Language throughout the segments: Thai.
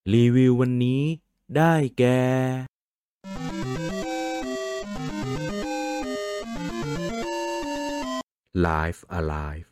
รีวิววันนี้ได้แก่ Life Alive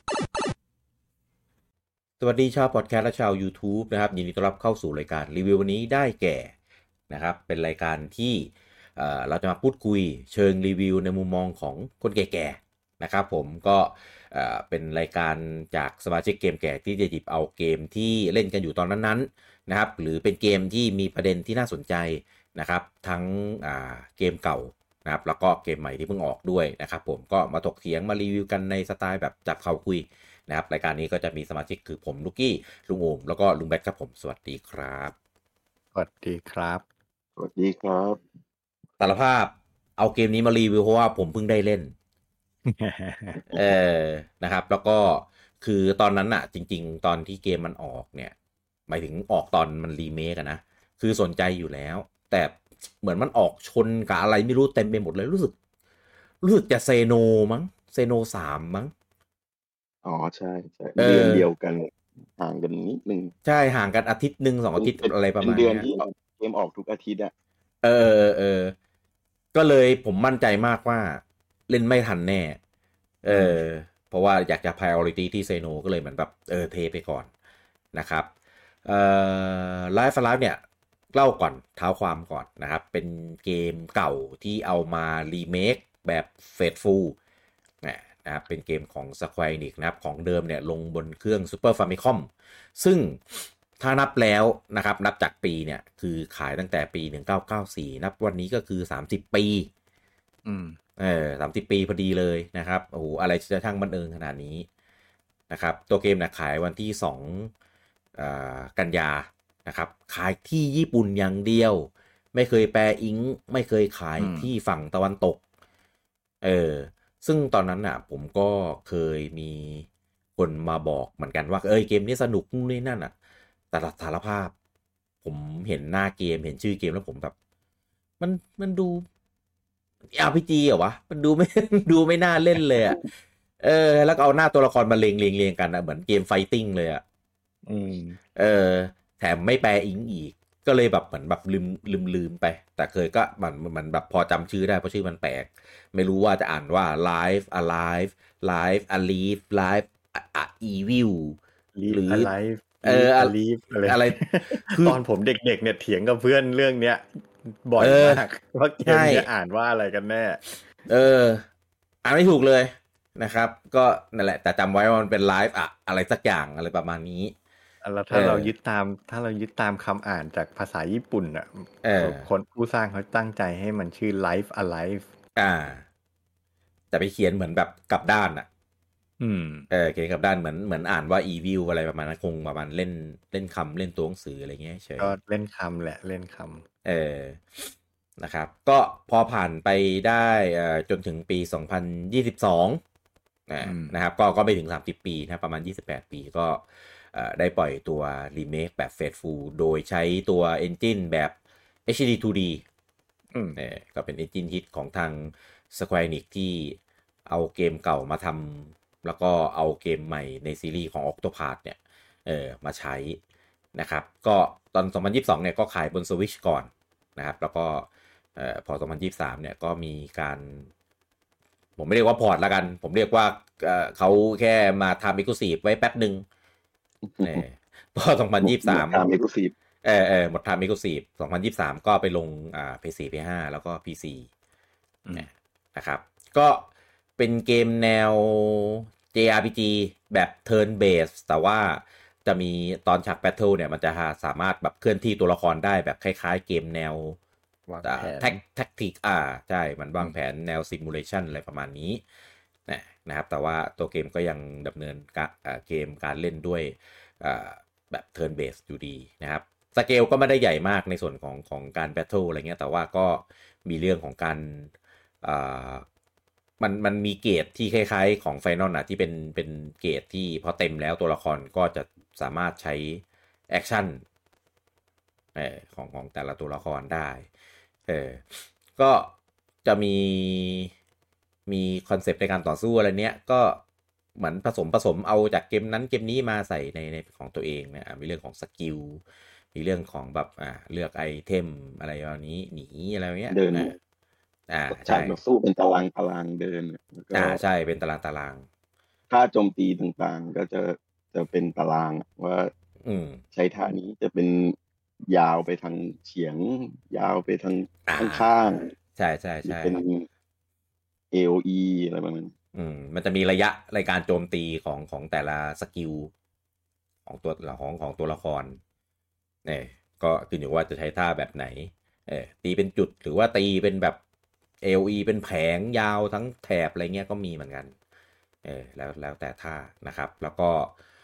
สวัสดีชาวพอดแคสต์และชาว YouTube นะครับยินดีต้อนรับเข้าสู่รายการรีวิววันนี้ได้แก่นะครับเป็นรายการที่เราจะมาพูดคุยเชิงรีวิวในมุมมองของคนแก่ๆนะครับผมก็เป็นรายการจากสมาชิกเกมแก่ที่จะหยิบเอาเกมที่เล่นกันอยู่ตอนนั้นๆนะครับหรือเป็นเกมที่มีประเด็นที่น่าสนใจนะครับทั้งเกมเก่านะครับแล้วก็เกมใหม่ที่เพิ่งออกด้วยนะครับผมก็มาถกเถียงมารีวิวกันในสไตล์แบบจับเข่าคุยนะครับรายการนี้ก็จะมีสมาชิกคือผมลูกกี้ลุงโอมแล้วก็ลุงแบทครับผมสวัสดีครับสวัสดีครับสวัสดีครับสารภาพเอาเกมนี้มารีวิวเพราะว่าผมเพิ่งได้เล่น เออนะครับแล้วก็คือตอนนั้นอะจริงๆตอนที่เกมมันออกเนี่ยหมายถึงออกตอนมันรีเมคอะนะคือสนใจอยู่แล้วแต่เหมือนมันออกชนกับอะไรไม่รู้เต็มไปหมดเลยรู้สึกจะเซโนมั้งเซโน3มั้งอ๋อใช่ใช่เดือนเดียวกันห่างกันนิดนึงใช่ห่างกันอาทิตย์หนึ่ง2 อาทิตย์อะไรประมาณเป็นเดือนเนี้ยที่เกมออกทุกอาทิตย์อ่ะเออก็เลยผมมั่นใจมากว่าเล่นไม่ทันแน่เออเพราะว่าอยากจะ priority ที่เซโนก็เลยเหมือนแบบเทไปก่อนนะครับLife Alive เนี่ยเล่าก่อนเท้าความก่อนนะครับเป็นเกมเก่าที่เอามารีเมคแบบ Faithful นะครับเป็นเกมของ Square Enix นะครับของเดิมเนี่ยลงบนเครื่อง Super Famicom ซึ่งถ้านับแล้วนะครับนับจากปีเนี่ยคือขายตั้งแต่ปี1994นับวันนี้ก็คือ30ปี30 ปีพอดีเลยนะครับโอ้โหอะไรจะช่างบังเอิญขนาดนี้นะครับตัวเกมเนี่ยขายวันที่2กันยานะครับขายที่ญี่ปุ่นอย่างเดียวไม่เคยแปลอิงไม่เคยขายที่ฝั่งตะวันตกซึ่งตอนนั้นน่ะผมก็เคยมีคนมาบอกเหมือนกันว่าเกมนี้สนุกนู่นนี่นั่นอ่ะแต่สารภาพผมเห็นหน้าเกมเห็นชื่อเกมแล้วผมแบบมันดู RPG เหรอวะมันดูไม่ ดูไม่น่าเล่นเลยอ่ะแล้วก็เอาหน้าตัวละครมาเรียงกันนะเหมือนเกมไฟติ้งเลยอ่ะแถมไม่แปลอิงอีกก็เลยแบบเหมือนแบบลืมไปแต่เคยก็มันแบบพอจำชื่อได้เพราะชื่อมันแปลกไม่รู้ว่าจะอ่านว่า Life Alive Life Alive Life Evil หรือ Alive อะไรตอนผมเด็กๆเนี่ยเถียงกับเพื่อนเรื่องเนี้ยบ่อยมากว่าเกมจะอ่านว่าอะไรกันแน่อ่านไม่ถูกเลยนะครับก็นั่นแหละแต่จำไว้ว่ามันเป็น Live อะไรสักอย่างอะไรประมาณนี้แล้วถ้าเรายึดตามคำอ่านจากภาษาญี่ปุ่นอ่ะคนผู้สร้างเขาตั้งใจให้มันชื่อ Life Alive แต่ไปเขียนเหมือนแบบกลับด้านอ่ะเขียนกลับด้านเหมือนอ่านว่า evil อะไรประมาณนั้นคงประมาณเล่นคำเล่นตัวหนังสืออะไรเงี้ยเฉยก็เล่นคำแหละเล่นคำนะครับก็พอผ่านไปได้จนถึงปี2022นะครับก็ไม่ถึง30ปีนะประมาณ28ปีก็ได้ปล่อยตัวรีเมคแบบ Faithful โดยใช้ตัว Engine แบบ HD 2D ก็เป็น Engine Hit ของทาง Square Enix ที่เอาเกมเก่ามาทำแล้วก็เอาเกมใหม่ในซีรีส์ของ Octopath เนี่ยมาใช้นะครับก็ตอน2022เนี่ยก็ขายบน Switch ก่อนนะครับแล้วก็พอ2023เนี่ยก็มีการผมไม่เรียกว่าพอร์ตละกันผมเรียกว่าเขาแค่มาทำ Exclusive ไว้แป๊บหนึ่งพอ2023หมดทำ Exclusive หมดทำ Exclusive 2023ก็ไปลงPS4 PS5 แล้วก็ PC นะครับก็เป็นเกมแนว JRPG แบบ Turn Based แต่ว่าจะมีตอนฉาก Battle เนี่ยมันจะสามารถแบบเคลื่อนที่ตัวละครได้แบบคล้ายๆเกมแนวแท็กติกใช่มันวางแผนแนว Simulation อะไรประมาณนี้นะครับแต่ว่าตัวเกมก็ยังดำเนินเกมการเล่นด้วยแบบ Turn Based อยู่ดีนะครับสเกลก็ไม่ได้ใหญ่มากในส่วนของการ Battle อะไรเงี้ยแต่ว่าก็มีเรื่องของการมันมีเกรดที่คล้ายๆของ Final นะที่เป็นเกรดที่พอเต็มแล้วตัวละครก็จะสามารถใช้แอคชั่นของแต่ละตัวละครได้ก็จะมีคอนเซปต์ในการต่อสู้อะไรเนี้ยก็เหมือนผสมเอาจากเกมนั้นเกมนี้มาใส่ในของตัวเองนะมีเรื่องของสกิลมีเรื่องของแบบเลือกไอเทมอะไรแบบนี้หนีอะไรเงี้ยเดินใช่แบบสู้เป็นตารางเดินแล้วก็ใช่เป็นตารางท่าโจมตีต่างๆก็จะเป็นตารางว่าใช้ท่านี้จะเป็นยาวไปทางเฉียงยาวไปทางข้างใช่ใช่หรือใช่เป็น AOE อะไรประมาณนั้นมันจะมีระยะในการโจมตีของแต่ละสกิลของตัวละครเนี่ยก็ขึ้นอยู่ว่าจะใช้ท่าแบบไหนตีเป็นจุดหรือว่าตีเป็นแบบ AOE เป็นแผงยาวทั้งแถบอะไรเงี้ยก็มีเหมือนกันแล้วแต่ท่านะครับแล้วก็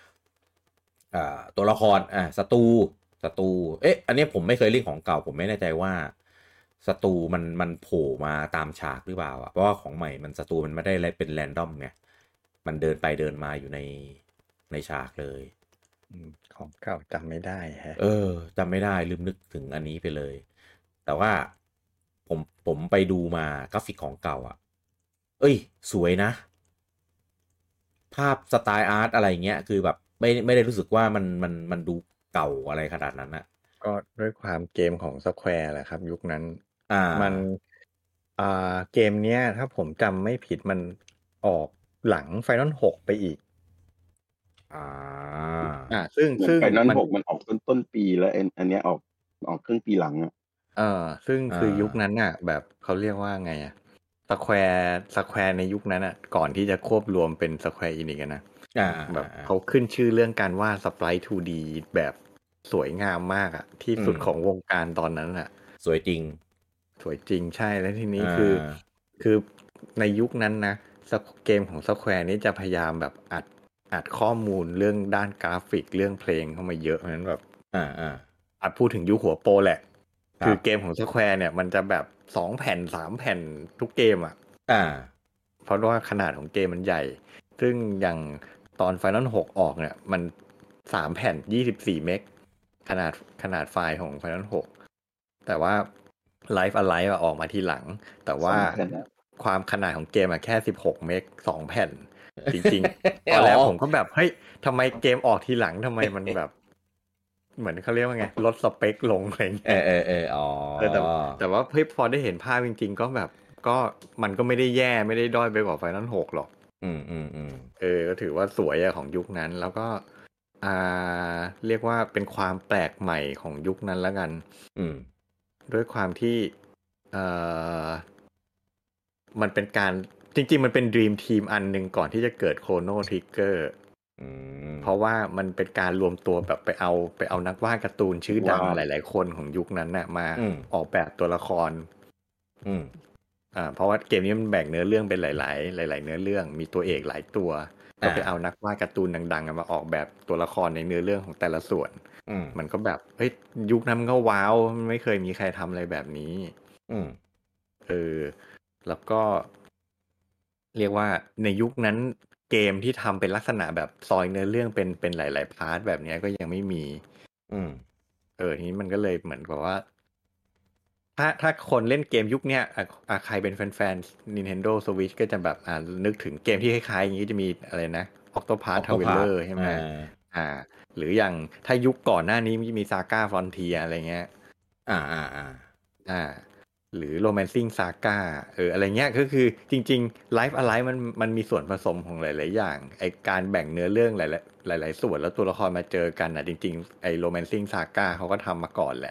ตัวละครศัตรูอันนี้ผมไม่เคยเล่นของเก่าผมไม่แน่ใจว่าศัตรูมันโผล่มาตามฉากหรือเปล่าเพราะว่าของใหม่มันศัตรูมันไม่ได้เป็นแรนดอมไงมันเดินไปเดินมาอยู่ในฉากเลยของเก่าจำไม่ได้ฮะจำไม่ได้ลืมนึกถึงอันนี้ไปเลยแต่ว่าผมไปดูมากราฟิกของเก่าสวยนะภาพสไตล์อาร์ตอะไรเงี้ยคือแบบไม่ได้รู้สึกว่ามันดูเก่าอะไรขนาดนั้นนะก็ด้วยความเกมของ Square แหละครับยุคนั้นมันเกมเนี้ยถ้าผมจำไม่ผิดมันออกหลัง Final 6ไปอีกซึ่ง Final 6มันออกต้นปีแล้วอันเนี้ยออกครึ่งปีหลังซึ่งคือยุคนั้นน่ะแบบเขาเรียกว่าไงสแควร์ในยุคนั้นอ่ะก่อนที่จะควบรวมเป็น Square Enix นะแบบเขาขึ้นชื่อเรื่องการวาดสไปรท์ 2D แบบสวยงามมากอ่ะที่สุดของวงการตอนนั้นอ่ะสวยจริงใช่แล้วทีนี้คือในยุคนั้นนะเกมของ Square นี้จะพยายามแบบอัดข้อมูลเรื่องด้านกราฟิกเรื่องเพลงเข้ามาเยอะเพราะฉะนั้นแบบอัดพูดถึงยุคหัวโปรแหละคือเกมของ Square เนี่ยมันจะแบบ2 แผ่น 3 แผ่นทุกเกมเพราะว่าขนาดของเกมมันใหญ่ซึ่งอย่างตอน Final 6 ออกเนี่ยมัน3 แผ่น24 เมกขนาดไฟล์ของ Final 6แต่ว่า Life Alive ออกมาทีหลังแต่ว่าความขนาดของเกมแค่16 เมก2 แผ่นจริงๆตอนแรกผมก็แบบเฮ้ยทำไมเกมออกทีหลังทำไมมันแบบเหมือนเขาเรียกว่าไงลดสเปคลงอะไรอย่างเงี้ยแต่ว่าพอได้เห็นภาพจริงๆก็แบบก็มันก็ไม่ได้แย่ไม่ได้ด้อยไปกว่า Final 6 หรอกก็ถือว่าสวยของยุคนั้นแล้วก็เรียกว่าเป็นความแปลกใหม่ของยุคนั้นแล้วกันด้วยความที่มันเป็นการจริงๆมันเป็น Dream Team อันหนึ่งก่อนที่จะเกิด Chrono Trigger เพราะว่ามันเป็นการรวมตัวแบบไปเอานักวาดการ์ตูนชื่อดังหลายๆคนของยุคนั้นน่ะมาออกแบบตัวละครเพราะว่าเกมนี้มันแบ่งเนื้อเรื่องเป็นหลายๆเนื้อเรื่องมีตัวเอกหลายตัวก็ไปเอานักวาดการ์ตูนดังๆมาออกแบบตัวละครในเนื้อเรื่องของแต่ละส่วนมันก็แบบเฮ้ยยุคนั้นมันก็ว้าวไม่เคยมีใครทำอะไรแบบนี้แล้วก็เรียกว่าในยุคนั้นเกมที่ทำเป็นลักษณะแบบซอยเนื้อเรื่องเป็นหลายๆพาร์ทแบบนี้ก็ยังไม่มีทีนี้มันก็เลยเหมือนกับว่าถ้าคนเล่นเกมยุคเนี้ยใครเป็นแฟน Nintendo Switch ก็จะแบบนึกถึงเกมที่คล้ายๆอย่างนี้จะมีอะไรนะ Octopath Traveler ใช่ไหมหรืออย่างถ้ายุคก่อนหน้านี้มันจะมี Saga Frontier อะไรเงี้ยหรือ Romancing Saga อะไรเงี้ยก็คือจริงๆ Life Alive มันมีส่วนผสมของหลายๆอย่างไอการแบ่งเนื้อเรื่องหลายส่วนแล้วตัวละครมาเจอกันจริงๆไอ Romancing Saga เขาก็ทำมาก่อนแหละ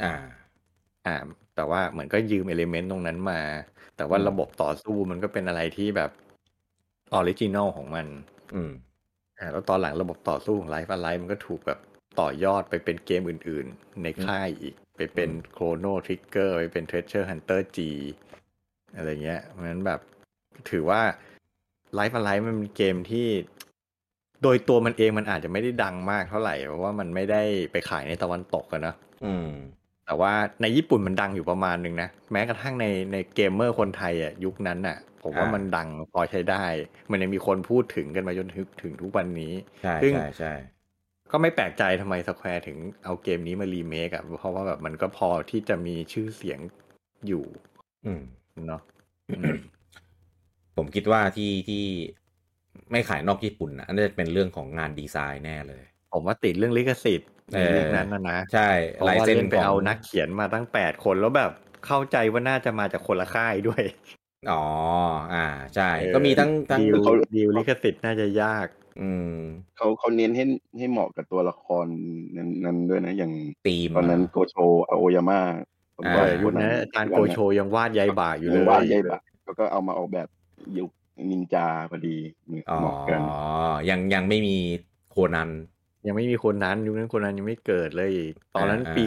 แต่ว่าเหมือนก็ยืมเอลิเมนต์ตรงนั้นมาแต่ว่าระบบต่อสู้มันก็เป็นอะไรที่แบบออริจินอลของมันแล้วตอนหลังระบบต่อสู้ของ Life Alive มันก็ถูกแบบต่อยอดไปเป็นเกมอื่นๆในค่ายอีกไปเป็น Chrono Trigger ไปเป็น Treasure Hunter G อะไรเงี้ยเพราะฉะนั้นแบบถือว่า Life Alive มันเป็นเกมที่โดยตัวมันเองมันอาจจะไม่ได้ดังมากเท่าไหร่เพราะว่ามันไม่ได้ไปขายในตะวันตกนะแต่ว่าในญี่ปุ่นมันดังอยู่ประมาณนึงนะแม้กระทั่งในเกมเมอร์คนไทยยุคนั้นผมว่ามันดังพอใช้ได้มันยังมีคนพูดถึงกันมาจนถึงทุกวันนี้ใช่ก็ไม่แปลกใจทำไม Square ถึงเอาเกมนี้มารีเมคเพราะว่าแบบมันก็พอที่จะมีชื่อเสียงอยู่เนาะผมคิดว่าที่ไม่ขายนอกญี่ปุ่นน่าจะเป็นเรื่องของงานดีไซน์แน่เลยผมว่าติดเรื่องลิขสิทธิ์ในยุคนั้นนะใช่ลายเส้นไปเอานักเขียนมาตั้ง8คนแล้วแบบเข้าใจว่าน่าจะมาจากคนละค่ายด้วยอ๋อใช่ก็มีทั้งดีลลิขสิทธิ์น่าจะยากเขาเน้นให้เหมาะกับตัวละครนั้นด้วยนะอย่างธีมตอนนั้นโกโชอาโอยาม่ายุคนั้นอาจารย์โกโชยังวาดยายบ่าอยู่เลยวาดยายบ่าก็เอามาออกแบบยุคนินจาพอดีเหมาะกันยังไม่มีโคนันยังไม่มีโคนันยุคนั้นโคนันยังไม่เกิดเลยตอนนั้นปี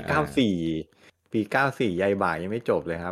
94ยายบ่ายังไม่จบเลยครับ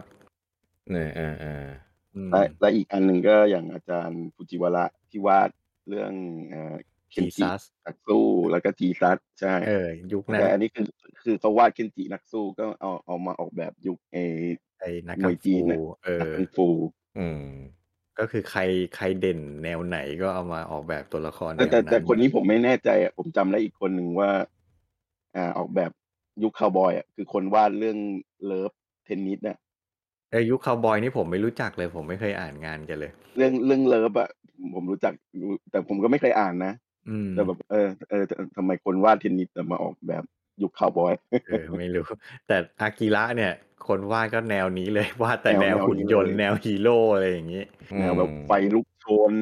และอีกอันหนึ่งก็อย่างอาจารย์ฟูจิวาระที่วาดเรื่องเคนจินักสู้แล้วก็จีซัสใช่ยุคนั้นอันนี้คือเขาวาดเคนจินักสู้ก็เอามาออกแบบยุคนักมวยจีนนักฟูก็คือใครเด่นแนวไหนก็เอามาออกแบบตัวละครแต่คนนี้ผมไม่แน่ใจผมจำได้อีกคนหนึ่งว่าออกแบบยุคคาวบอยคือคนวาดเรื่องเลิฟเทนนิสยุคคาวบอยนี่ผมไม่รู้จักเลยผมไม่เคยอ่านงานกันเลยเรื่องเลิฟผมรู้จักแต่ผมก็ไม่เคยอ่านนะแต่แบบทำไมคนวาดเทนนิสมาออกแบบยุคคาวบอยไม่รู้แต่อากิระเนี่ยคนวาดก็แนวนี้เลยวาดแต่แนวหุ่นยนต์แนวฮีโร่อะไรอย่างนี้แนวแบบไฟลุกโชน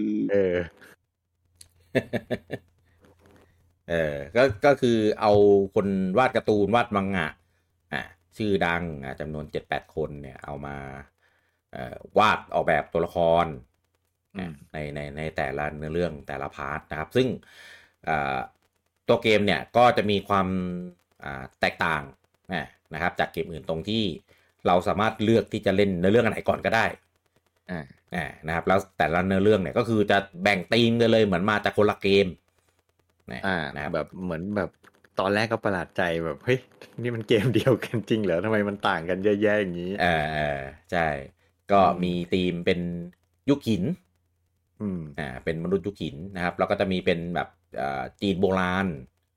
ก็คือเอาคนวาดการ์ตูนวาดมังงะชื่อดังจำนวน 7-8 คนเนี่ยเอามาวาดออกแบบตัวละครในแต่ละเนื้อเรื่องแต่ละพาร์ทนะครับซึ่งตัวเกมเนี่ยก็จะมีความแตกต่างนะครับจากเกมอื่นตรงที่เราสามารถเลือกที่จะเล่นเนื้อเรื่องอันไหนก่อนก็ได้นะครับแล้วแต่ละเนื้อเรื่องเนี่ยก็คือจะแบ่งธีมกันเลยเหมือนมาจากคนละเกมนะครับแบบเหมือนแบบตอนแรกก็ประหลาดใจแบบเฮ้ยนี่มันเกมเดียวกันจริงเหรอทำไมมันต่างกันเยอะแยะอย่างนี้ใช่ก็มีธีมเป็นยุคหินเป็นมนุษย์ยุคหินนะครับแล้วก็จะมีเป็นแบบจีนโบราณ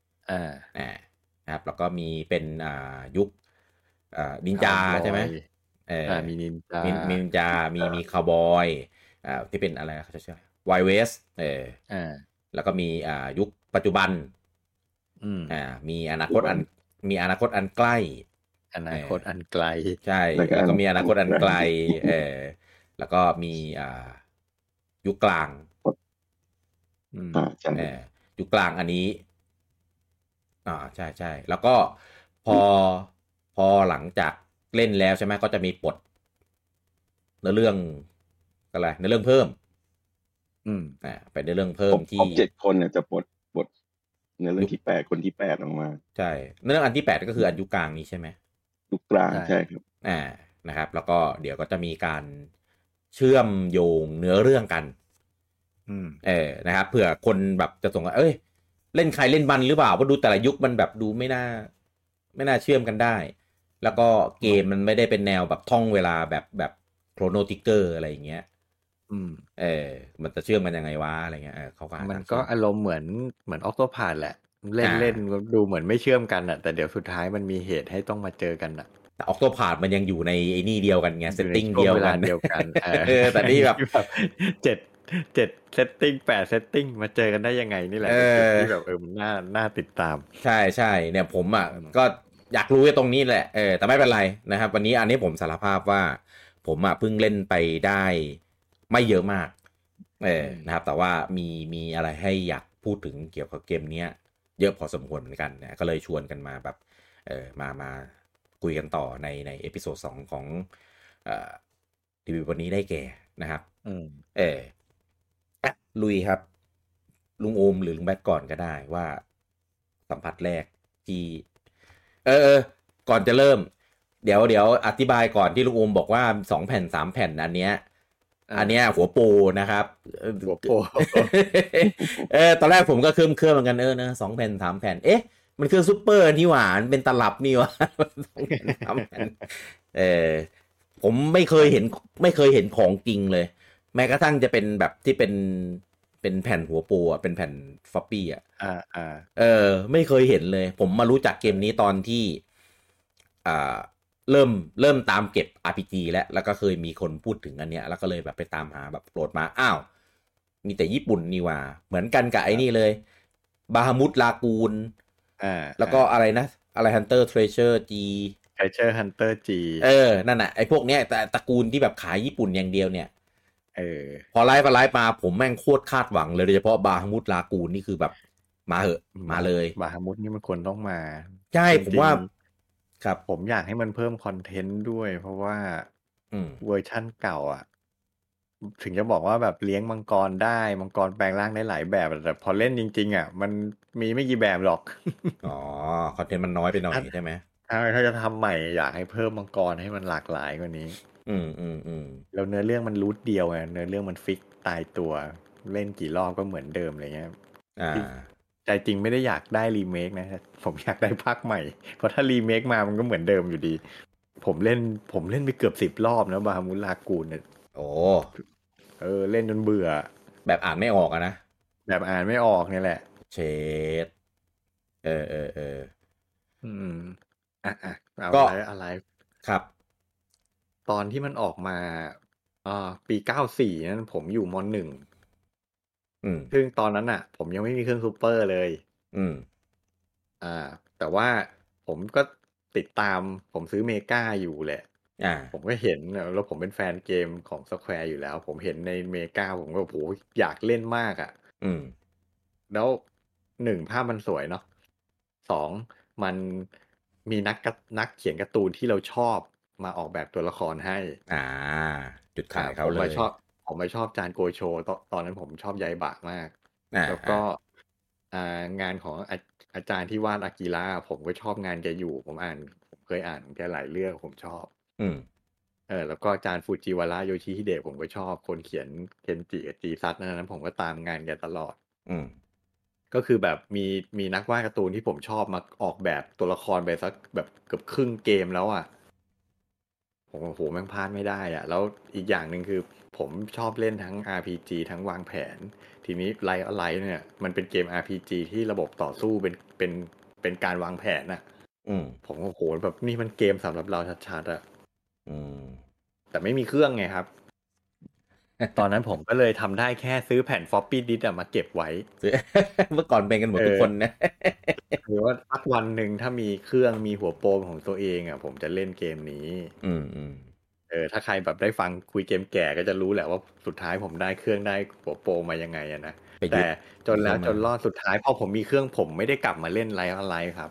นะครับแล้วก็มีเป็นยุคนินจาใช่ไหมมีนินจามีคาวบอยที่เป็นอะไรเขาจะชื่อไวเวสแล้วก็มียุคปัจจุบันมีอนาคตอันใกล้อนาคตอันไกลใช่แล้วก็มีอนาคตอันไกลแล้วก็มียุคกลางยุคกลางอันนี้ใช่แล้วก็พอหลังจากเล่นแล้วใช่ไหมก็จะมีปลดเนื้อเรื่องอะไรเนื้อเรื่องเพิ่มเป็นเนื้อเรื่องเพิ่มที่ 7 คนเนี่ยจะปลดเนื้อเรื่องที่8คนที่8ออกมาใช่เนื้อเรื่องอันที่8ก็คืออันยุคกลางนี้ใช่ไหมยุคกลางใช่ครับนะครับแล้วก็เดี๋ยวก็จะมีการเชื่อมโยงเนื้อเรื่องกันนะครับเผื่อคนแบบจะสงสัยเล่นใครเล่นมันหรือเปล่าเพราะดูแต่ละยุคมันแบบดูไม่น่าเชื่อมกันได้แล้วก็เกมมันไม่ได้เป็นแนวแบบท่องเวลาแบบโครโนติกเกอร์อะไรอย่างเงี้ยมันจะเชื่อมกันยังไงวะอะไรเงี้ยเขาก็มันก็อารมณ์เหมือนออกโตพาดแหละเล่นดูเหมือนไม่เชื่อมกันอ่ะแต่เดี๋ยวสุดท้ายมันมีเหตุให้ต้องมาเจอกันอ่ะแต่ออกโตพาดมันยังอยู่ในไอ้นี่เดียวกันไงเซตติ้งเดียวกันแต่นี่แบบ 7เซตติ้ง8เซตติ้งมาเจอกันได้ยังไงนี่แหละที่แบบมันน่าติดตามใช่เนี่ยผมก็อยากรู้ตรงนี้แหละแต่ไม่เป็นไรนะครับวันนี้อันนี้ผมสารภาพว่าผมเพิ่งเล่นไปได้ไม่เยอะมากนะครับแต่ว่ามีอะไรให้อยากพูดถึงเกี่ยวกับเกมนี้เยอะพอสมควรเหมือนกันนะก็เลยชวนกันมาแบบมาคุยกันต่อในเอพิโซด2ของรีวิววันนี้ได้แก่นะครับลุยครับลุงโอมหรือลุงแบทก่อนก็ได้ว่าสัมผัสแรกที่ก่อนจะเริ่มเดี๋ยวอธิบายก่อนที่ลุงโอมบอกว่า2แผ่น3แผ่นอันเนี้ยหัวโปนะครับหัวโปตอนแรกผมก็เคลื่อนเหมือนกันนะ2แผ่น3แผ่นมันคือซุปเปอร์นี่หว่าเป็นตลับนี่หว่า2แผ่น3แผ่นผมไม่เคยเห็นของจริงเลยแม้กระทั่งจะเป็นแบบที่เป็นแผ่นหัวโปเป็นแผ่นฟอปปี้ไม่เคยเห็นเลยผมมารู้จักเกมนี้ตอนที่เริ่มตามเก็บ RPG แล้วก็เคยมีคนพูดถึงอันเนี้ยแล้วก็เลยแบบไปตามหาแบบโหลดมาอ้าวมีแต่ญี่ปุ่นนี่ว่าเหมือนกันกับไอ้นี่เลยบาฮามุดลากูนแล้วก็อะไรนะอะไร Hunter Treasure G Treasure Hunter G นั่นน่ะไอ้พวกเนี้ยแต่ตระกูลที่แบบขายญี่ปุ่นอย่างเดียวเนี่ยพอไลฟ์มาผมแม่งโคตรคาดหวังเลยโดยเฉพาะบาฮามุดลากูนนี่คือแบบมาเหอะมาเลยบาฮามุดนี่มันควรต้องมาใช่ผมว่าครับผมอยากให้มันเพิ่มคอนเทนต์ด้วยเพราะว่าเวอร์ชั่นเก่าอ่ะถึงจะบอกว่าแบบเลี้ยงมังกรได้มังกรแปลงร่างได้หลายแบบแต่พอเล่นจริงๆอ่ะมันมีไม่กี่แบบหรอกคอนเทนต์มันน้อยไปหน่อยใช่ไหมถ้าจะทำใหม่อยากให้เพิ่มมังกรให้มันหลากหลายกว่านี้แล้วเนื้อเรื่องมันรูทเดียวไงเนื้อเรื่องมันฟิกตายตัวเล่นกี่รอบก็เหมือนเดิมอะไรเงี้ยใจจริงไม่ได้อยากได้รีเมคนะผมอยากได้ภาคใหม่เพราะถ้ารีเมคมามันก็เหมือนเดิมอยู่ดีผมเล่นไปเกือบ10 รอบนะบาฮามุลากูนเนี่ยเล่นจนเบื่อแบบอ่านไม่ออกนะแบบอ่านไม่ออกนี่แหละเชดก็อะไรครับตอนที่มันออกมาปี94นั้นผมอยู่ม.1ซึ่งตอนนั้นอ่ะผมยังไม่มีเครื่องซูเปอร์เลยแต่ว่าผมก็ติดตามผมซื้อเมกาอยู่แหละผมก็เห็นแล้วผมเป็นแฟนเกมของสแควร์อยู่แล้วผมเห็นในเมกาผมก็โหอยากเล่นมากอ่ะแล้ว1ภาพมันสวยเนาะ2มันมีนักเขียนการ์ตูนที่เราชอบมาออกแบบตัวละครให้จุดขายเขาเลยผมไม่ชอบจานโกโชตอนนั้นผมชอบไยบะมากแล้วก็งานของอาจารย์ที่วาดอากิระผมก็ชอบงานแกอยู่ผมเคยอ่านแกหลายเรื่องผมชอบแล้วก็อาจารย์ฟูจิวาระโยชิฮิเดะผมก็ชอบคนเขียนเคนจิกับจีซัตนั้นผมก็ตามงานแกตลอดก็คือแบบมีนักวาดการ์ตูนที่ผมชอบมาออกแบบตัวละครไปสักแบบเกือบครึ่งเกมแล้วอ่ะผมโอ้โหแม่งพลาดไม่ได้อ่ะแล้วอีกอย่างหนึ่งคือผมชอบเล่นทั้ง RPG ทั้งวางแผนทีนี้ไลท์เนี่ยมันเป็นเกม RPG ที่ระบบต่อสู้เป็นการวางแผนน่ะผมโอ้โหแบบนี่มันเกมสำหรับเราชัดๆอ่ะแต่ไม่มีเครื่องไงครับ ตอนนั้นผมก็เลยทำได้แค่ซื้อแผ่น floppy disk มาเก็บไว้เมื่อก่อนเป็นกันหมดทุกคนนะหรือว่าสักวันหนึ่งถ้ามีเครื่องมีหัวโปรของตัวเองอ่ะผมจะเล่นเกมนี้ถ้าใครแบบได้ฟังคุยเกมแก่ก็จะรู้แหละว่าสุดท้ายผมได้เครื่องได้หัวโปรมายังไงอะนะแต่จนแล้วจนรอดสุดท้ายพอผมมีเครื่องผมไม่ได้กลับมาเล่นไลฟ์ออนไลน์ครับ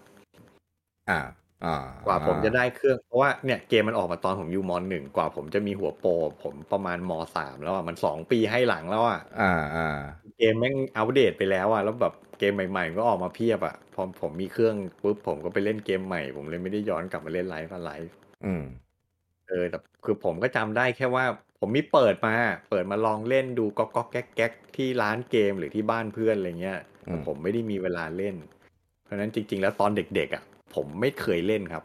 กว่าผมจะได้เครื่องเพราะว่าเนี่ยเกมมันออกมาตอนผมอยู่ม.1 กว่าผมจะมีหัวโปรผมประมาณม.3 แล้วอ่ะมัน2 ปีให้หลังแล้วอ่ะเกมแม่งอัปเดตไปแล้วอ่ะแล้วแบบเกมใหม่ๆก็ออกมาเพียบอ่ะพอผมมีเครื่องปุ๊บผมก็ไปเล่นเกมใหม่ผมเลยไม่ได้ย้อนกลับมาเล่นไลฟ์แต่คือผมก็จำได้แค่ว่าผมมีเปิดมาลองเล่นดูก๊อกแก๊กที่ร้านเกมหรือที่บ้านเพื่อนอะไรเงี้ยแต่ผมไม่ได้มีเวลาเล่นเพราะนั้นจริงๆแล้วตอนเด็กๆอ่ะผมไม่เคยเล่นครับ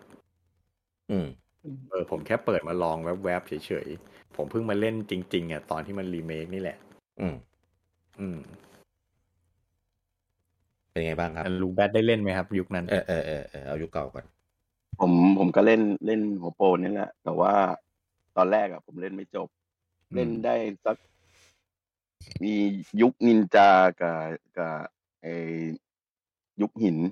ผมแค่เปิดมาลองแวบๆเฉยๆผมเพิ่งมาเล่นจริงๆอ่ะตอนที่มันรีเมคนี่แหละเป็นไงบ้างครับลุงแบทได้เล่นไหมครับยุคนั้นเอายุคเก่าก่อนผมก็เล่นหัวโปรนี่แหละแต่ว่าตอนแรกอ่ะผมเล่นไม่จบเล่นได้สักมียุคนินจากับไอยุคหิน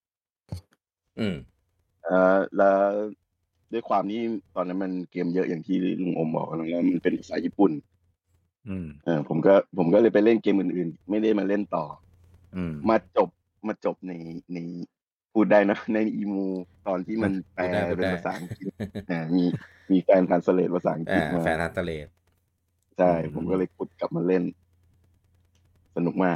แล้วด้วยความนี้ตอนนั้นมันเกมเยอะอย่างที่ลุงอมบอกแล้วมันเป็นภาษาญี่ปุ่นผมก็เลยไปเล่นเกมอื่นๆไม่ได้มาเล่นต่อมาจบในพูดได้นะในอีมูตอนที่มันแปลเป็นภาษาอังกฤษมีแฟนทรานสเลทภาษาอังกฤษมาแฟนทรานสเลทใช่ผมก็เลยกดกลับมาเล่นสนุกมาก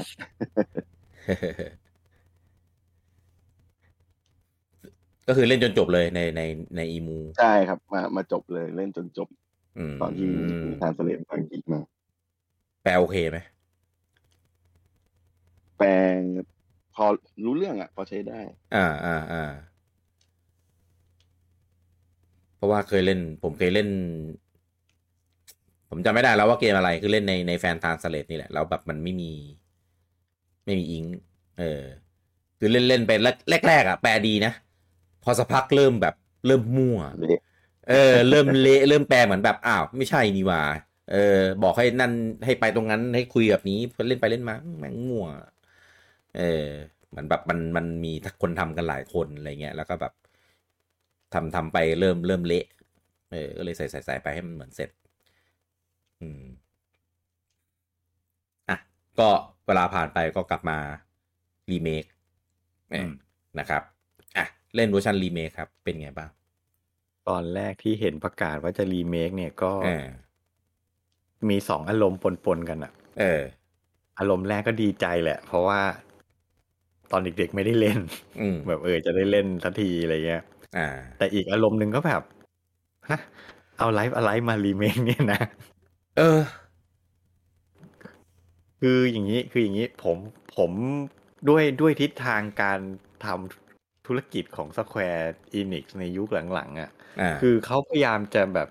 ก็คือเล่นจนจบเลยในอีมูใช่ครับมาจบเลยเล่นจนจบตอนที่มีทรานสเลทภาษาอังกฤษมาแปลโอเคไหมแปลพอรู้เรื่องอ่ะพอใช้ได้เพราะว่าผมเคยเล่นผมจำไม่ได้แล้วว่าเกมอะไรคือเล่นในแฟนทรานสเลทนี่แหละแล้วแบบมันไม่มีอิงคือเล่นไปแรกอ่ะแปลดีนะพอสักพักเริ่มมั่วเริ่มเละเริ่มแปลเหมือนแบบอ้าวไม่ใช่นี่หว่าบอกให้นั่นให้ไปตรงนั้นให้คุยแบบนี้เล่นไปเล่นมาแม่งมั่วเหมือนแบบมันมีคนทำกันหลายคนอะไรเงี้ยแล้วก็แบบทำไปเริ่มเละก็เลยใส่ไปให้มันเหมือนเสร็จอืมอ่ะก็เวลาผ่านไปก็กลับมารีเมคนะครับอ่ะเล่นเวอร์ชันรีเมคครับเป็นไงบ้างตอนแรกที่เห็นประกาศว่าจะรีเมคเนี่ยก็มีสองอารมณ์ปนกันอ่ะอารมณ์แรกก็ดีใจแหละเพราะว่าตอนเด็กๆไม่ได้เล่นแบบจะได้เล่นสักทีอะไรเงี้ยแต่อีกอารมณ์หนึ่งก็แบบฮะเอาไลฟ์อะไรมารีเมคเนี่ยนะคืออย่างนี้ผมด้วยทิศทางการทำธุรกิจของ Square Enix ในยุคหลังๆอ่ะคือเขาพยายามจะแบบ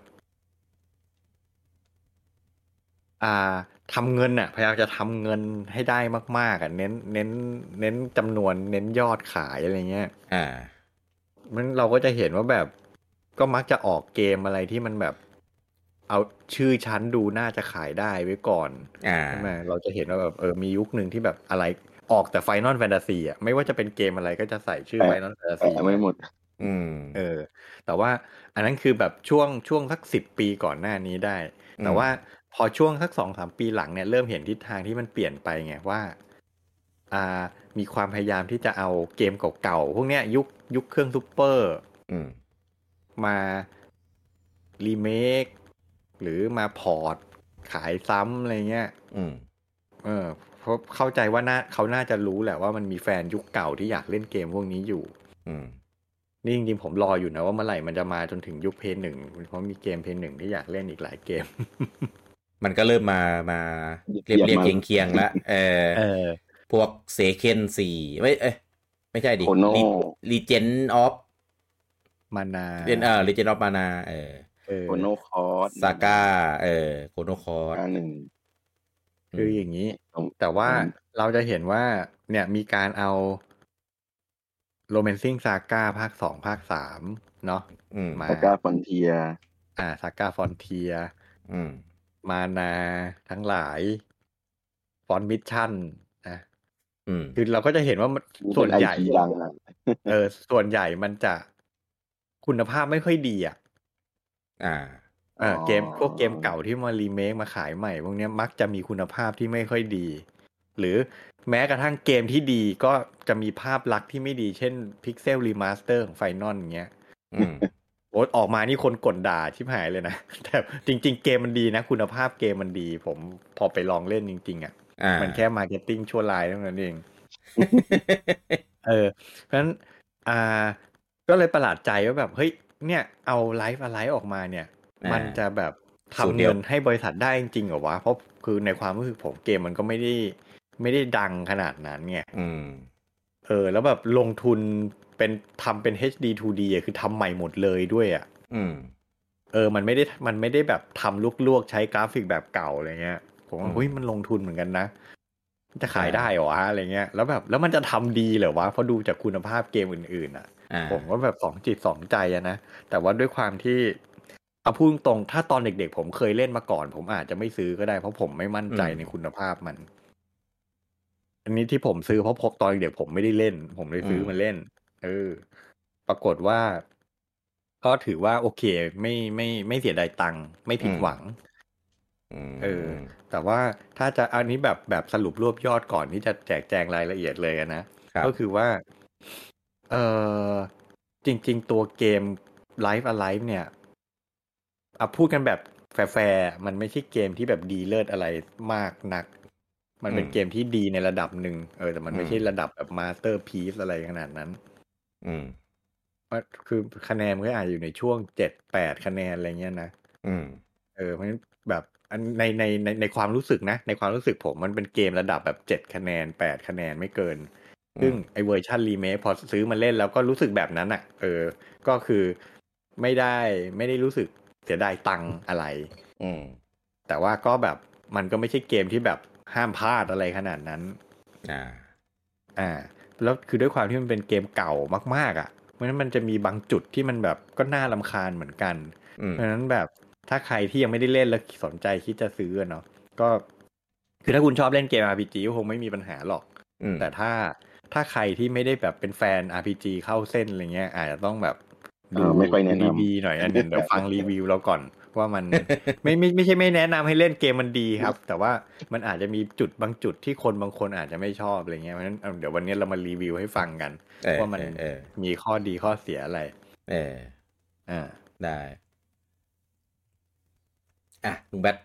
ทำเงินอ่ะพยายามจะทำเงินให้ได้มากๆอ่ะเน้นจำนวนเน้นยอดขายอะไรเงี้ยมันเราก็จะเห็นว่าแบบก็มักจะออกเกมอะไรที่มันแบบเอาชื่อชั้นดูน่าจะขายได้ไว้ก่อนใช่ไหมเราจะเห็นว่าแบบมียุคหนึ่งที่แบบอะไรออกแต่ Final Fantasy อ่ะไม่ว่าจะเป็นเกมอะไรก็จะใส่ชื่อ Final Fantasy ไม่หมดแต่ว่าอันนั้นคือแบบช่วงสัก10 ปีก่อนหน้านี้ได้แต่ว่าพอช่วงสัก2-3 ปีหลังเนี่ยเริ่มเห็นทิศทางที่มันเปลี่ยนไปไงว่ามีความพยายามที่จะเอาเกมเก่าๆพวกเนี้ยยุคเครื่องซูเปอร์มารีเมคหรือมาพอร์ตขายซ้ำอะไรเงี้ยเพราะเข้าใจว่าเขาน่าจะรู้แหละว่ามันมีแฟนยุคเก่าที่อยากเล่นเกมพวกนี้อยู่นี่จริงๆผมรออยู่นะว่าเมื่อไหร่มันจะมาจนถึงยุคเพย์หนึ่งเพราะมีเกมเพย์หนึ่งที่อยากเล่นอีกหลายเกมมันก็เริ่มมาเรียบเคียงแล้วพวกเซเคนไม่ใช่ดิรีเจนออฟมานารีเจนออฟมานาโคโนคอร์สซาก้าโคโนคอร์สคืออย่างนี้แต่ว่าเราจะเห็นว่าเนี่ยมีการเอาRomancing Saga ภาค 2 ภาค 3เนาะมา Saga Frontier Saga Frontier มานาทั้งหลายฟอนต์มิชชั่นนะคือเราก็จะเห็นว่าส่วนใหญ่ส่วนใหญ่มันจะคุณภาพไม่ค่อยดีพวกเกมเก่าที่มารีเมคมาขายใหม่พวกนี้มักจะมีคุณภาพที่ไม่ค่อยดีหรือแม้กระทั่งเกมที่ดีก็จะมีภาพลักษณ์ที่ไม่ดีเช่น Pixel Remaster ของ Final อย่างเงี้ยออกมานี่คนกดด่าชิบหายเลยนะแต่จริงๆเกมมันดีนะคุณภาพเกมมันดีผมพอไปลองเล่นจริงๆมันแค่มาร์เก็ตติ้งชั่วร้ายเท่านั้นเองเพราะฉะนั้นก็เลยประหลาดใจว่าแบบเฮ้ยเนี่ยเอาไลฟ์อะไรออกมาเนี่ยมันจะแบบทำเงินให้บริษัทได้จริงๆเหรอวะเพราะคือในความรู้สึกผมเกมมันก็ไม่ได้ดังขนาดนั้นไงแล้วแบบลงทุนทำเป็น HD 2D คือทำใหม่หมดเลยด้วยมันไม่ได้แบบทำลวกๆใช้กราฟิกแบบเก่าอะไรเงี้ยผมว่าเฮ้ยมันลงทุนเหมือนกันนะจะขายได้เหรอวะอะไรเงี้ยแล้วแบบแล้วมันจะทำดีเหรอวะเพราะดูจากคุณภาพเกมอื่นๆผมก็แบบ2 จิต 2 ใจนะแต่ว่าด้วยความที่เอาพูดตรงถ้าตอนเด็กๆผมเคยเล่นมาก่อนผมอาจจะไม่ซื้อก็ได้เพราะผมไม่มั่นใจในคุณภาพมันอันนี้ที่ผมซื้อเพราะตอนเด็กผมไม่ได้เล่นผมเลยซื้อมาเล่นปรากฏว่าก็ถือว่าโอเคไม่เสียดายตังค์ไม่ผิดหวังแต่ว่าถ้าจะอันนี้แบบสรุปรวบยอดก่อนที่จะแจกแจงรายละเอียดเลยนะก็คือว่าจริงๆตัวเกม Life Alive เนี่ยพูดกันแบบแฟร์ๆมันไม่ใช่เกมที่แบบดีเลิศอะไรมากนักมันเป็นเกมที่ดีในระดับหนึ่งแต่มันไม่ใช่ระดับแบบมาสเตอร์พีซอะไรขนาดนั้นคือคะแนนมันก็อาจอยู่ในช่วง7-8 คะแนนอะไรเงี้ยนะเพราะฉะนั้นแบบในความรู้สึกนะในความรู้สึกผมมันเป็นเกมระดับแบบ7 คะแนน8 คะแนนไม่เกินซึ่งไอเวอร์ชันรีเมคพอซื้อมาเล่นแล้วก็รู้สึกแบบนั้นก็คือไม่ได้รู้สึกเสียดายตังค์อะไรแต่ว่าก็แบบมันก็ไม่ใช่เกมที่แบบห้ามพลาดอะไรขนาดนั้นแล้วคือด้วยความที่มันเป็นเกมเก่ามากๆเพราะฉะนั้นมันจะมีบางจุดที่มันแบบก็น่ารำคาญเหมือนกันเพราะฉะนั้นแบบถ้าใครที่ยังไม่ได้เล่นแล้วสนใจคิดจะซื้อเนาะก็คือถ้าคุณชอบเล่นเกม RPG ก็คงไม่มีปัญหาหรอกแต่ถ้าถ้าใครที่ไม่ได้แบบเป็นแฟน RPG เข้าเส้นอะไรเงี้ยอาจจะต้องแบบดูไม่ค่อยแนะนำดีๆหน่อยอันนึงเดี๋ยวฟังรีวิวเราก่อนว่ามัน ไม่ใช่ไม่แนะนำให้เล่นเกมมันดีครับ แต่ว่ามันอาจจะมีจุดบางจุดที่คนบางคนอาจจะไม่ชอบอะไรเงี้ยเพราะฉะนั้นเดี๋ยววันนี้เรามารีวิวให้ฟังกันว่ามันมีข้อดีข้อเสียอะไรได้ลุงแบท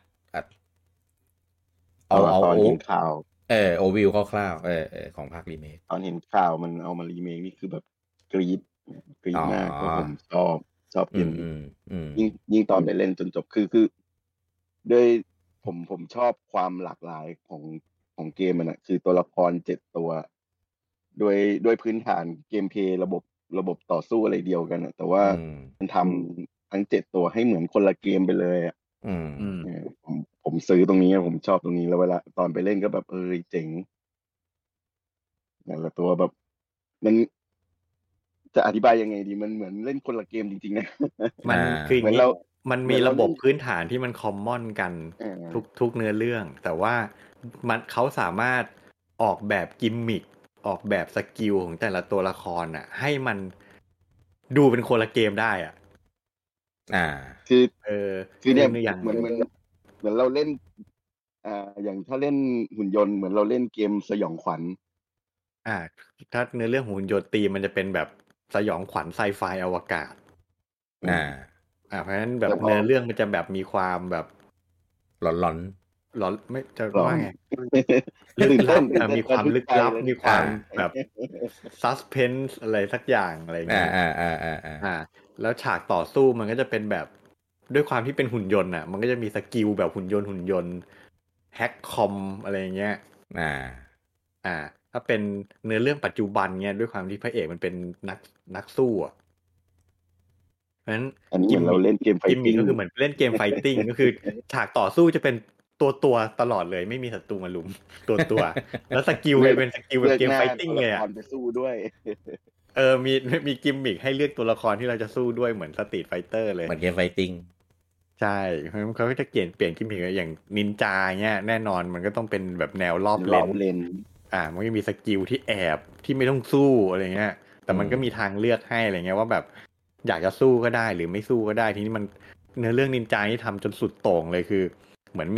เอาตอนเห็นข่าวโอวิวคร่าวๆของภาครีเมคตอนเห็นข่าวมันเอามารีเมคนี่คือแบบกรี๊ดมากเพราะผมชอบเกมยิ่งตอนไปเล่นจนจบคือด้วยผมชอบความหลากหลายของเกมมันนะคือตัวละคร7 ตัวด้วยพื้นฐานเกมเพลย์ระบบต่อสู้อะไรเดียวกันนะแต่ว่ามันทำทั้ง7 ตัวให้เหมือนคนละเกมไปเลยอ่ะผมซื้อตรงนี้ผมชอบตรงนี้แล้วเวลาตอนไปเล่นก็แบบเจ๋งแต่ละตัวแบบมันจะอธิบายยังไงดีมันเหมือนเล่นคนละเกมจริงๆนะมันคืออย่างนี้มันมีระบบพื้นฐานที่มันคอมมอนกันทุกเนื้อเรื่องแต่ว่าเขาสามารถออกแบบกิมมิคออกแบบสกิลของแต่ละตัวละครอ่ะให้มันดูเป็นคนละเกมได้อ่ะคือเนี่ยเหมือนเราเล่นอย่างถ้าเล่นหุ่นยนต์เหมือนเราเล่นเกมสยองขวัญถ้าเนื้อเรื่องหุ่นยนต์ตีมันจะเป็นแบบสยองขวัญไซไฟอวกาศเพราะฉะนั้นแบบเนื้อเรื่องมันจะแบบมีความแบบหลอนไม่จะว่าไงลึกลับมีความลึกลับมีความแบบซัสเพนส์อะไรสักอย่างอะไรอย่างเงี้ยแล้วฉากต่อสู้มันก็จะเป็นแบบด้วยความที่เป็นหุ่นยนต์อ่ะมันก็จะมีสกิลแบบหุ่นยนต์แฮกคอมอะไรอย่างเงี้ยถ้าเป็นเนื้อเรื่องปัจจุบันเงี้ยด้วยความที่พระเอกมันเป็นนักสู้อ่ะเพราะฉะนั้นกิมมิคเราเล่นเกมไฟติ้งก็คือเหมือนเล่นเกมไฟติ้งก็คือฉากต่อสู้จะเป็นตัวตลอดเลยไม่มีศัตรูมาลุมตัวแล้วสกิลเป็นสกิลแบบเกมไฟติ้งเลยอ่ะไปสู้ด้วยมีกิมมิคให้เลือกตัวละครที่เราจะสู้ด้วยเหมือนสตรีทไฟเตอร์เลยเหมือนเกมไฟติ้งใช่เพราะเขาก็จะเปลี่ยนกิมมิคอย่างนินจาเงี้ยแน่นอนมันก็ต้องเป็นแบบแนวรอบเลนมันก็มีสกิลที่แอบที่ไม่ต้องสู้อะไรเงี้ยแต่มันก็มีทางเลือกให้อะไรเงี้ยว่าแบบอยากจะสู้ก็ได้หรือไม่สู้ก็ได้ทีนี้มันเนื้อเรื่องนินจาที่ทำจนสุดโต่งเลยคือเหมือน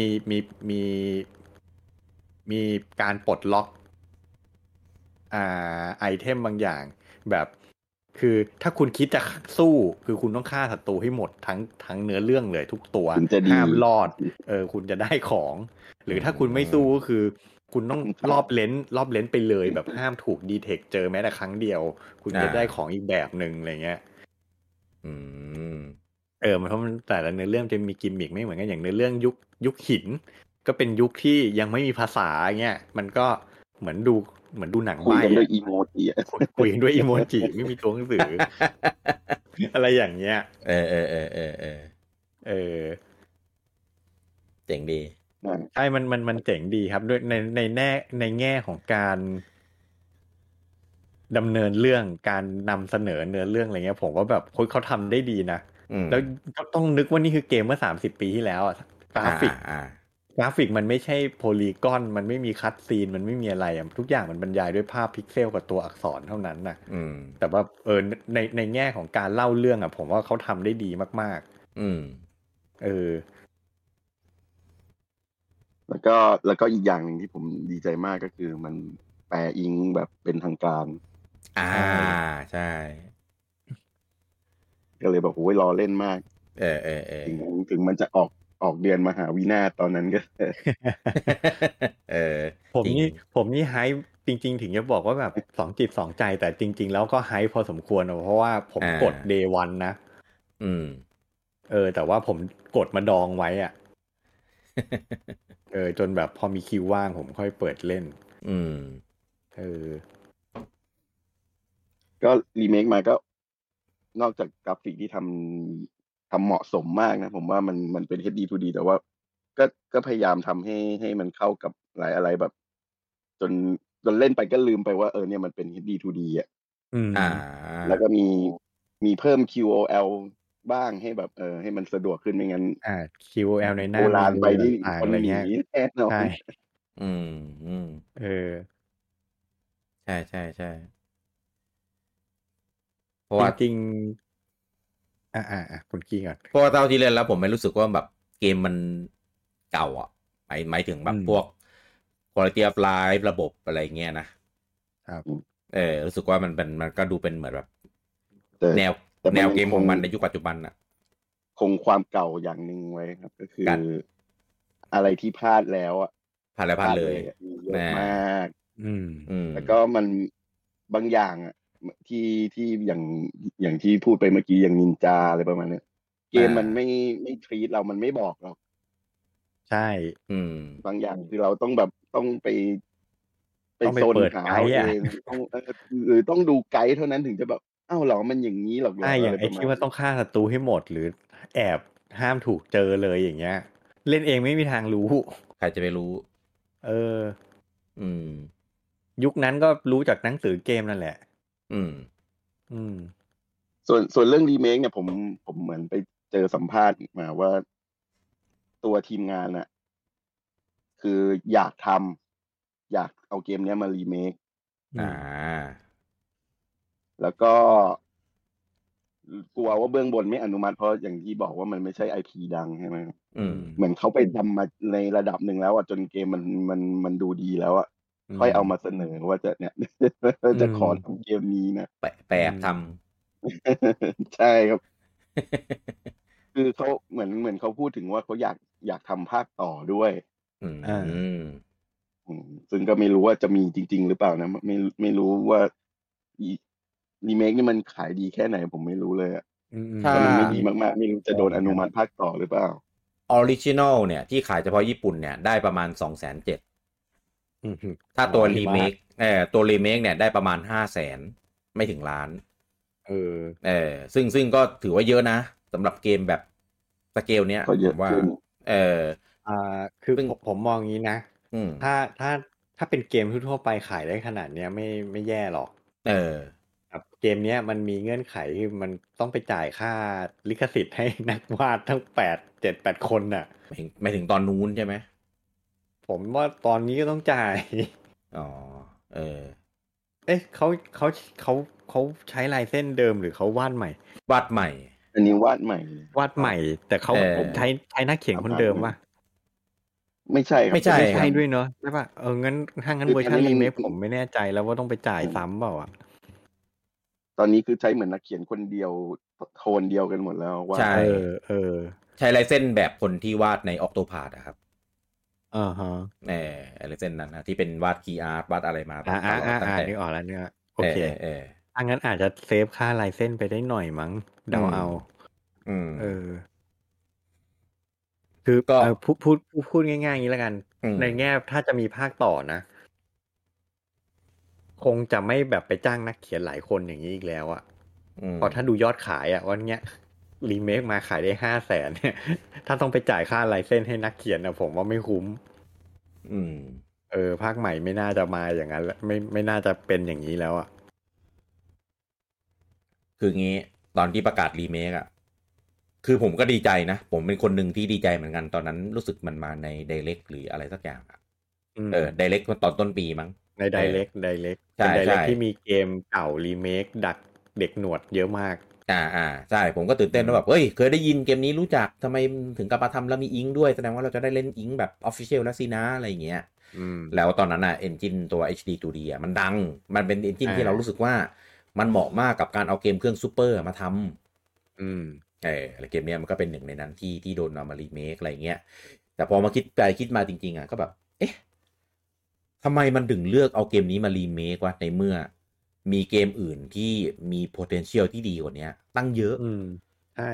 มีการปลดล็อกไอเทมบางอย่างแบบคือถ้าคุณคิดจะสู้คือคุณต้องฆ่าศัตรูให้หมดทั้งเนื้อเรื่องเลยทุกตัวห้ามรอดคุณจะได้ของหรือถ้าคุณไม่สู้ก็คือคุณต้องรอบเลนไปเลยแบบห้ามถูกดีเทคเจอแม้แต่ครั้งเดียวคุณจะได้ของอีกแบบนึงอะไรเงี้ยมันเพราะมันแต่ละเนื้อเรื่องจะมีกิมมิคไม่เหมือนกันอย่างเนื้อเรื่องยุคหินก็เป็นยุคที่ยังไม่มีภาษาเงี้ยมันก็เหมือนดูหนังใบ้คุยกันด้วยอีโมจิคุยกันด้วยอีโมจิไม่มีตัวหนังสืออะไรอย่างเงี้ยเจ๋งดีใช่มันเจ๋งดีครับด้วยในแง่ของการดำเนินเรื่องการนำเสนอเนื้อเรื่องอะไรเงี้ยผมว่าแบบเขาทำได้ดีนะแล้วก็ต้องนึกว่านี่คือเกมเมื่อ30 ปีที่แล้วอ่ะกราฟิกมันไม่ใช่โพลีกอนมันไม่มีคัตซีนมันไม่มีอะไรทุกอย่างมันบรรยายด้วยภาพพิกเซลกับตัวอักษรเท่านั้นนะแต่ว่าในแง่ของการเล่าเรื่องอ่ะผมว่าเขาทำได้ดีมากๆแล้วก็อีกอย่างหนึ่งที่ผมดีใจมากก็คือมันแปลอิงแบบเป็นทางการใช่ก็เลยบอกโอ้ยรอเล่นมากถึงมันจะออกเดือนมหาวินาศตอนนั้นก็ผมนี่ไฮป์จริงๆถึงจะบอกว่าแบบสองจิตสองใจแต่จริงๆแล้วก็ไฮป์พอสมควรเพราะว่าผมกด Day 1นะแต่ว่าผมกดมาดองไว้อ่ะจนแบบพอมีคิวว่างผมค่อยเปิดเล่นก็รีเมคมาก็นอกจากกราฟิกที่ทำเหมาะสมมากนะผมว่ามันเป็น HD 2D แต่ว่าก็พยายามทำให้มันเข้ากับหลายอะไรแบบจนเล่นไปก็ลืมไปว่าเนี่ยมันเป็น HD 2D อ่ะแล้วก็มีเพิ่ม QOL บ้างให้แบบให้มันสะดวกขึ้นไม่งั้น QOL ในหน้าโบราณไปที่คนหนีแน่นอนใช่ใช่ใช่ใช่เพราะว่าจริงๆคุณกี้ก่อนเพราะว่าเท่าที่เล่นแล้วผมไม่รู้สึกว่าแบบเกมมันเก่าอ่ะหมายถึงแบบพวก quality of life ระบบอะไรเงี้ยนะครับรู้สึกว่ามันก็ดูเป็นเหมือนแบบแต่แนวแต่มันยังเกมของมันในยุคปัจจุบันอ่ะคงความเก่าอย่างหนึ่งไว้ครับก็คือกัดอะไรที่พลาดแล้วอ่ะผ่านแล้วพลาดผ่านเลยเลยอะมีเยอะนะมากอืมแล้วก็มันบางอย่างอ่ะที่อย่างที่พูดไปเมื่อกี้อย่างนินจาอะไรประมาณเนี้ยเกมมันไม่ทรีตเรามันไม่บอกเราใช่บางอย่างคือเราต้องแบบต้องไปต้องไปโซนเปิดหาเอาเอไกด์งต้องหรือต้องดูไกด์เท่านั้นถึงจะแบบอ้าวเหรอมันอย่างนี้หรอกเหรออย่าอะไรงไอ้ที่ว่าต้ประมาณนี้องฆ่าศัตรูให้หมดหรือแอบห้ามถูกเจอเลยอย่างเงี้ยเล่นเองไม่มีทางรู้ใครจะไปรู้เอออืมยุคนั้นก็รู้จากหนังสือเกมนั่นแหละอืมอืมส่วนเรื่องรีเมคเนี่ยผมเหมือนไปเจอสัมภาษณ์มาว่าตัวทีมงานน่ะคืออยากเอาเกมเนี้ยมารีเมคอ่าแล้วก็กลัวว่าเบื้องบนไม่อนุมัติเพราะอย่างที่บอกว่ามันไม่ใช่ไอพีดังใช่ไหมครับอืมเหมือนเขาไปทำมาในระดับหนึ่งแล้วอ่ะจนเกมมันดูดีแล้วอ่ะค่อยเอามาเสนอว่าจะเนี่ยจะขอทำเกมนี้นะไปแอบทใช่ครับำคือเขาเหมือนเขาพูดถึงว่าเขาอยากทำภาคต่อด้วยอืมซึ่งก็ไม่รู้ว่าจะมีจริงๆหรือเปล่านะไม่รู้ว่ารีเมคนี่มันขายดีแค่ไหนผมไม่รู้เลยอะถ้าถ้ามันไม่ดีมากๆไม่รู้จะโดนอนุมัติภาคต่อหรือเปล่าออริจินอลเนี่ยที่ขายเฉพาะญี่ปุ่นเนี่ยได้ประมาณ270,000ถ้าตัวรีเมคตัวรีเมคเนี่ยได้ประมาณ500,000ไม่ถึงล้านซึ่งก็ถือว่าเยอะนะสำหรับเกมแบบสเกลเนี้ยก็เยอะผมว่าขึ้นเออคือซึ่งผมมองงี้นะถ้าเป็นเกมทั่วไปขายได้ขนาดเนี้ยไม่แย่หรอกครับเกมเนี้ยมันมีเงื่อนไขคือมันต้องไปจ่ายค่าลิขสิทธิ์ให้นักวาดทั้ง8 คนน่ะไม่ถึงตอนนู้นใช่ไหมผมว่าตอนนี้ก็ต้องจ่ายอ๋อเออเอ๊ะเขาเขาใช้ลายเส้นเดิมหรือเขาวาดใหม่วาดใหม่อันนี้วาดใหม่วาดใหม่ แต่เขาใช้นักเขียนคนเดิมป่ะไม่ใช่ครับไม่ใช่ไม่ครับใช่ด้วยเนอะใช่ป่ะงั้นถ้างั้นคือเวอร์ชันตอนนี้มันรีเมคผมไม่แน่ใจแล้วว่าต้องไปจ่ายซ้ำเปล่าอ่ะตอนนี้คือใช้เหมือนนักเขียนคนเดียวโทนเดียวกันหมดแล้วว่าใช่เออใช้ลายเส้นแบบคนที่วาดในออกโตพาดอะครับฮะลายเส้นนั้นนะที่เป็นวาดคีย์อาร์ตวาดอะไรมาตลอดตั้งแต่นึกออกแล้วเนี่ยโอเคถ้างั้นอาจจะเซฟค่าลายเส้นไปได้หน่อยมั้งเดาเอาคือก็พูดง่ายๆอย่างนี้แล้วกันในแง่ถ้าจะมีภาคต่อนะคงจะไม่แบบไปจ้างนักเขียนหลายคนอย่างนี้อีกแล้วอ่ะพอถ้าดูยอดขายอ่ะวันเนี้ยรีเมคมาขายได้500,000เนี่ยถ้าต้องไปจ่ายค่าลายเส้นให้นักเขียนนะผมว่าไม่คุ้มภาคใหม่ไม่น่าจะมาอย่างนั้นแล้วไม่น่าจะเป็นอย่างนี้แล้วอ่ะคืองี้ตอนที่ประกาศรีเมคอ่ะคือผมก็ดีใจนะผมเป็นคนหนึ่งที่ดีใจเหมือนกันตอนนั้นรู้สึกมันมาใน Direct หรืออะไรสักอย่างอ่ะDirect ตอนต้นปีมั้งใน Direct เป็น Direct ที่มีเกมเก่ารีเมคดักเด็กหนวดเยอะมากใช่ผมก็ตื่นเต้นว่าแบบเฮ้ยเคยได้ยินเกมนี้รู้จักทำไมถึงกลับมาทำแล้วมีอิงด้วยแสดงว่าเราจะได้เล่นอิงแบบ Official แล้วสินะอะไรเงี้ยแล้วตอนนั้นอ่ะเอนจินตัว HD 2D อ่ะมันดังมันเป็นเอนจินที่เรารู้สึกว่ามันเหมาะมากกับการเอาเกมเครื่องซูเปอร์มาทำอะไรเกมเนี้ยมันก็เป็นหนึ่งในนั้นที่โดนเอามารีเมคอะไรเงี้ยแต่พอมาคิดไปคิดมาจริงๆอ่ะก็แบบเอ๊ะทำไมมันถึงเลือกเอาเกมนี้มารีเมควะในเมื่อมีเกมอื่นที่มี potential ที่ดีกว่านี้ตั้งเยอะใช่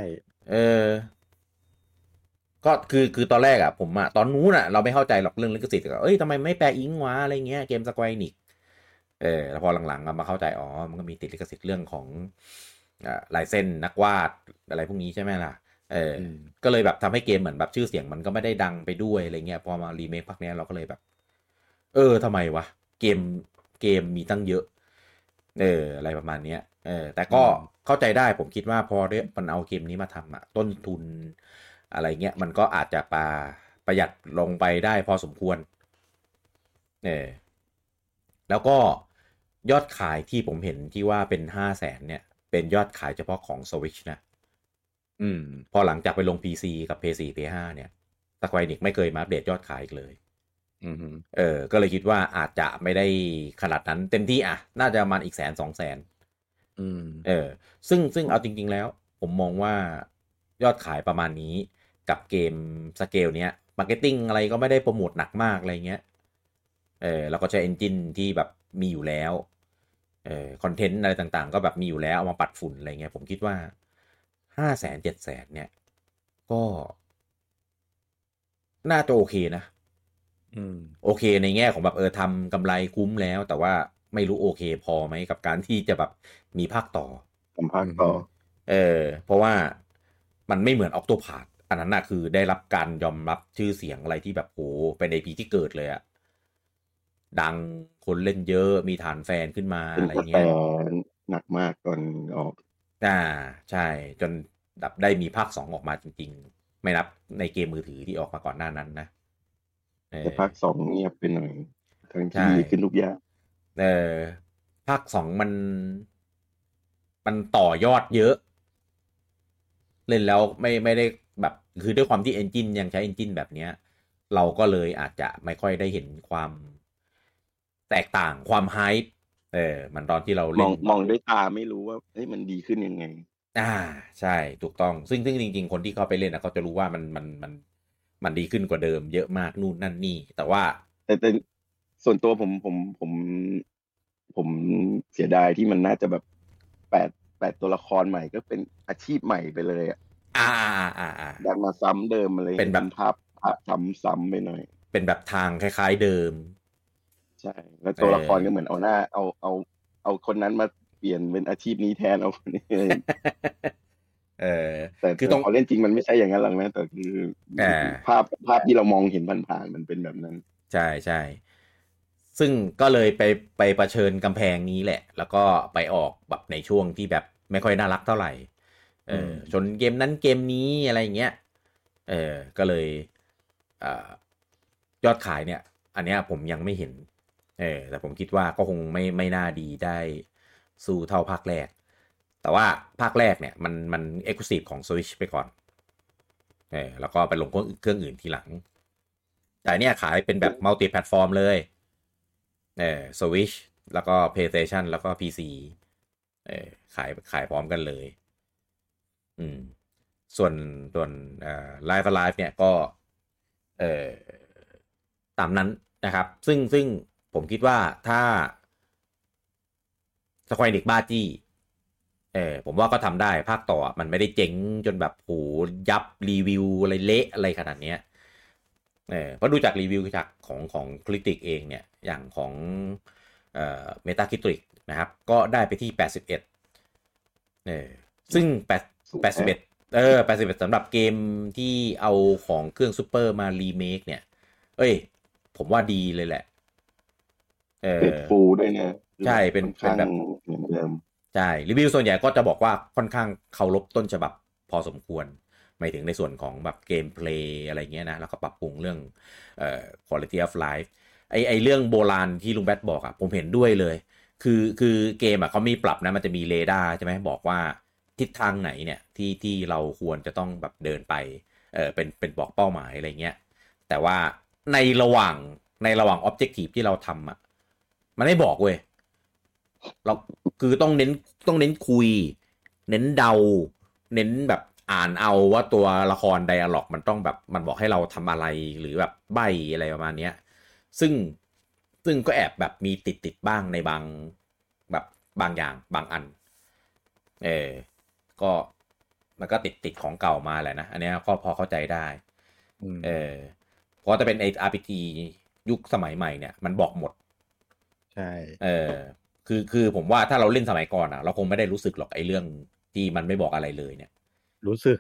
ก็คือตอนแรกอ่ะผมอ่ะตอนนู้นอ่ะเราไม่เข้าใจหรอกเรื่องลิขสิทธิ์ก็ทำไมไม่แปลอิงวะอะไรเงี้ยเกมสแควร์นิกแล้วพอหลังๆมาเข้าใจมันก็มีติดลิขสิทธิ์เรื่องของลายเส้นนักวาดอะไรพวกนี้ใช่ไหมล่ะก็เลยแบบทำให้เกมเหมือนแบบชื่อเสียงมันก็ไม่ได้ดังไปด้วยอะไรเงี้ยพอมารีเมคภาคนี้เราก็เลยแบบทำไมวะเกมมีตั้งเยอะอะไรประมาณนี้แต่ก็เข้าใจได้ผมคิดว่าพอมันเอาเกมนี้มาทำอ่ะต้นทุนอะไรเงี้ยมันก็อาจจะประหยัดลงไปได้พอสมควรแล้วก็ยอดขายที่ผมเห็นที่ว่าเป็น500,000เนี่ยเป็นยอดขายเฉพาะของ Switch นะพอหลังจากไปลง PC กับ PS4 PS5 เนี่ย Square Enix ไม่เคยมาอัปเดตยอดขายอีกเลยก็เลยคิดว่าอาจจะไม่ได้ขนาดนั้นเต็มที่อ่ะน่าจะประมาณอีก100,000-200,000ซึ่งเอาจริงๆแล้วผมมองว่ายอดขายประมาณนี้กับเกมสเกลเนี้ยมาร์เก็ตติ้งอะไรก็ไม่ได้โปรโมทหนักมากอะไรเงี้ยแล้วก็ใช้เอนจินที่แบบมีอยู่แล้วคอนเทนต์อะไรต่างๆก็แบบมีอยู่แล้วเอามาปัดฝุ่นอะไรเงี้ยผมคิดว่า500,000-700,000เนี่ยก็น่าจะโอเคนะโอเคในแง่ของแบบทำกำไรคุ้มแล้วแต่ว่าไม่รู้โอเคพอไหมกับการที่จะแบบมีภาคต่อทำภาคต่อเพราะว่ามันไม่เหมือน Octopath อันนั้นน่ะคือได้รับการยอมรับชื่อเสียงอะไรที่แบบโหเป็น IP ที่เกิดเลยอะดังคนเล่นเยอะมีฐานแฟนขึ้นมาอะไรเงี้ยหนักมากตอนออกใช่จนดับได้มีภาค2ออกมาจริงๆไม่นับในเกมมือถือที่ออกมาก่อนหน้านั้นนะแต่ภาค2เงียบไปหน่อยทั้งที่ขึ้นทุกอย่างภาค2มันต่อยอดเยอะเล่นแล้วไม่ได้แบบคือด้วยความที่เอนจินยังใช้เอนจินแบบเนี้ยเราก็เลยอาจจะไม่ค่อยได้เห็นความแตกต่างความไฮป์มันตอนที่เราเล่นมองด้วยตาไม่รู้ว่าเฮ้ยมันดีขึ้นยังไงใช่ถูกต้องซึ่งจริงๆคนที่เขาไปเล่นนะเขาจะรู้ว่ามันดีขึ้นกว่าเดิมเยอะมากนู่นนั่นนี่แต่ว่าแต่ส่วนตัวผมเสียดายที่มันน่าจะแบบ8ตัวละครใหม่ก็เป็นอาชีพใหม่ไปเลยดันมาซ้ำเดิมอะไรเป็นแบบภาพซ้ำไปหน่อยเป็นแบบทางคล้ายๆเดิมใช่แล้วตัวละครก็เหมือนเอาหน้าเอาคนนั้นมาเปลี่ยนเป็นอาชีพนี้แทนเอาคนนี้แต่คือต้องเล่นจริงมันไม่ใช่อย่างนั้นหรอกนะแต่คือภาพที่เรามองเห็นผ่านๆมันเป็นแบบนั้นใช่ซึ่งก็เลยไปเผชิญกำแพงนี้แหละแล้วก็ไปออกแบบในช่วงที่แบบไม่ค่อยน่ารักเท่าไหร่ชนเกมนั้นเกมนี้อะไรอย่างเงี้ยก็เลยยอดขายเนี่ยอันเนี้ยผมยังไม่เห็นแต่ผมคิดว่าก็คงไม่น่าดีได้สู้เท่าภาคแรกแต่ว่าภาคแรกเนี่ยมัน Exclusive ของ Switch ไปก่อนแล้วก็ไปลงเครื่องอื่นทีหลังแต่เนี่ยขายเป็นแบบมัลติแพลตฟอร์มเลยSwitch แล้วก็ PlayStation แล้วก็ PC ขายพร้อมกันเลยส่วนLive Alive เนี่ยก็ตามนั้นนะครับซึ่งผมคิดว่าถ้า Square Enix บ้าจี้ผมว่าก็ทำได้ภาคต่อมันไม่ได้เจ๋งจนแบบโหยับรีวิวอะไรเละอะไรขนาดนี้เพราะดูจากรีวิวจากของคริติกเองเนี่ยอย่างของMetacritic นะครับก็ได้ไปที่81ซึ่ง81สำหรับเกมที่เอาของเครื่องซูเปอร์มารีเมคเนี่ยผมว่าดีเลยแหละเป็นฟูลด้วยนะใช่เป็นแบบเหมือนเดิมใช่รีวิวส่วนใหญ่ก็จะบอกว่าค่อนข้างเคารพต้นฉบับพอสมควรหมายถึงในส่วนของแบบเกมเพลย์อะไรเงี้ยนะแล้วก็ปรับปรุงเรื่องquality of life ไอเรื่องโบราณที่ลุงแบทบอกอ่ะผมเห็นด้วยเลยคือเกมอ่ะเขามีปรับนะมันจะมีเรดาร์ใช่ไหมบอกว่าทิศทางไหนเนี่ยที่เราควรจะต้องแบบเดินไปเป็นบอกเป้าหมายอะไรเงี้ยแต่ว่าในระหว่างobjective ที่เราทำอ่ะมันไม่บอกเว้ยเราคือต้องเน้นคุยเน้นเดาเน้นแบบอ่านเอาว่าตัวละครไดอะล็อกมันต้องแบบมันบอกให้เราทำอะไรหรือแบบใบอะไรประมาณนี้ซึ่งก็แอบแบบมีติดบ้างในบางแบบบางอย่างบางอันก็มันก็ติดของเก่ามาแหละนะอันนี้ก็พอเข้าใจได้เพราะจะเป็น RPG ยุคสมัยใหม่เนี่ยมันบอกหมดใช่คือผมว่าถ้าเราเล่นสมัยก่อนอ่ะเราคงไม่ได้รู้สึกหรอกไอ้เรื่องที่มันไม่บอกอะไรเลยเนี่ยรู้สึก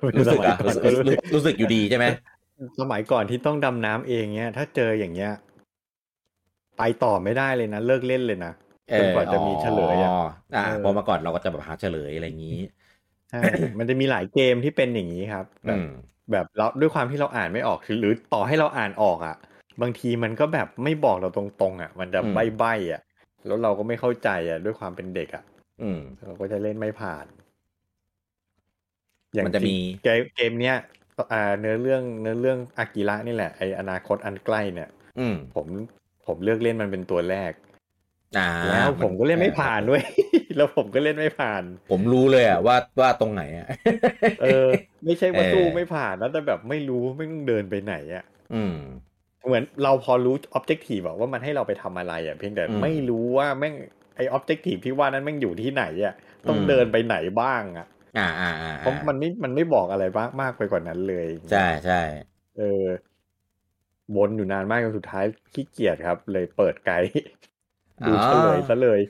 อยู่ดีใช่ไหมสมัยก่อนที่ต้องดำน้ำเองเนี้ยถ้าเจออย่างเงี้ยไปต่อไม่ได้เลยนะเลิกเล่นเลยนะจนกว่าจะมีเฉลยพอมาก่อนเราก็จะแบบหาเฉลยอะไรอย่างนี้ใช่มันจะมีหลายเกมที่เป็นอย่างนี้ครับแบบเราด้วยความที่เราอ่านไม่ออกหรือต่อให้เราอ่านออกอ่ะบางทีมันก็แบบไม่บอกเราตรงๆอ่ะมันจะใบ้ๆอ่ะแล้วเราก็ไม่เข้าใจด้วยความเป็นเด็กเราก็จะเล่นไม่ผ่านอย่างมันจะมีเกมเนี้ยเนื้อเรื่องอากิระนี่แหละไออนาคตอันใกล้เนี่ยผมเลือกเล่นมันเป็นตัวแรกแล้วผมก็เล่นไม่ผ่านด้วยแล้วผมก็เล่นไม่ผ่านผมรู้เลยว่าตรงไหนไม่ใช่ว่าสู้ไม่ผ่านนะแต่แบบไม่รู้ไม่ต้องเดินไปไหนเหมือนเราพอรู้ objective ว่ามันให้เราไปทำอะไรเพียงแต่ไม่รู้ว่าแม่งไอ้ objective ที่ว่านั้นแม่งอยู่ที่ไหนต้องเดินไปไหนบ้างเพราะมันไม่บอกอะไรบ้างมากไปกว่านั้นเลยใช่วนอยู่นานมากจนสุดท้ายขี้เกียจครับเลยเปิดไกด์ดูเฉลยซะเลย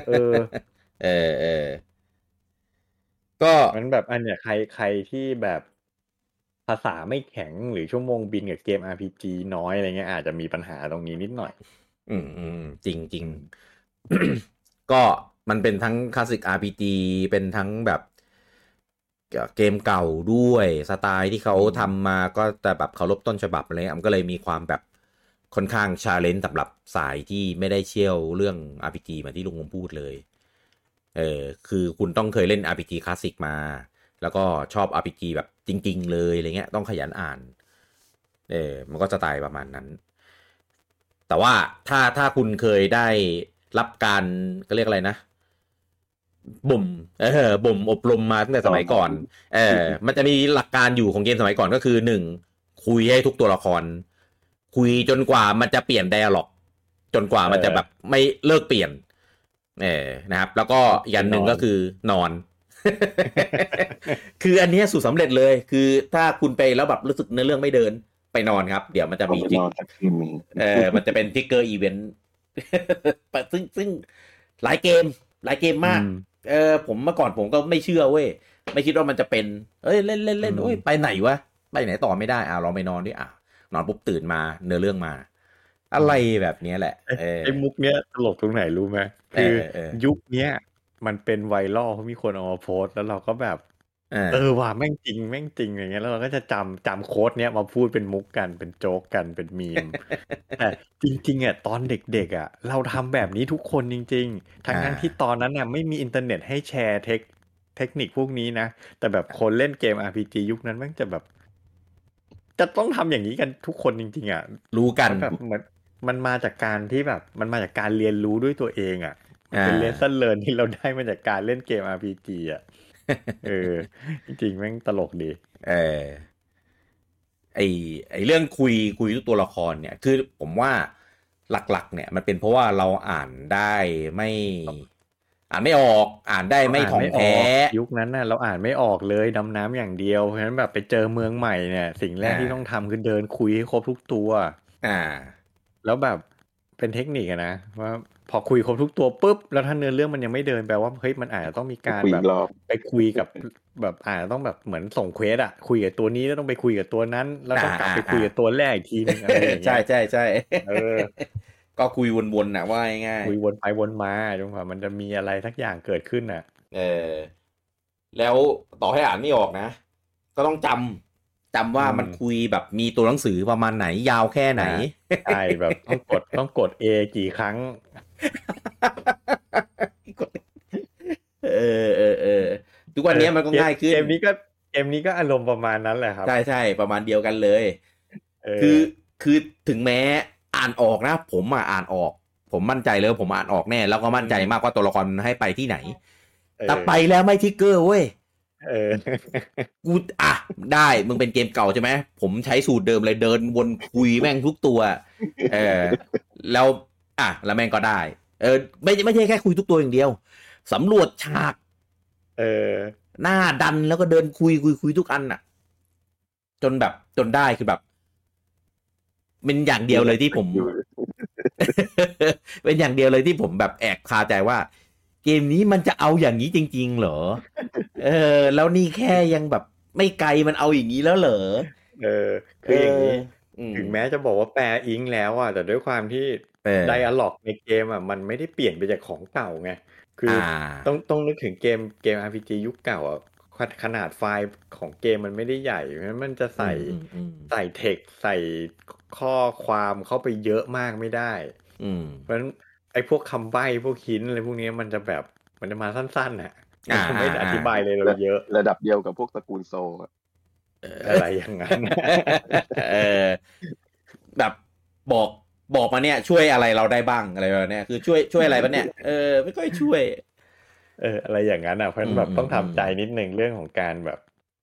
ก็มันแบบอันเนี้ยใครที่แบบภาษาไม่แข็งหรือชั่วโมงบินกับเกม RPG น้อยอะไรเงี้ยอาจจะมีปัญหาตรงนี้นิดหน่อยจริงก็มันเป็นทั้งคลาสสิก RPG เป็นทั้งแบบเกมเก่าด้วยสไตล์ที่เขาทำมาก็แต่แบบเคารพต้นฉบับอะไรเงี้ยมันก็เลยมีความแบบค่อนข้างชาเลนจ์สำหรับสายที่ไม่ได้เชี่ยวเรื่อง RPG มาที่ลุงผมพูดเลยคือคุณต้องเคยเล่น RPG คลาสสิกมาแล้วก็ชอบ RPG แบบจริงๆเลยอะไรเงี้ยต้องขยันอ่านมันก็สไตล์ประมาณนั้นแต่ว่าถ้าคุณเคยได้รับการก็เรียกอะไรนะบ่มอบรมมาตั้งแต่สมัยก่อนมันจะมีหลักการอยู่ของเกมสมัยก่อนก็คือ1คุยให้ทุกตัวละครคุยจนกว่ามันจะเปลี่ยนไดอะล็อกจนกว่ามันจะแบบไม่เลิกเปลี่ยนนะครับแล้วก็อย่างหนึ่งก็คือนอน คืออันนี้สูตรสำเร็จเลยคือถ้าคุณไปแล้วแบบรู้สึกเนื้อเรื่องไม่เดินไปนอนครับเดี๋ยวมันจะมีมันจะเป็นทิกเกอร์อีเวนต์ซึ่งหลายเกมมากผมเมื่อก่อนผมก็ไม่เชื่อเว้ยไม่คิดว่ามันจะเป็นเล่นโอ้ยไปไหนวะไปไหนต่อไม่ได้ลองไปนอนดินอนปุ๊บตื่นมาเนื้อเรื่องมาอะไรแบบนี้แหละไอ้มุกเนี้ยตลกตรงไหนรู้ไหมคือยุคเนี้ยมันเป็นไวรัลเพราะมีคนเอามาโพสแล้วเราก็แบบว่าแม่งจริงอย่างเงี้ยแล้วเราก็จะจำโค้ดเนี้ยมาพูดเป็นมุกกันเป็นโจ๊กกันเป็นมีมแต่จริงๆตอนเด็กๆเราทำแบบนี้ทุกคนจริงๆทั้งที่ตอนนั้นไม่มีอินเทอร์เน็ตให้แชร์เทคนิคพวกนี้นะแต่แบบคนเล่นเกม RPG ยุคนั้นแม่งจะแบบจะต้องทำอย่างนี้กันทุกคนจริงๆรู้กันแบบเหมือนมันมาจากการที่แบบมันมาจากการเรียนรู้ด้วยตัวเองเป็นเลสเซ่นเลิร์นที่เราได้มาจากการเล่นเกม RPG จริงๆแม่งตลกดีไอเรื่องคุยทุกตัวละครเนี่ยคือผมว่าหลักๆเนี่ยมันเป็นเพราะว่าเราอ่านได้ไม่ออกอ่านได้ไม่ถ่องแท้ยุคนั้นน่ะเราอ่านไม่ออกเลยดำน้ำอย่างเดียวเพราะฉะนั้นแบบไปเจอเมืองใหม่เนี่ยสิ่งแรกที่ต้องทำคือเดินคุยให้ครบทุกตัวแล้วแบบเป็นเทคนิคนะว่าพอคุยครบทุกตัวปุ๊บแล้วถ้าเนื้อเรื่องมันยังไม่เดินแปลว่าเฮ้ยมันอาจจะต้องมีการแบบไปคุยกับแบบอาจจะต้องแบบเหมือนส่งเควสคุยกับตัวนี้แล้วต้องไปคุยกับตัวนั้นแล้วก็กลับไปคุยกับตัวแรกอีกทีนึงอะไรอย่างเงี้ยใช่ก็คุยวนๆน่ะว่าง่ายคุยวนไปวนมาจนกว่ามันจะมีอะไรสักอย่างเกิดขึ้นแล้วต่อให้อ่านไม่ออกนะก็ต้องจำว่ามันคุยแบบมีตัวหนังสือประมาณไหนยาวแค่ไหนใช่แบบต้องกด A กี่ครั้งทุกวันนี้มันก็ง่ายขึ้นเกมนี้ก็อารมณ์ประมาณนั้นแหละครับใช่ประมาณเดียวกันเลยคือถึงแม้อ่านออกนะผมอ่านออกผมมั่นใจเลยผมอ่านออกแน่แล้วก็มั่นใจมากว่าตัวละครให้ไปที่ไหนแต่ไปแล้วไม่ทิกเกอร์เว้ยกูได้มึงเป็นเกมเก่าใช่ไหมผมใช้สูตรเดิมเลยเดินวนคุยแม่งทุกตัวแล้วแล้วแม่งก็ได้ไม่ใช่แค่คุยทุกตัวอย่างเดียวสำรวจฉากหน้าดันแล้วก็เดินคุยทุกอันจนได้คือแบบเป็นอย่างเดียวเลยที่ผม เป็นอย่างเดียวเลยที่ผมแบบแอบคาใจว่าเกมนี้มันจะเอาอย่างนี้จริงๆเหรอแล้วนี่แค่ยังแบบไม่ไกลมันเอาอย่างนี้แล้วเหรอคืออย่างนี้ถึงแม้จะบอกว่าแปลอิงแล้วแต่ด้วยความที่ไดอะล็อกในเกมมันไม่ได้เปลี่ยนไปจากของเก่าไงคือต้องนึกถึงเกม RPG ยุคเก่าขนาดไฟล์ของเกมมันไม่ได้ใหญ่เพราะฉะนั้นมันจะใส่เทคใส่ข้อความเข้าไปเยอะมากไม่ได้เพราะฉะนั้นไอ้พวกคำใบ้พวกหินอะไรพวกนี้มันจะแบบมันจะมาสั้นๆน่ะมันไม่อธิบายเลยเราเยอะระดับเดียวกับพวกตระกูลโซอะไรอย่างนั้นแบบบอกมาเนี่ยช่วยอะไรเราได้บ้างอะไรแบบเนี้ยคือช่วยอะไรปะเนี่ยไม่ค่อยช่วยอะไรอย่างนั้นอ่ะเพราะฉะนั้นแบบต้องทำใจนิดนึงเรื่องของการแบบ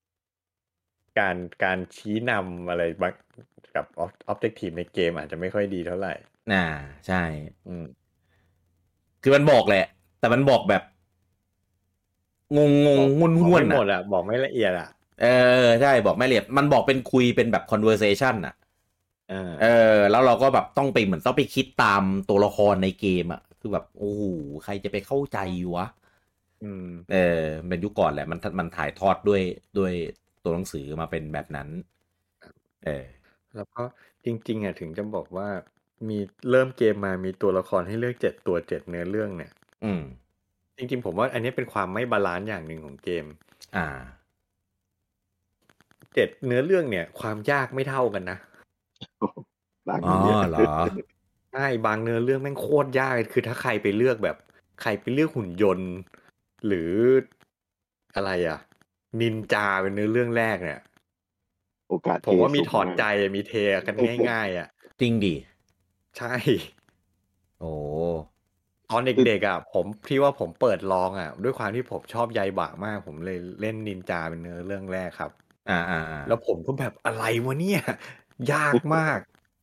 การชี้นำอะไรบางกับ objective ในเกมอาจจะไม่ค่อยดีเท่าไหร่ใช่คือมันบอกแหละแต่มันบอกแบบงงง่วนๆไม่หมดอ่ะบอกไม่ละเอียดอ่ะใช่บอกไม่ละเอียดมันบอกเป็นคุยเป็นแบบ conversation อ่ะแล้วเราก็แบบต้องไปเหมือนต้องไปคิดตามตัวละครในเกมอ่ะคือแบบโอ้โหใครจะไปเข้าใจวะเป็นยุคก่อนแหละมันถ่ายทอดด้วยตัวหนังสือมาเป็นแบบนั้นแล้วก็จริงๆอ่ะถึงจะบอกว่ามีเริ่มเกมมามีตัวละครให้เลือก7 ตัว7 เนื้อเรื่องเนี่ยจริงๆผมว่าอันนี้เป็นความไม่บาลานซ์อย่างหนึ่งของเกม7 เนื้อเรื่องเนี่ยความยากไม่เท่ากันนะเหรอใช่บางเนื้อเรื่องแม่งโคตรยากคือถ้าใครไปเลือกแบบใครไปเลือกหุ่นยนต์หรืออะไรอ่ะนินจาเป็นเนื้อเรื่องแรกเนี่ยโอกาสผมว่ามีถอนใจมีเทกันง่ายๆอ่ะจริงดิใช่โอ้ตอนเด็กๆอ่ะผมที่ว่าผมเปิดลองอ่ะด้วยความที่ผมชอบไยบะมากผมเลยเล่นนินจาเป็นเนื้อเรื่องแรกครับแล้วผมก็แบบอะไรวะเนี่ยยากมาก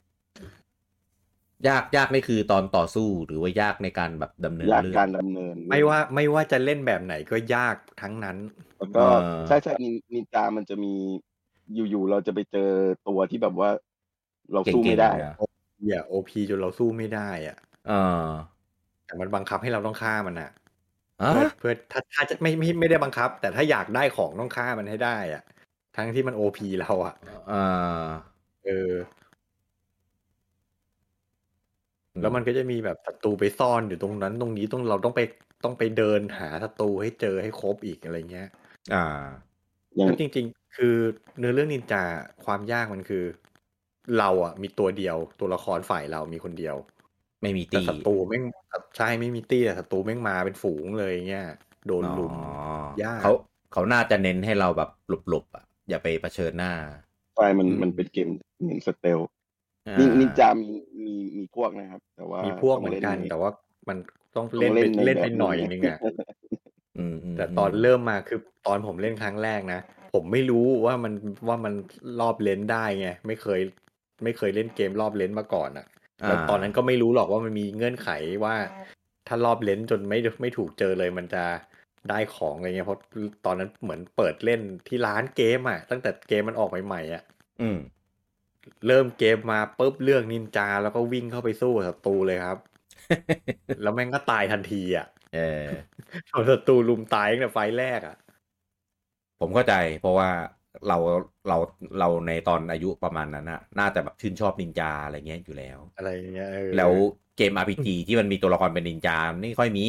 ยากนี่คือตอนต่อสู้หรือว่ายากในการแบบดำเนินเรื่องการดำเนินไม่ว่าจะเล่นแบบไหนก็ยากทั้งนั้นแล้วก็ใช่นินจามันจะมีอยู่เราจะไปเจอตัวที่แบบว่าเราสู้ไม่ได้โอพีจนเราสู้ไม่ได้อ่ะแต่มันบังคับให้เราต้องฆ่ามันอ่ะเพื่อถ้าจะไม่ได้บังคับแต่ถ้าอยากได้ของต้องฆ่ามันให้ได้อ่ะทั้งที่มันโอพีเราอ่ะแล้วมันก็จะมีแบบศัตรูไปซ่อนอยู่ตรงนั้นตรงนี้เราต้องไปเดินหาศัตรูให้เจอให้ครบอีกอะไรเงี้ยแล้วจริงๆคือเนื้อเรื่องนินจาความยากมันคือเราอ่ะมีตัวเดียวตัวละครฝ่ายเรามีคนเดียวไม่มีตีแต่ศัตรูแม่งใช่ไม่มีตีแต่ศัตรูแม่งมาเป็นฝูงเลยเงี้ยโดนลุมยากเขาน่าจะเน้นให้เราแบบหลบๆอ่ะอย่าไปเผชิญหน้าใช่มันเป็นเกมเหมือนสเตลนินจามีพวกนะครับแต่ว่ามีพวกเหมือนกันแต่ว่ามันต้องเล่นไปหน่อยนึงอ่ะแต่ตอนเริ่มมาคือตอนผมเล่นครั้งแรกนะผมไม่รู้ว่ามันรอบเลนได้ไงไม่เคยเล่นเกมรอบเลนมาก่อนอ่ะแล้วตอนนั้นก็ไม่รู้หรอกว่ามันมีเงื่อนไขว่าถ้ารอบเลนจนไม่ถูกเจอเลยมันจะได้ของอะไรเงี้ยเพราะตอนนั้นเหมือนเปิดเล่นที่ร้านเกมอ่ะตั้งแต่เกมมันออกใหม่ๆอ่ะเริ่มเกมมาปุ๊บเลือกนินจาแล้วก็วิ่งเข้าไปสู้ศัตรูเลยครับ แล้วแม่งก็ตายทันทีอ่ะศัตรูลุมตายตั้งแต่ไฟแรกอ่ะผมเข้าใจเพราะว่าเราในตอนอายุประมาณนั้นน่าจะแบบชื่นชอบนินจาอะไรเงี้ยอยู่แล้วอะไรเงี้ยแล้วเกม RPG ที่มันมีตัวละครเป็นนินจาไม่ค่อยมี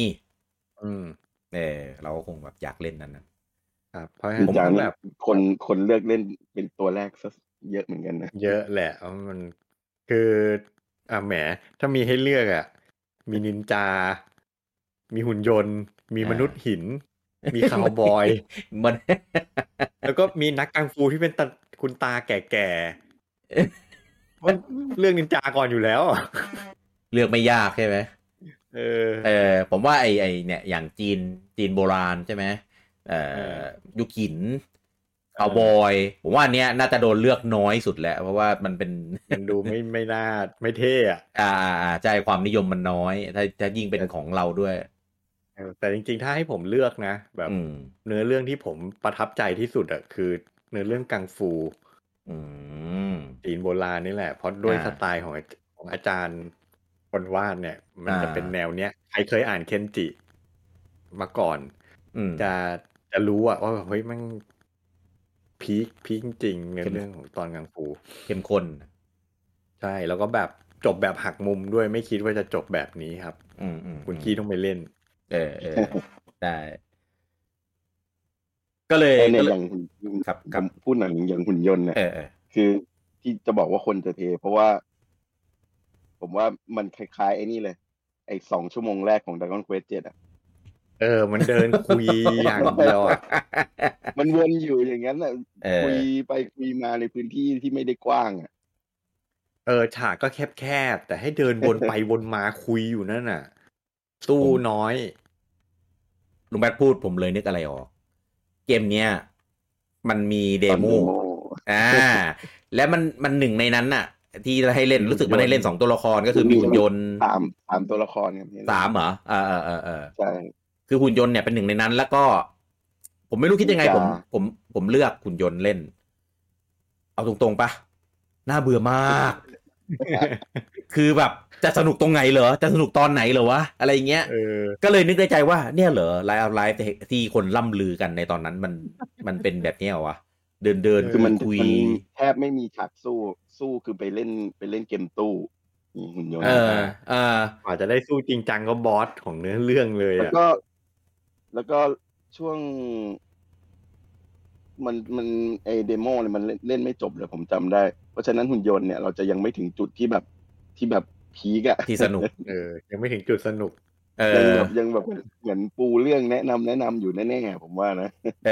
เราก็คงแบบอยากเล่นนั้นครับเพราะนินจาแบบคนเลือกเล่นเป็นตัวแรกซะเยอะเหมือนกันนะเยอะแหละมันคือแหมถ้ามีให้เลือกอ่ะมีนินจามีหุ่นยนต์มีมนุษย์หินมีคาวบอยแล้วก็มีนักกังฟูที่เป็นคุณตาแก่ๆมันเรื่องนินจาก่อนอยู่แล้วเลือกไม่ยากใช่ไหมผมว่าไอเนี่ยอย่างจีนโบราณใช่ไหมยุคหินคาวบอยผมว่าอันเนี้ยน่าจะโดนเลือกน้อยสุดแหละเพราะว่ามันดูไม่น่าไม่เท่อะใช่ความนิยมมันน้อยถ้ายิ่งเป็นของเราด้วยแต่จริงๆถ้าให้ผมเลือกนะแบบเนื้อเรื่องที่ผมประทับใจที่สุดอะคือเนื้อเรื่องกังฟูจีนโบราณนี่แหละเพราะด้วยสไตล์ของอาจารย์คนวาดเนี่ยมันจะเป็นแนวเนี้ยใครเคยอ่านเคนจิมาก่อนจะรู้อะว่าเฮ้ยมันพีคจริงในเรื่องของตอนกังฟูเข้มข้นใช่แล้วก็แบบจบแบบหักมุมด้วยไม่คิดว่าจะจบแบบนี้ครับคุณกี้ต้องไปเล่นได้ก็เลยอย่างครับพูดหนังอย่างหุ่นยนต์เนี่ยคือที่จะบอกว่าคนจะเทเพราะว่าผมว่ามันคล้ายๆไอ้นี่เลยไอ้2 ชั่วโมงแรกของ Dragon Quest 7 อ่ะมันเดินคุยอย่างเดียวอ่ะมันวนอยู่อย่างนั้นน่ะคุยไปคุยมาในพื้นที่ที่ไม่ได้กว้างอ่ะฉากก็แคบๆแต่ให้เดินวนไปวนมาคุยอยู่นั่นน่ะสู้น้อยลุงแบทพูดผมเลยนึกอะไรออกเกมเนี้ยมันมีเดโมแล้วมันหนึ่งในนั้นน่ะที่ให้เล่นรู้สึกมันให้เล่น2ตัวละครก็คือมีหุ่นยนต์ 3ตัวละครครับ 3เหรอใช่คือหุ่นยนต์เนี่ยเป็นหนึ่งในนั้นแล้วก็ผมไม่รู้คิดยังไงผมเลือกหุ่นยนต์เล่นเอาตรงๆปะน่าเบื่อมากคือแบบจะสนุกตรงไหนเหรอจะสนุกตอนไหนเหรอวะอะไรเงี้ยก็เลยนึกในใจว่าเนี่ยเหรอไลฟ์ออฟไลฟ์ที่คนล่ำลือกันในตอนนั้นมันเป็นแบบนี้เหรอวะเดินคือมันคุยแทบไม่มีฉากสู้คือไปเล่นเกมตู้หุ่นยนต์อาจจะได้สู้จริงจังก็บอสของเนื้อเรื่องเลยแล้วก็ช่วงมันไอเดโมเนี่ยมันเล่นไม่จบเลยผมจำได้เพราะฉะนั้นหุ่นยนต์เนี่ยเราจะยังไม่ถึงจุดที่แบบพีกอะที่สนุกยังไม่ถึงจุดสนุกยังแบบเหมือนปูเรื่องแนะนำอยู่แน่ๆผมว่านะ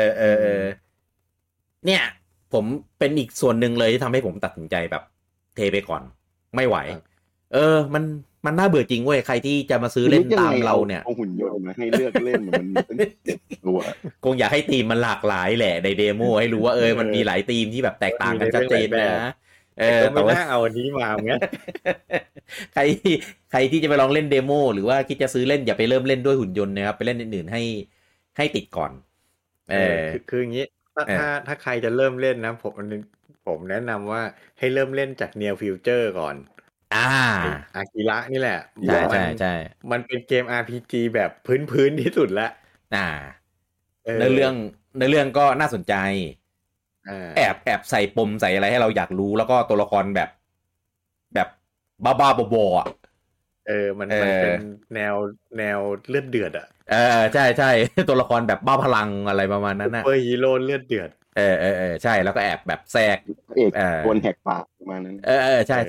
เนี่ยผมเป็นอีกส่วนหนึ่งเลยที่ทำให้ผมตัดสินใจแบบเทไปก่อนไม่ไหวมันน่าเบื่อจริงเว้ยใครที่จะมาซื้อเล่นตามเราเนี่ยเอาหุ่นยนต์มาให้เลือกเล่นมันตัวคงอยากให้ทีมมันหลากหลายแหละในเดโมให้รู้ว่ามันมีหลายทีมที่แบบแตกต่างกันชัดเจนนะแต่ไม่น่าเอาอันนี้มาเงี้ยใครที่จะไปลองเล่นเดโมหรือว่าคิดจะซื้อเล่นอย่าไปเริ่มเล่นด้วยหุ่นยนต์นะครับไปเล่นอื่นๆให้ติดก่อนคืออย่างนี้ถ้าใครจะเริ่มเล่นนะผมแนะนำว่าให้เริ่มเล่นจาก Near Future ก่อนอากิระนี่แหละใช่มันเป็นเกม RPG แบบพื้นที่สุดแล้วในเรื่องก็น่าสนใจแอบใส่ปมใส่อะไรให้เราอยากรู้แล้วก็ตัวละครแบบบ้าๆบอๆอ่ะมันเป็นแนวเลือดเดือดอ่ะใช่ตัวละครแบบบ้าพลังอะไรประมาณนั้นนะซูเปอร์ฮีโร่เลือดเดือดใช่แล้วก็แอบแบบแทรกโดนแหกปากประมาณนั้นใช่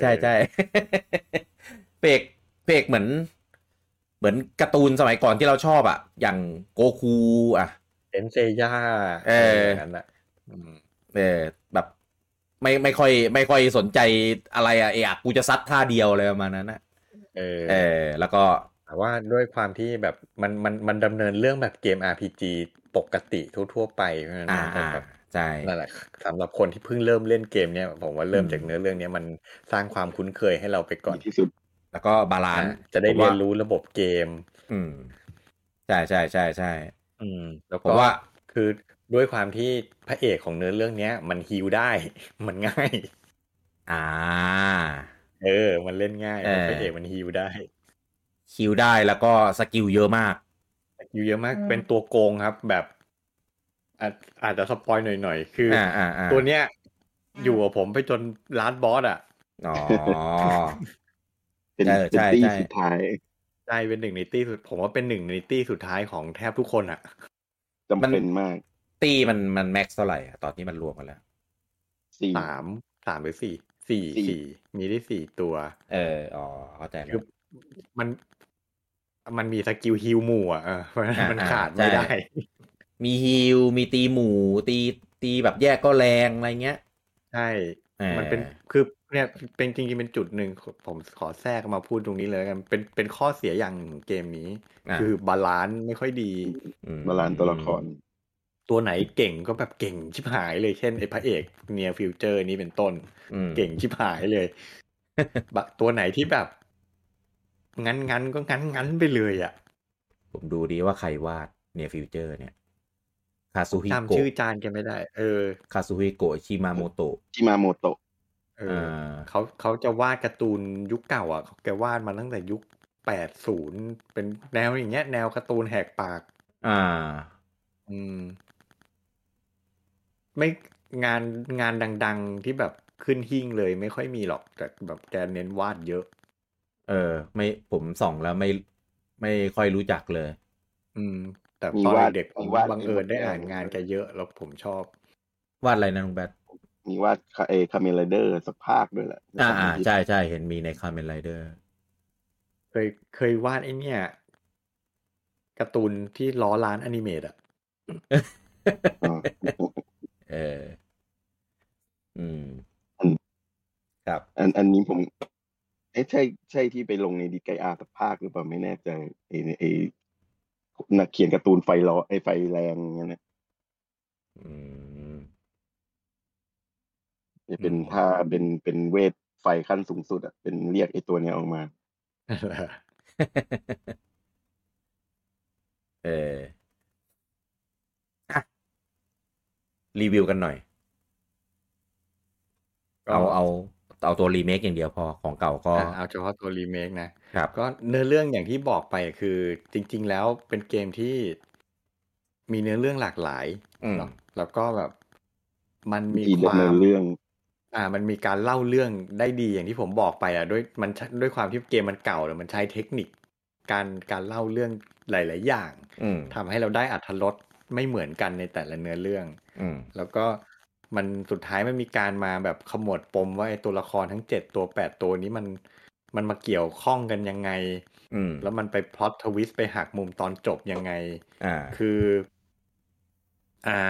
เพกเหมือนการ์ตูนสมัยก่อนที่เราชอบอ่ะอย่างโกคูอ่ะเซนเซย่านั่นแหละแบบไม่ค่อยสนใจอะไรอ่ะกูจะซัดท่าเดียวอะไรประมาณนั้นนะแล้วก็แต่ว่าด้วยความที่แบบมันดำเนินเรื่องแบบเกม RPG ปกติทั่วๆไปเพราะฉะนั้นแบบใช่นั่นแหละสำหรับคนที่เพิ่งเริ่มเล่นเกมเนี้ยผมว่าเริ่มจากเนื้อเรื่องนี้มันสร้างความคุ้นเคยให้เราไปก่อนที่สุดแล้วก็บาลานซ์จะได้เรียนรู้ระบบเกมใช่แล้วก็ว่าคือด้วยความที่พระเอกของเนื้อเรื่องนี้มันฮีลได้มันง่ายมันเล่นง่ายพระเอกมันฮีลได้แล้วก็สกิลเยอะมากเป็นตัวโกงครับแบบอาจจะสปอยหน่อยๆคือตัวเนี้ยอยู่กับผมไปจนล้านบอสอ่ะเป็นตี้สุดท้ายใช่เป็นหนึ่งในตี้สุดผมว่าเป็นหนึ่งในตี้สุดท้ายของแทบทุกคนอ่ะจำเป็นมากตี้มันแม็กซ์เท่าไหร่ตอนนี้มันรวมกันแล้ว 3หรือ4มีได้4ตัวเข้าใจแล้วมันมีสกิลฮิลหมู่อ่ะเพราะฉะนั้นมันขาดไม่ได้มีฮิลมีตีหมู่ตีแบบแยกก็แรงอะไรเงี้ยใช่มันเป็นคือเนี่ยเป็นจริงๆเป็นจุดหนึ่งผมขอแทรกมาพูดตรงนี้เลยกันเป็นข้อเสียอย่างเกมนี้คือบาลานซ์ไม่ค่อยดีบาลานซ์ตัวละครตัวไหนเก่งก็แบบเก่งชิบหายเลยเช่นไอ้พระเอก Near Future นี้เป็นต้นเก่งชิบหายเลยตัวไหนที่แบบงั้นก็งั้นไปเลยอ่ะผมดูดีว่าใครวาด Near Future เนี่ยคาซูฮิโกะจำชื่อจานแกไม่ได้คาซูฮิโกะชิมาโมโตะเขาจะวาดการ์ตูนยุคเก่าอ่ะแกวาดมาตั้งแต่ยุค80เป็นแนวอย่างเงี้ยแนวการ์ตูนแหกปากไม่งานดังๆที่แบบขึ้นหิ้งเลยไม่ค่อยมีหรอกแต่แบบแกเน้นวาดเยอะไม่ผมส่องแล้วไม่ค่อยรู้จักเลยแต่ตอนเด็กผมบังเอิญได้อ่านงานแกเยอะแล้วผมชอบวาดอะไรนะลุงแบทมีวาดคาเมนไรเดอร์สักภาคด้วยแหละใช่เห็นมีในคาเมนไรเดอร์เคยวาดไอ้เนี่ยการ์ตูนที่ล้อร้านอนิเมตอ่ะเอออืมอันครับอันนี้ผมใช่ที่ไปลงในดีไกอาสักภาคหรือเปล่าไม่แน่ใจไอ้นักเขียนการ์ตูนไฟล้อไอ้ไฟแรงอย่างเงี้ยนะอืมจะอืมเป็นท่าเป็นเวทไฟขั้นสูงสุดอ่ะเป็นเรียกไอ้ตัวเนี้ยออกมาเอออ่ะรีวิวกันหน่อยก็เอาตัวรีเมคอย่างเดียวพอของเก่าก็เอาเฉพาะตัวรีเมคนะครับก็เนื้อเรื่องอย่างที่บอกไปคือจริงๆแล้วเป็นเกมที่มีเนื้อเรื่องหลากหลายอืมเนาะแล้วก็แบบมันวิธีดำมีความเนินเรื่องมันมีการเล่าเรื่องได้ดีอย่างที่ผมบอกไปด้วยความที่เกมมันเก่าแล้วมันใช้เทคนิคการเล่าเรื่องหลายๆอย่างอืมทำให้เราได้อรรถรสไม่เหมือนกันในแต่ละเนื้อเรื่องอืมแล้วก็มันสุดท้ายมันมีการมาแบบขมวดปมว่าไอ้ตัวละครทั้ง7 ตัว8 ตัวนี้มันมาเกี่ยวข้องกันยังไงอืมแล้วมันไปพล็อตทวิสต์ไปหักมุมตอนจบยังไงอ่าคืออ่า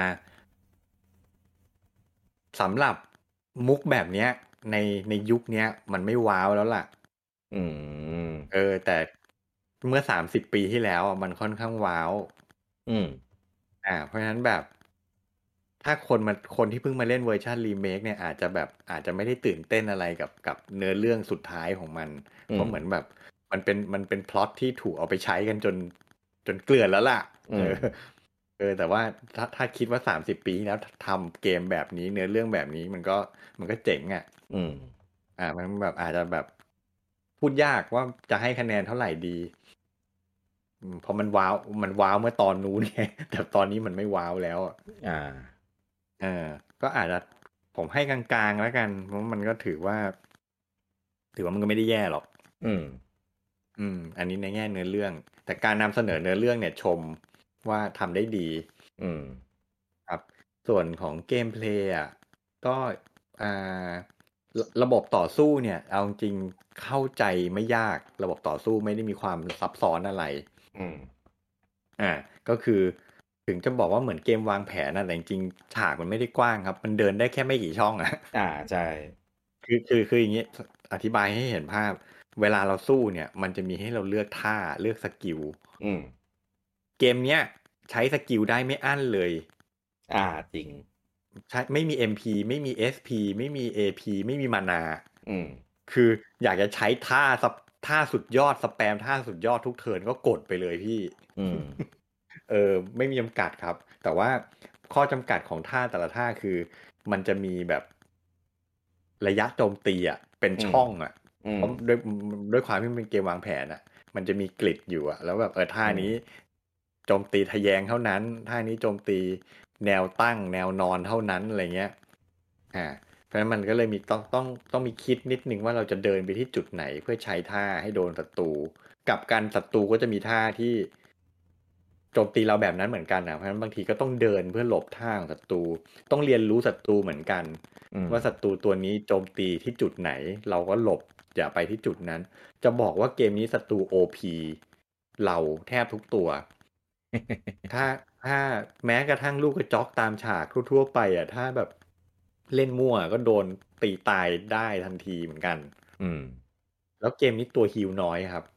สำหรับมุกแบบเนี้ยในในยุคเนี้ยมันไม่ว้าวแล้วล่ะอืมแต่เมื่อ30 ปีที่แล้วมันค่อนข้างว้าวอืมเพราะฉะนั้นแบบ ถ้าคนที่เพิ่งมาเล่นเวอร์ชันรีเมคเนี่ยอาจจะไม่ได้ตื่นเต้นอะไรกับเนื้อเรื่องสุดท้ายของมันเพอืมราะเหมือนแบบมันเป็นพล็อตที่ถูกเอาไปใช้กันจนเกลื่อนแล้วล่ะอืมแต่ว่าถ้าคิดว่า30 ปีที่แล้วทำเกมแบบนี้เนื้อเรื่องแบบนี้มันก็เจ๋งอ่ะอืมมันแบบอาจจะแบบพูดยากว่าจะให้คะแนนเท่าไหร่ดีเพราะมันว้าวเมื่อตอนนู้นไงแต่ตอนนี้มันไม่ว้าวแล้วอะอ่าเออก็อาจจะผมให้กลางๆแล้วกันเพราะมันก็ถือว่ามันก็ไม่ได้แย่หรอกอืมอันนี้ในแง่เนื้อเรื่องแต่การนำเสนอเนื้อเรื่องเนี่ยชมว่าทำได้ดีอืมครับส่วนของเกมเพลย์อ่ะก็อ่าระบบต่อสู้เนี่ยเอาจริงๆเข้าใจไม่ยากระบบต่อสู้ไม่ได้มีความซับซ้อนอะไรอืมก็คือถึงจะบอกว่าเหมือนเกมวางแผนนะแต่จริงๆฉากมันไม่ได้กว้างครับมันเดินได้แค่ไม่กี่ช่องอ่ะอ่าใช่คืออย่างนี้อธิบายให้เห็นภาพเวลาเราสู้เนี่ยมันจะมีให้เราเลือกท่าเลือกสกิลอืมเกมเนี้ยใช้สกิลได้ไม่อั้นเลยอ่าจริงใช้ไม่มี MP ไม่มี SP ไม่มี AP ไม่มีมานาอืมคืออยากจะใช้ท่าสุดยอดสแปมท่าสุดยอดทุกเทิร์นก็กดไปเลยพี่อืมไม่มีจำกัดครับแต่ว่าข้อจำกัดของท่าแต่ละท่าคือมันจะมีแบบระยะโจมตีเป็นอืมช่องอืมเพราะด้วยความที่มันเป็นเกมวางแผนมันจะมีกริดอยู่แล้วแบบท่าอืมนี้โจมตีทะแยงเท่านั้นท่านี้โจมตีแนวตั้งแนวนอนเท่านั้นอะไรเงี้ยอ่าเพราะฉะนั้นมันก็เลยมีต้องมีคิดนิดนึงว่าเราจะเดินไปที่จุดไหนเพื่อใช้ท่าให้โดนศัตรูกับการศัตรูก็จะมีท่าที่ โจมตีเราแบบนั้นเหมือนกันเพราะฉะนั้นบางทีก็ต้องเดินเพื่อหลบท่าของศัตรูต้องเรียนรู้ศัตรูเหมือนกันอืมว่าศัตรูตัวนี้โจมตีที่จุดไหนเราก็หลบอย่าไปที่จุดนั้นจะบอกว่าเกมนี้ศัตรู OP เราแทบทุกตัวถ้าถ้าแม้กระทั่งลูกกระจอกตามฉากทั่วๆไปถ้าแบบเล่นมั่วก็โดนตีตายได้ทันทีเหมือนกันอืมแล้วเกมนี้ตัวฮีลน้อยครับ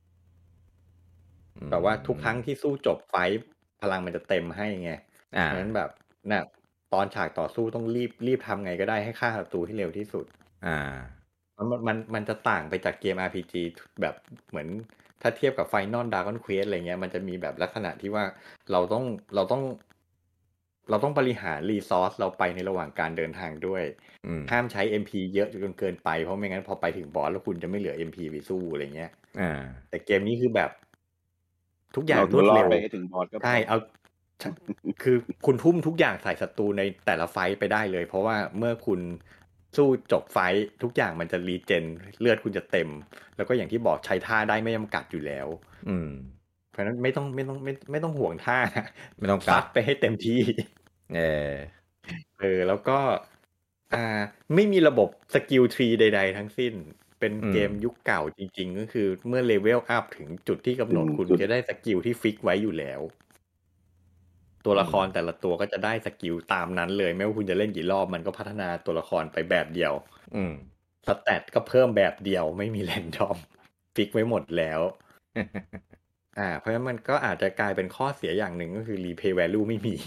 อืแบบว่าทุกครั้งมที่สู้จบไฟท์พลังมันจะเต็มให้ไงอ่าเพราะฉะนั้นแบบน่ะตอนฉากต่อสู้ต้องรีบทำไงก็ได้ให้ฆ่าศัตรูให้เร็วที่สุดอ่ามันจะต่างไปจากเกม RPG แบบเหมือนถ้าเทียบกับ Final Dragon Quest อะไรเงี้ยมันจะมีแบบลักษณะที่ว่าเราต้องเราต้องเราต้องบริหารรีซอสเราไปในระหว่างการเดินทางด้วยอืมห้ามใช้ MP เยอะจนเกินไปเพราะไม่งั้นพอไปถึงบอสแล้วคุณจะไม่เหลือ MP ไปสู้อะไรเงี้ยอ่าแต่เกมนี้คือแบบ ทุกอย่างเอาตัวรอดรวดเร็วไปให้ถึงบอสก็พอใช่คือคุณทุ่มทุกอย่างใส่ศัตรูในแต่ละไฟต์ไปได้เลยเพราะว่าเมื่อคุณสู้จบไฟต์ทุกอย่างมันจะรีเจนเลือดคุณจะเต็มแล้วก็อย่างที่บอกใช้ท่าได้ไม่จำกัดอยู่แล้วอืมเพราะฉะนั้นไม่ต้องห่วงท่าไม่ต้องซักักดไปให้เต็มที่เออแล้วก็อ่าไม่มีระบบสกิลทรีใดๆทั้งสิ้นเป็นเกมยุคเก่าจริงๆก็คือเมื่อเลเวลอัพถึงจุดที่กำหนดคุณจะได้สกิลที่ฟิกไว้อยู่แล้วตัวละครแต่ละตัวก็จะได้สกิลตามนั้นเลยไม่ว่าคุณจะเล่นกี่รอบมันก็พัฒนาตัวละครไปแบบเดียวสแตทก็เพิ่มแบบเดียวไม่มีแรนดอมฟิกไว้หมดแล้ว เพราะฉะนั้นมันก็อาจจะกลายเป็นข้อเสียอย่างหนึ่งก็คือ replay value ไม่มี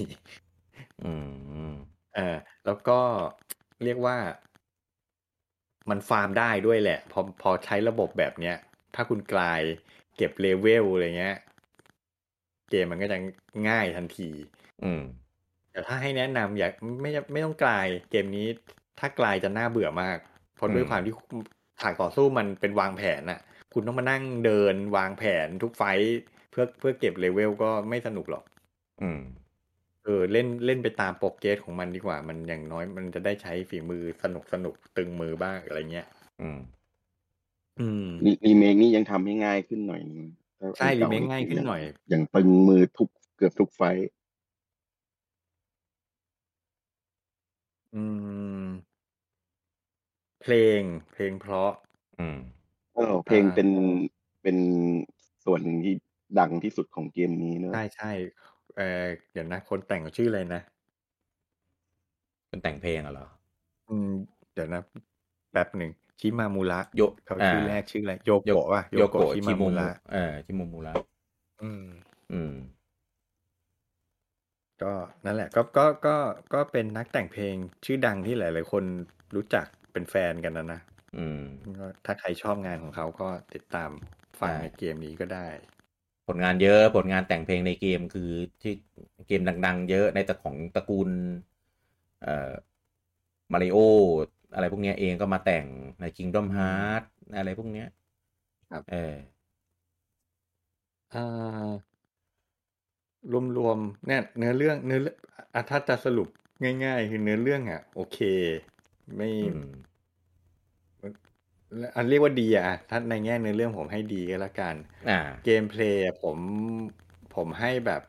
แล้วก็เรียกว่ามันฟาร์มได้ด้วยแหละพอใช้ระบบแบบเนี้ยถ้าคุณกลายเก็บเลเวลอะไรเงี้ยเกมมันก็จะง่ายทันทีแต่ถ้าให้แนะนำอยากไม่ต้องกลายเกมนี้ถ้ากลายจะน่าเบื่อมากเพราะด้วยความที่ฉากต่อสู้มันเป็นวางแผนน่ะคุณต้องมานั่งเดินวางแผนทุกไฟท์เพื่อเก็บเลเวลก็ไม่สนุกหรอกเล่นไปตามโปรเกรสของมันดีกว่ามันอย่างน้อยมันจะได้ใช้ฝีมือสนุกตึงมือบ้างอะไรเงี้ยรีเมคนี่ยังทำให้ง่ายขึ้นหน่อยนึงใช่รีเมคง่ายขึ้นหน่อยอย่างตึงมือเกือบทุกไฟท์เพลงเพราะเพลงเป็นส่วนหนึ่งที่ดังที่สุดของเกมนี้เนอะใช่เดี๋ยวนะคนแต่งชื่ออะไรนะคนแต่งเพลงเหรอเดี๋ยวนะแป๊บหนึ่งชิมามูระเขาชื่อแรกชื่ออะไรโยโกะป่ะโยโกะชิมามูระชิมามูระก็นั่นแหละก็เป็นนักแต่งเพลงชื่อดังที่หลายๆคนรู้จักเป็นแฟนกันนะถ้าใครชอบงานของเขาก็ติดตามฟังในเกมนี้ก็ได้ผลงานเยอะผลงานแต่งเพลงในเกมคือที่เกมดังๆเยอะในของตระกูลมาริโออะไรพวกนี้เองก็มาแต่งใน Kingdom Hearts อะไรพวกนี้ครับรวมๆเนี่ยเนื้อเรื่องถ้าจะสรุปง่ายๆคือเนื้อเรื่องโอเคไม่อันเรียกว่าดีถ้าในแง่เนื้อเรื่องผมให้ดีก็แล้วกันเกมเพลย์ผมให้แบบ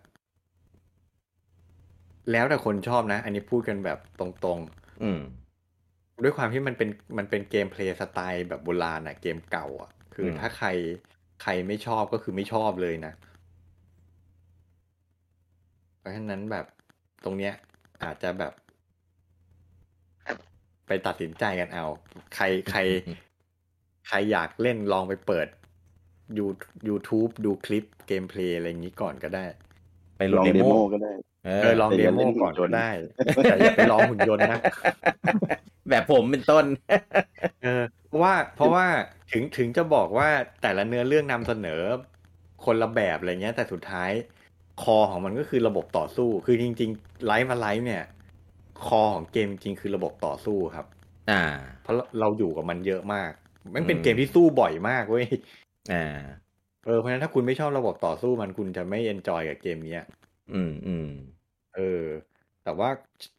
แล้วแต่คนชอบนะอันนี้พูดกันแบบตรงๆด้วยความที่มันเป็นเกมเพลย์สไตล์แบบโบราณเกมเก่าคือถ้าใครไม่ชอบก็คือไม่ชอบเลยนะเพราะฉะนั้นแบบตรงเนี้ยอาจจะแบบไปตัดสินใจกันเอาใครอยากเล่นลองไปเปิดYouTube ดูคลิปเกมเพลย์อะไรอย่างนี้ก่อนก็ได้ไปลองเดโมก็ได้ลองเดโมก่อนก็ได้แต่อย่าไปลองหุ่นยนต์นะแบบผมเป็นต้นเพราะว่าถึงจะบอกว่าแต่ละเนื้อเรื่องนำเสนอคนละแบบอะไรเงี้ยแต่สุดท้ายคอของมันก็คือระบบต่อสู้คือจริงๆไลฟ์มาไลฟ์เนี่ยคอของเกมจริงคือระบบต่อสู้ครับเพราะเราอยู่กับมันเยอะมากมันเป็นเกมที่สู้บ่อยมากเว้ยเพราะฉะนั้นถ้าคุณไม่ชอบระบบต่อสู้มันคุณจะไม่เอนจอยกับเกมนี้แต่ว่า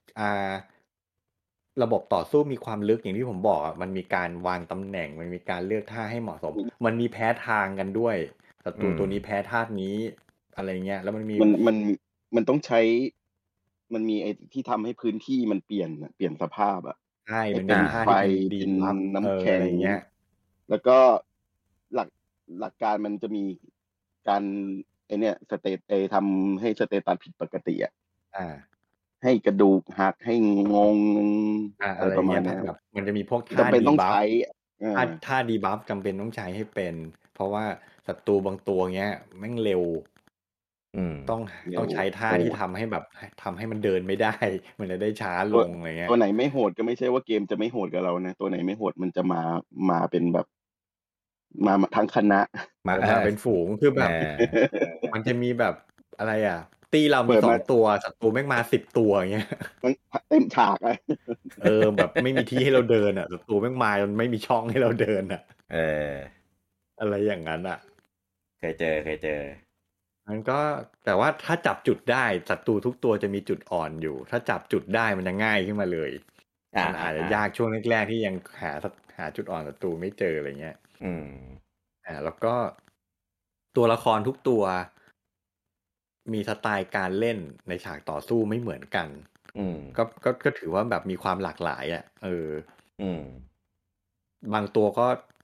ระบบต่อสู้มีความลึกอย่างที่ผมบอกมันมีการวางตำแหน่งมันมีการเลือกท่าให้เหมาะสมมันมีแพ้ทางกันด้วยศัตรูตัวนี้แพ้ธาตุนี้อะไรเงี้ยแล้วมันต้องใช้มันมีไอ้ที่ทำให้พื้นที่มันเปลี่ยนสภาพใช่เป็นไฟเป็นน้ำแข็งเงี้ยแล้วก็หลักการมันจะมีการไอเนี่ยสเตตทำให้สเตตัสผิดปกติให้กระดูกหักให้งงอะไรประมาณนี้แบบมันจะมีพวกท่าดีบัฟท่าดีบัฟจำเป็นต้องใช้ให้เป็นเพราะว่าศัตรูบางตัวเงี้ยแม่งเร็วต้องใช้ท่าที่ทำให้แบบทำให้มันเดินไม่ได้มันจะได้ช้าลงอะไรเงี้ยตัวไหนไม่โหดก็ไม่ใช่ว่าเกมจะไม่โหดกับเรานะตัวไหนไม่โหดมันจะมาเป็นแบบมาทั้งคณะมาเป็นฝูงคือแบบมันจะมีแบบอะไรตีเรามี2 ตัวศัตรูแม่งมา10 ตัวอย่างเงี้ยมันเต็มฉากแบบไม่มีที่ให้เราเดินศัตรูแม่งมามันไม่มีช่องให้เราเดินอะไรอย่างนั้นเคยเจอมันก็แต่ว่าถ้าจับจุดได้ศัตรูทุกตัวจะมีจุดอ่อนอยู่ถ้าจับจุดได้มันจะง่ายขึ้นมาเลยมันอาจจะยากช่วงแรกๆที่ยังหาจุดอ่อนศัตรูไม่เจออะไรเงี้ยแล้วก็ตัวละครทุกตัวมีสไตล์การเล่นในฉากต่อสู้ไม่เหมือนกันก็ถือว่าแบบมีความหลากหลายบางตัวก็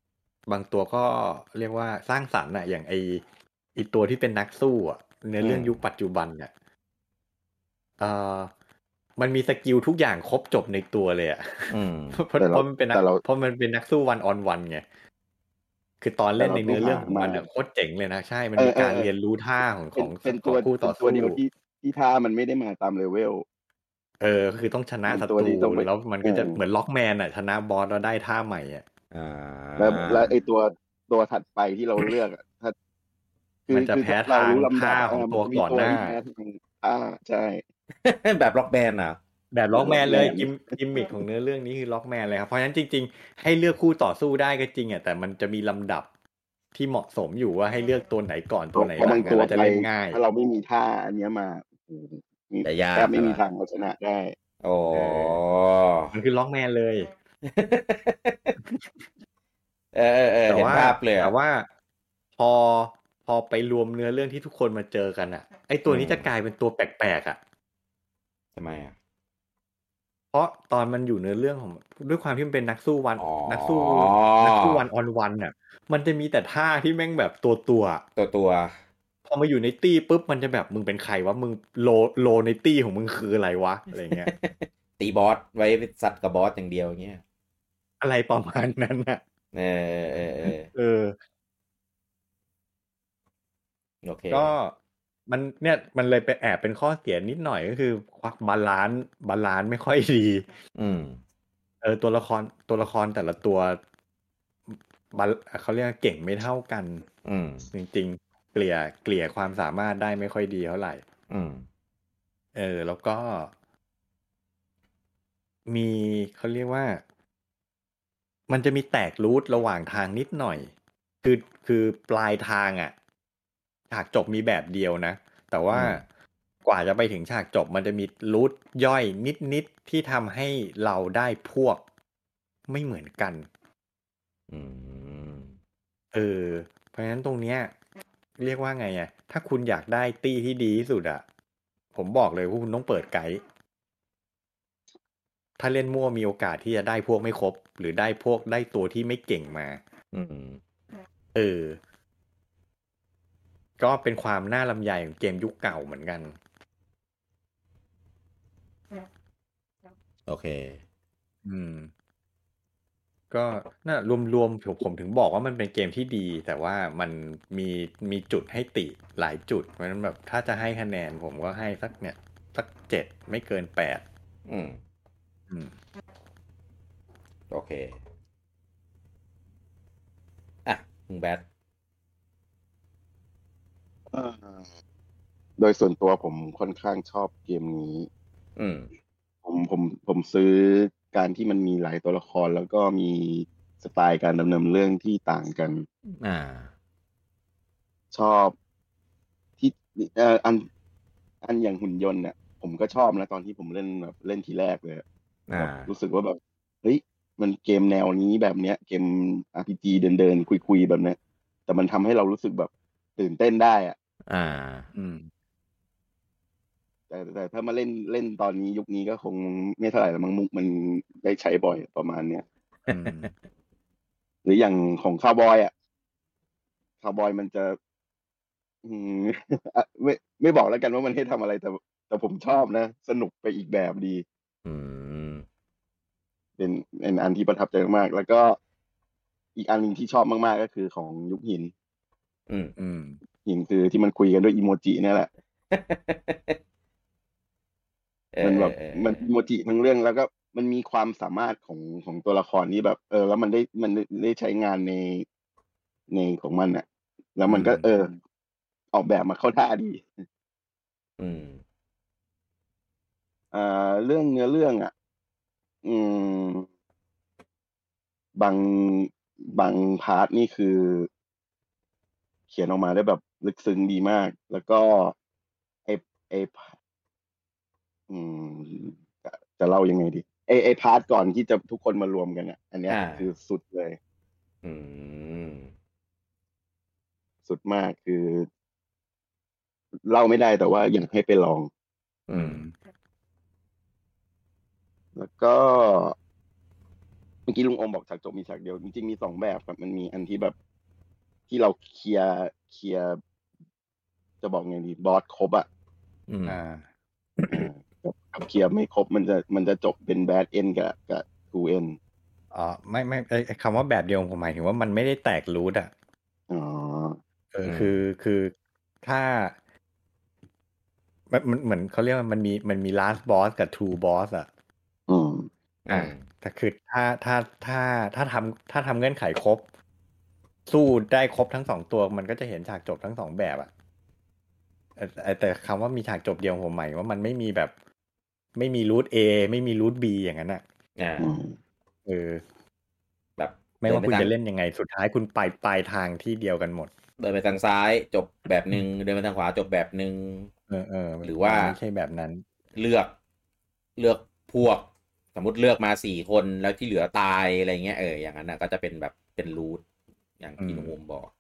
บางตัวก็เรียกว่าสร้างสรรค์อ่ะอย่างไอตัวที่เป็นนักสู้อ่ะในเรื่องยุคปัจจุบันเนี่ยเอ่อมันมีสกิลทุกอย่างครบจบในตัวเลยอ่ะเพราะมันเป็นนักสู้วันออนวันไงคือตอนเล่นในเนื้อเรื่องของมันอ่ะโคตรเจ๋งเลยนะใช่มันมีการเรียนรู้ท่าของคู่ต่อสู้ตัวเดียวที่ท่ามันไม่ได้มาตามเลเวลคือต้องชนะศัตรูแล้วมันก็จะเหมือนล็อกแมนอ่ะชนะบอสแล้วได้ท่าใหม่อ่ะแล้วไอตัวถัดไปที่เราเลือกถ้ามันจะแพ้ทางท่าของตัวก่อนหน้าใช่แบบล็อกแมนอ่ะแบบล็อกแมนเลยกิมมิคของเนื้อเรื่องนี้คือล็อกแมนเลยครับเพราะฉะนั้นจริงๆให้เลือกคู่ต่อสู้ได้ก็จริงอ่ะแต่มันจะมีลำดับที่เหมาะสมอยู่ว่าให้เลือกตัวไหนก่อนตัวไหนหลังกันแล้วจะเล่นง่ายถ้าเราไม่มีท่าอันนี้มาแทบไม่มีทางเราชนะได้มันคือล็อกแมนเลยเห็นภาพเลยแต่ว่าพอไปรวมเนื้อเรื่องที่ทุกคนมาเจอกันอ่ะไอตัวนี้จะกลายเป็นตัวแปลกๆอ่ะทำไมอ่ะเพราะตอนมันอยู่เนื้อเรื่องของด้วยความที่มันเป็นนักสู้วันนักสู้วันออนวันน่ะมันจะมีแต่ท่าที่แม่งแบบตัวพอมาอยู่ในตี้ปุ๊บมันจะแบบมึงเป็นใครวะมึงโลในตี้ของมึงคืออะไรวะอะไรเงี้ยตีบอสไว้สัตว์กับบอสอย่างเดียวเงี้ยอะไรประมาณนั้นน่ะโอเคก็มันเลยไปแอบเป็นข้อเสียนิดหน่อยก็คือบาลานซ์ไม่ค่อยดีตัวละครแต่ละตัวเขาเรียกเก่งไม่เท่ากันจริงๆเกลี่ยความสามารถได้ไม่ค่อยดีเท่าไหร่แล้วก็มีเขาเรียกว่ามันจะมีแตกรูทระหว่างทางนิดหน่อยคือปลายทางอ่ะฉากจบมีแบบเดียวนะแต่ว่ากว่าจะไปถึงฉากจบมันจะมีรูทย่อยนิดที่ทำให้เราได้พวกไม่เหมือนกันเพราะฉะนั้นตรงเนี้ยเรียกว่าไงอ่ะถ้าคุณอยากได้ตี้ที่ดีที่สุดอ่ะผมบอกเลยว่าคุณต้องเปิดไกด์ถ้าเล่นมั่วมีโอกาสที่จะได้พวกไม่ครบหรือได้ตัวที่ไม่เก่งมาก็เป็นความน่าลำใหญ่ของเกมยุคเก่าเหมือนกันโอเคก็น่ารวมผมถึงบอกว่ามันเป็นเกมที่ดีแต่ว่ามันมีจุดให้ติหลายจุดเพราะฉะนั้นแบบถ้าจะให้คะแนนผมก็ให้สัก7ไม่เกิน8 โอเคอ่ะมึงแบทโดยส่วนตัวผมค่อนข้างชอบเกมนี้ผมซื้อการที่มันมีหลายตัวละครแล้วก็มีสไตล์การดำเนินเรื่องที่ต่างกันชอบที่อันอย่างหุ่นยนต์เนี่ยผมก็ชอบนะตอนที่ผมเล่นทีแรกเลยรู้สึกว่าแบบเฮ้ยมันเกมแนวนี้แบบเนี้ยเกม RPG เดินคุยแบบเนี้ยแต่มันทำให้เรารู้สึกแบบตื่นเต้นได้อ่ะแต่ถ้ามาเล่นตอนนี้ยุคนี้ก็คงไม่เท่าไหร่แล้วมั้งมุกมันได้ใช้บ่อยประมาณเนี้ยหรืออย่างของคาวบอยอ่ะคาวบอยมันจะไม่บอกแล้วกันว่ามันให้ทำอะไรแต่ผมชอบนะสนุกไปอีกแบบดีเป็นอันที่ประทับใจมากแล้วก็อีกอันหนึ่งที่ชอบมากๆก็คือของยุคหินหินคือที่มันคุยกันด้วยอีโมจินี่แหละมันแบบมันอีโมจิทั้งเรื่องแล้วก็มันมีความสามารถของตัวละครนี้แบบแล้วมันได้ใช้งานในของมันอ่ะแล้วมันก็ออกแบบมาเข้าท่าดีเรื่องเนื้อเรื่องอ่ะบางพาร์ทนี่คือเขียนออกมาได้แบบลึกซึ้งดีมากแล้วก็ไอจะเล่ายังไงดีไอพาร์ทก่อนที่จะทุกคนมารวมกันอ่ะอันเนี้ยคือสุดเลยสุดมากคือเล่าไม่ได้แต่ว่าอยากให้ไปลองแล้วก็มื่อกี้ลุงอมบอกฉากจบมีฉากเดียวจริงๆมี2แบบครับมันมีอันที่แบบที่เราเคลียร์จะบอกไงดีบอสครบอ่ะอ่ากับเคลียร์ไม่ครบมันจะจบเป็นแบดเอนกับทูเอนอ๋อไม่คำว่าแบบเดียวผมหมายถึงว่ามันไม่ได้แตกรูทอ่ะอ๋อคือถ้ามันเหมือนเขาเรียกว่ามันมี last boss กับ two boss อ่ะแต่คือถ้าทำเงื่อนไขครบสู้ได้ครบทั้ง2ตัวมันก็จะเห็นฉากจบทั้ง2แบบอ่ะแต่คำว่ามีฉากจบเดียวผมหมายว่ามันไม่มีแบบไม่มีรูท A ไม่มีรูท B อย่างนั้นอ่ะแบบไม่ว่าคุณจะเล่นยังไงสุดท้ายคุณไปปลายทางที่เดียวกันหมดเดินไปทางซ้ายจบแบบนึงเดินไปทางขวาจบแบบนึงหรือว่าไม่ใช่แบบนั้นเลือกพวกสมมติเลือกมา4 คนแล้วที่เหลือตายอะไรเงี้ยอย่างนั้นนะก็จะเป็นแบบเป็นรูทอย่างที่นุ้มบอก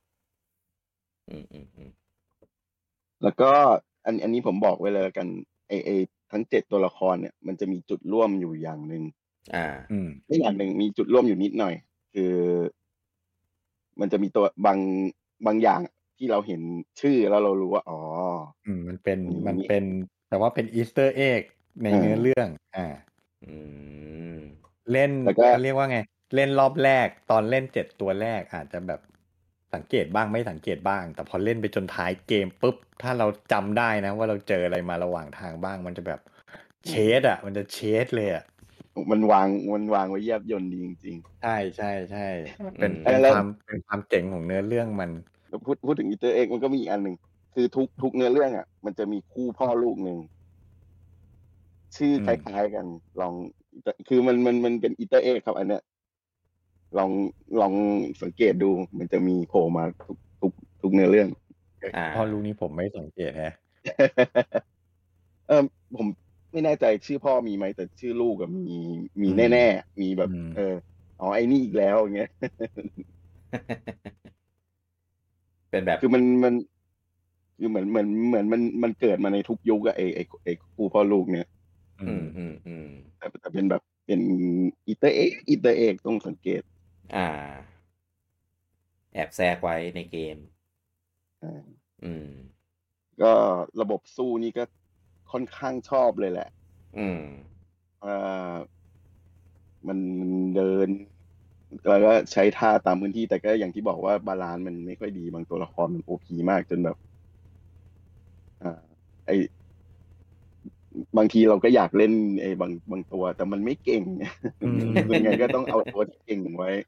แล้วก็อันนี้ผมบอกไว้เลยกันไอทั้ง7ตัวละครเนี่ยมันจะมีจุดร่วมอยู่อย่างหนึ่งไม่อย่างหนึ่งมีจุดร่วมอยู่นิดหน่อยคือมันจะมีตัวบางอย่างที่เราเห็นชื่อแล้วเรารู้ว่าอ๋อมันเป็นแต่ว่าเป็นอีสเตอร์เอ็กในเนื้อเรื่องเล่นเขาเรียกว่าไงเล่นรอบแรกตอนเล่น7ตัวแรกอาจจะแบบสังเกตบ้างไม่สังเกตบ้างแต่พอเล่นไปจนท้ายเกมปุ๊บถ้าเราจำได้นะว่าเราเจออะไรมาระหว่างทางบ้างมันจะแบบเชดอ่ะมันจะเชดเลยอ่ะมันวางไว้แยบยลดีจริงๆใช่เป็นความเจ๋งของเนื้อเรื่องมันพูดถึงอีสเตอร์เอ็กมันก็มีอีกอันหนึ่งคือทุกเนื้อเรื่องอ่ะมันจะมีคู่พ่อลูกหนึ่งชื่อคล้ายๆกันลองคือมันเป็นอีสเตอร์เอ็กครับอันเนี้ยลองสังเกตดูมันจะมีโผล่มาทุกเนื้อเรื่องพ่อลูกนี้ผมไม่สังเกตฮะผมไม่แน่ใจชื่อพ่อมีไหมแต่ชื่อลูกกับมีแน่ๆมีแบบอ๋อไอ้นี่อีกแล้วอย่างเงี้ยเป็นแบบคือมันคือเหมือนมันเกิดมาในทุกยุคอะไอ้คู่พ่อลูกเนี่ยแต่เป็นแบบเป็นอีเตอร์เอ็กต้องสังเกตแอบแทรกไว้ในเกมก็ระบบสู้นี่ก็ค่อนข้างชอบเลยแหละมันเดินแล้วก็ใช้ท่าตามพื้นที่แต่ก็อย่างที่บอกว่าบาลานซ์มันไม่ค่อยดีบางตัวละครมันโอพีมากจนแบบไอบางทีเราก็อยากเล่นไอ้บางตัวแต่มันไม่เก่งยังไงก็ต้องเอาตัวที่เก่งไว้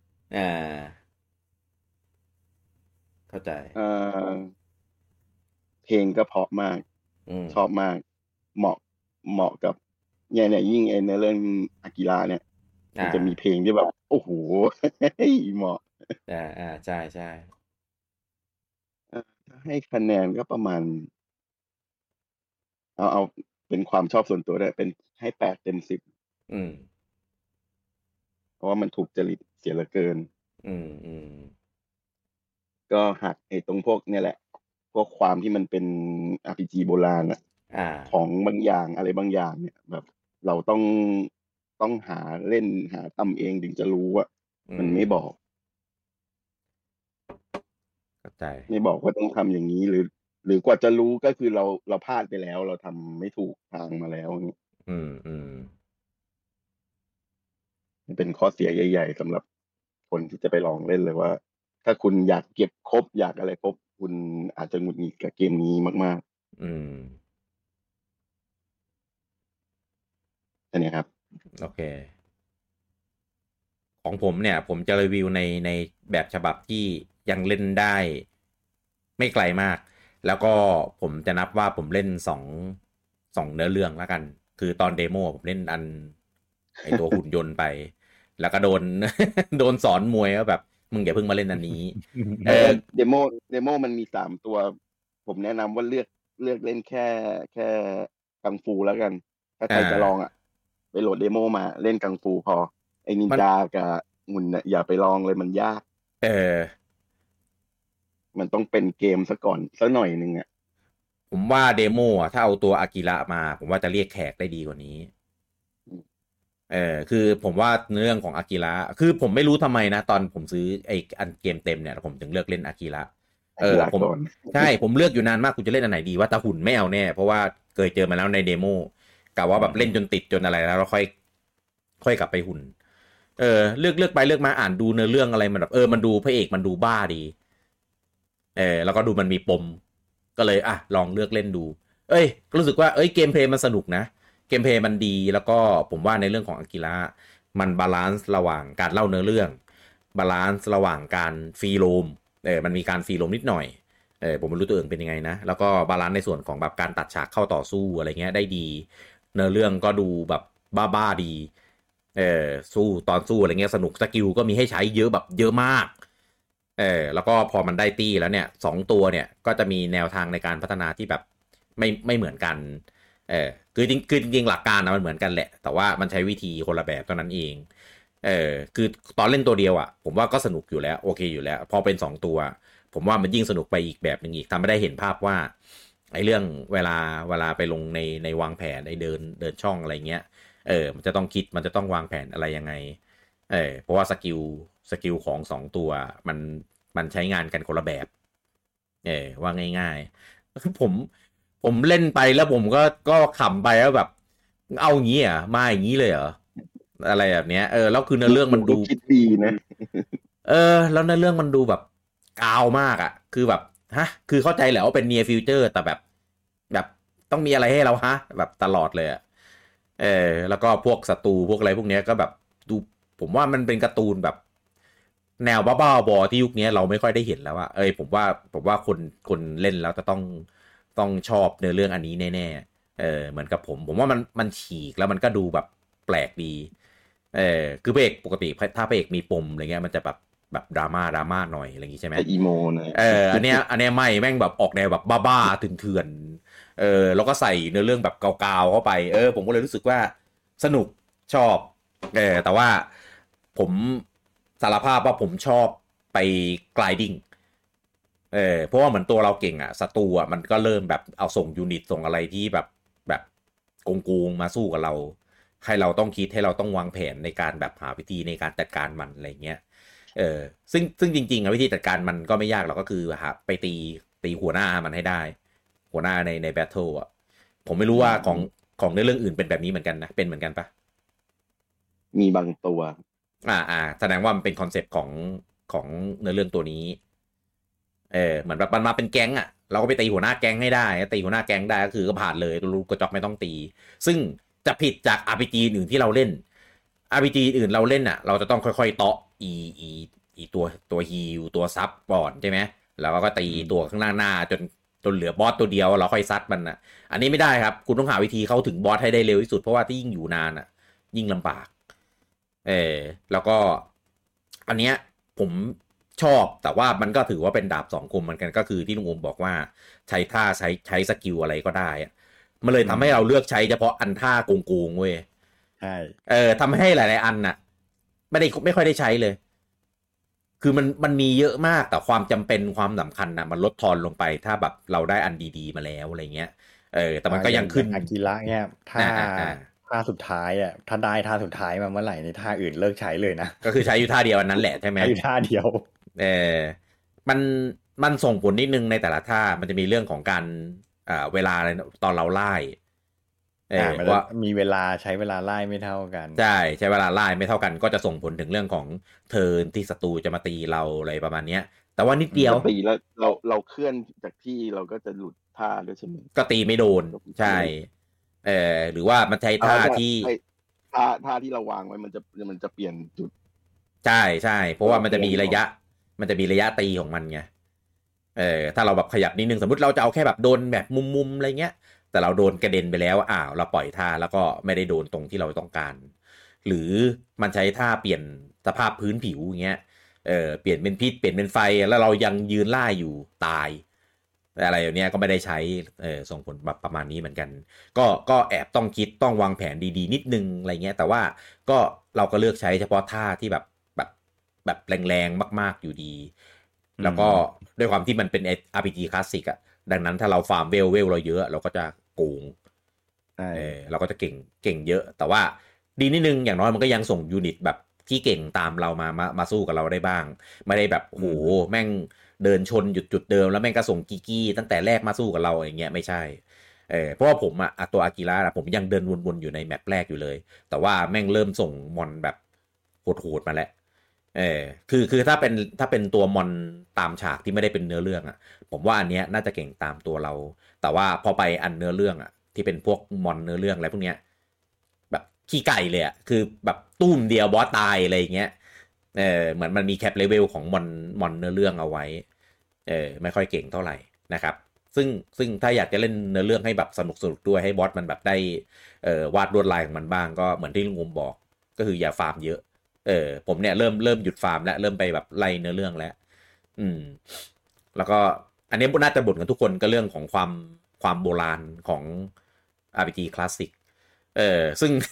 เข้าใจเพลงก็เพราะมากชอบมากเหมาะกับเนี่ยยิ่งในเรื่องอากิระเนี่ยมันจะมีเพลงที่แบบโอ้โหเหมาะใช่ใช่ถ้าให้คะแนนก็ประมาณเอาเป็นความชอบส่วนตัวได้เป็นให้8 เต็ม 10เพราะว่ามันถูกจริตเสียเหลือเกินก็หักไอ้ตรงพวกเนี่ยแหละพวกความที่มันเป็น RPG โบราณอะของบางอย่างอะไรบางอย่างเนี่ยแบบเราต้องหาเล่นหาทำเองถึงจะรู้อะมันไม่บอกเข้าใจไม่บอกว่าต้องทำอย่างนี้หรือกว่าจะรู้ก็คือเราพลาดไปแล้วเราทำไม่ถูกทางมาแล้วเป็นข้อเสียใหญ่ๆสำหรับคนที่จะไปลองเล่นเลยว่า ถ้าคุณอยากเก็บครบอยากอะไรครบคุณอาจจะหงุดหงิดกับเกมนี้มากๆอันนี้ครับโอเคของผมเนี่ยผมจะรีวิวในแบบฉบับที่ยังเล่นได้ไม่ไกลมากแล้วก็ผมจะนับว่าผมเล่นสองเนื้อเรื่องแล้วกันคือตอนเดโมผมเล่นไอตัวหุ่นยนต์ไปแล้วก็โดนสอนมวยว่าแบบมึงอย่าเพิ่งมาเล่นอันนี้เดโมมันมี3ตัวผมแนะนำว่าเลือกเล่นแค่กังฟูแล้วกันถ้าใครจะลองไปโหลดเดโมมาเล่นกังฟูพอไอ้นินจากับหุ่นอย่าไปลองเลยมันยากมันต้องเป็นเกมซะก่อนสักหน่อยนึงผมว่าเดโมถ้าเอาตัวอากิระมาผมว่าจะเรียกแขกได้ดีกว่านี้คือผมว่าเรื่องของอากิระคือผมไม่รู้ทำไมนะตอนผมซื้อไอ้อันเกมเต็มเนี่ยผมถึงเลือกเล่นอากิระผมใช่ผมเลือกอยู่นานมากกูจะเล่นอันไหนดีว่าตาหุ่นไม่เอาแน่เพราะว่าเคยเจอมาแล้วในเดโมกะว่าแบบเล่นจนติดจนอะไรแล้วค่อยกลับไปหุ่นเลือกไปเลือกมาอ่านดูเนื้อเรื่องอะไรมันแบบมันดูพระเอกมันดูบ้าดีแล้วก็ดูมันมีปมก็เลยลองเลือกเล่นดูก็รู้สึกว่าเกมเพลย์มันสนุกนะเกมเพลย์มันดีแล้วก็ผมว่าในเรื่องของอากิระมันบาลานซ์ระหว่างการเล่าเนื้อเรื่องบาลานซ์ระหว่างการฟรีโรมมันมีการฟรีโรมนิดหน่อยผมไม่รู้ตัวเองเป็นยังไงนะแล้วก็บาลานซ์ในส่วนของแบบการตัดฉากเข้าต่อสู้อะไรเงี้ยได้ดีเนื้อเรื่องก็ดูแบบบ้าๆดีสู้ตอนสู้อะไรเงี้ยสนุกสกิลก็มีให้ใช้เยอะแบบเยอะมากแล้วก็พอมันได้ตี้แล้วเนี่ย2ตัวเนี่ยก็จะมีแนวทางในการพัฒนาที่แบบไม่เหมือนกันคือจริงหลักการนะมันเหมือนกันแหละแต่ว่ามันใช้วิธีคนละแบบเท่านั้นเองคือตอนเล่นตัวเดียวอ่ะผมว่าก็สนุกอยู่แล้วโอเคอยู่แล้วพอเป็น2ตัวผมว่ามันยิ่งสนุกไปอีกแบบนึงอีกทำให้ได้เห็นภาพว่าไอ้เรื่องเวลาไปลงในวางแผนไอ้เดินช่องอะไรเงี้ยมันจะต้องคิดมันจะต้องวางแผนอะไรยังไงเพราะว่าสกิลของ2ตัวมันใช้งานกันคนละแบบว่าง่ายๆผมเล่นไปแล้วผมก็ขำไปแล้วแบบเอาอย่างนี้อ่ะมาอย่างนี้เลยเหรออะไรแบบเนี้ยแล้วคือเนื้อเรื่องมันดูคิดดีนะแล้วเนื้อเรื่องมันดูแบบกาวมากอ่ะคือแบบคือเข้าใจแหละว่าเป็น near future แต่แบบต้องมีอะไรให้เราแบบตลอดเลยอ่ะแล้วก็พวกศัตรูพวกอะไรพวกเนี้ยก็แบบดูผมว่ามันเป็นการ์ตูนแบบแนวบ้าๆบอที่ยุคนี้เราไม่ค่อยได้เห็นแล้วอะผมว่าคนเล่นแล้วจะต้องชอบเนื้อเรื่องอันนี้แน่ๆเหมือนกับผมว่ามันฉีกแล้วมันก็ดูแบบแปลกดีคือพระเอกปกติถ้าพระเอกมีปมอะไรเงี้ยมันจะแบบดราม่าหน่อยอะไรอย่างงี้ใช่ไหมอีโมนะอันเนี้ยไม่แม่งแบบออกแนวแบบบ้าๆเถื่อนแล้วก็ใส่เนื้อเรื่องแบบกาวๆเข้าไปผมก็เลยรู้สึกว่าสนุกชอบแต่ว่าผมสารภาพว่าผมชอบไปไกลดิ้งเพราะว่าเหมือนตัวเราเก่งอ่ะศัตรูอ่ะมันก็เริ่มแบบเอาส่งยูนิตส่งอะไรที่แบบโกงมาสู้กับเราให้เราต้องคิดให้เราต้องวางแผนในการแบบหาวิธีในการจัดการมันอะไรเงี้ยซึ่งจริงๆวิธีจัดการมันก็ไม่ยากหรอกก็คือไปตีหัวหน้ามันให้ได้หัวหน้าในแบทเทิลอ่ะผมไม่รู้ว่าของในเรื่องอื่นเป็นแบบนี้เหมือนกันนะเป็นเหมือนกันปะมีบางตัวแสดงว่ามันเป็นคอนเซปต์ของเนื้อเรื่องตัวนี้เหมือนแบบมันมาเป็นแก๊งอ่ะเราก็ไปตีหัวหน้าแก๊งให้ได้ตีหัวหน้าแก๊งได้ก็คือก็ผ่านเลยรู้กระจอกไม่ต้องตีซึ่งจะผิดจาก RPG อื่นที่เราเล่น RPG อื่นเราเล่นอ่ะเราจะต้องค่อยๆเตาะอีตัวฮีลตัวซับก่อนใช่ไหมแล้วก็ตีตัวข้างหน้าจนเหลือบอสตัวเดียวเราค่อยซัดมันอ่ะอันนี้ไม่ได้ครับคุณต้องหาวิธีเข้าถึงบอสให้ได้เร็วที่สุดเพราะว่าที่ยิ่งอยู่นานอ่ะยิ่งลำบากแล้วก็อันเนี้ยผมชอบแต่ว่ามันก็ถือว่าเป็นดาบสองคมเหมือนกันก็คือที่ลุงอมบอกว่าใช้ท่าใช้สกิลอะไรก็ได้มันเลยทำให้เราเลือกใช้เฉพาะอันท่าโกงเว้ยใช่ทำให้หลายๆอันน่ะไม่ค่อยได้ใช้เลยคือมันมีเยอะมากแต่ความจำเป็นความสำคัญน่ะมันลดทอนลงไปถ้าแบบเราได้อันดีๆมาแล้วอะไรเงี้ยแต่มันก็ยังขึ้นอากิระเนี่ยท่าสุดท้ายถ้าได้ท่าสุดท้ายมาเมื่อไหร่ในท่าอื่นเลิกใช้เลยนะก็คือใช้อยู่ท่าเดียวอันนั้นแหละใช่ไหมอยู่ท่าเดียวมันส่งผลนิดนึงในแต่ละท่ามันจะมีเรื่องของการเวลาตอนเราไล่ว่ามีเวลาใช้เวลาไล่ไม่เท่ากันใช้เวลาไล่ไม่เท่ากันก็จะส่งผลถึงเรื่องของเทิร์นที่ศัตรูจะมาตีเราอะไรประมาณนี้แต่ว่านิดเดียวตีแล้วเราเคลื่อนจากที่เราก็จะหลุดท่าด้วยใช่ไหมก็ตีไม่โดนใช่หรือว่ามันใช้ท่าที่ท่าที่เราวางไว้มันจะเปลี่ยนจุดใช่เพราะว่ามันจะมีระยะตีของมันไงถ้าเราแบบขยับนิดนึงสมมติเราจะเอาแค่แบบโดนแบบมุมอะไรเงี้ยแต่เราโดนกระเด็นไปแล้วเราปล่อยท่าแล้วก็ไม่ได้โดนตรงที่เราต้องการหรือมันใช้ท่าเปลี่ยนสภาพพื้นผิวอย่างเงี้ยเปลี่ยนเป็นพิษเปลี่ยนเป็นไฟแล้วเรายังยืนล่าอยู่ตายอะไรอย่างเนี้ยก็ไม่ได้ใช้ส่งผลแบบประมาณนี้เหมือนกันก็แอบต้องคิดต้องวางแผนดีๆนิดนึงอะไรเงี้ยแต่ว่าก็เราก็เลือกใช้เฉพาะท่าที่แบบแรงๆมากๆอยู่ดีแล้วก็ด้วยความที่มันเป็น RPG คลาสสิกอ่ะดังนั้นถ้าเราฟาร์มเวลเราเยอะเราก็จะโกงเราก็จะเก่งเยอะแต่ว่าดีนิดนึงอย่างน้อยมันก็ยังส่งยูนิตแบบที่เก่งตามเรามาสู้กับเราได้บ้างไม่ได้แบบโหแม่งเดินชนหยุดจุดเดิมแล้วแม่งก็ส่งกีกี้ตั้งแต่แรกมาสู้กับเราอย่างเงี้ยไม่ใช่เพราะว่าผมตัวอากิระผมยังเดินวนๆอยู่ในแมปแรกอยู่เลยแต่ว่าแม่งเริ่มส่งมอนแบบโหดๆมาแล้วคือถ้าเป็นตัวมอนตามฉากที่ไม่ได้เป็นเนื้อเรื่องผมว่าอันเนี้ยน่าจะเก่งตามตัวเรา แต่ว่าพอไปอันเนื้อเรื่องที่เป็นพวกมอนเนื้อเรื่องอะไรพวกเนี้ยแบบขี้ไก่เลยคือแบบตุ้มเดียวบอสตายอะไรอย่างเงี้ยเหมือนมันมีแคปเลเวลของมอนเนื้อเรื่องเอาไว้ไม่ค่อยเก่งเท่าไหร่นะครับซึ่งถ้าอยากจะเล่นเนื้อเรื่องให้แบบสนุกด้วยให้บอสมันแบบได้วาดลวดลายของมันบ้างก็เหมือนที่ลุงงมบอกก็คืออย่าฟาร์มเยอะผมเนี่ยเริ่มหยุดฟาร์มแล้วเริ่มไปแบบไล่เนื้อเรื่องแล้วแล้วก็อันนี้น่าจะบ่นกันทุกคนก็เรื่องของความโบราณของ RPG คลาสสิกซึ่ง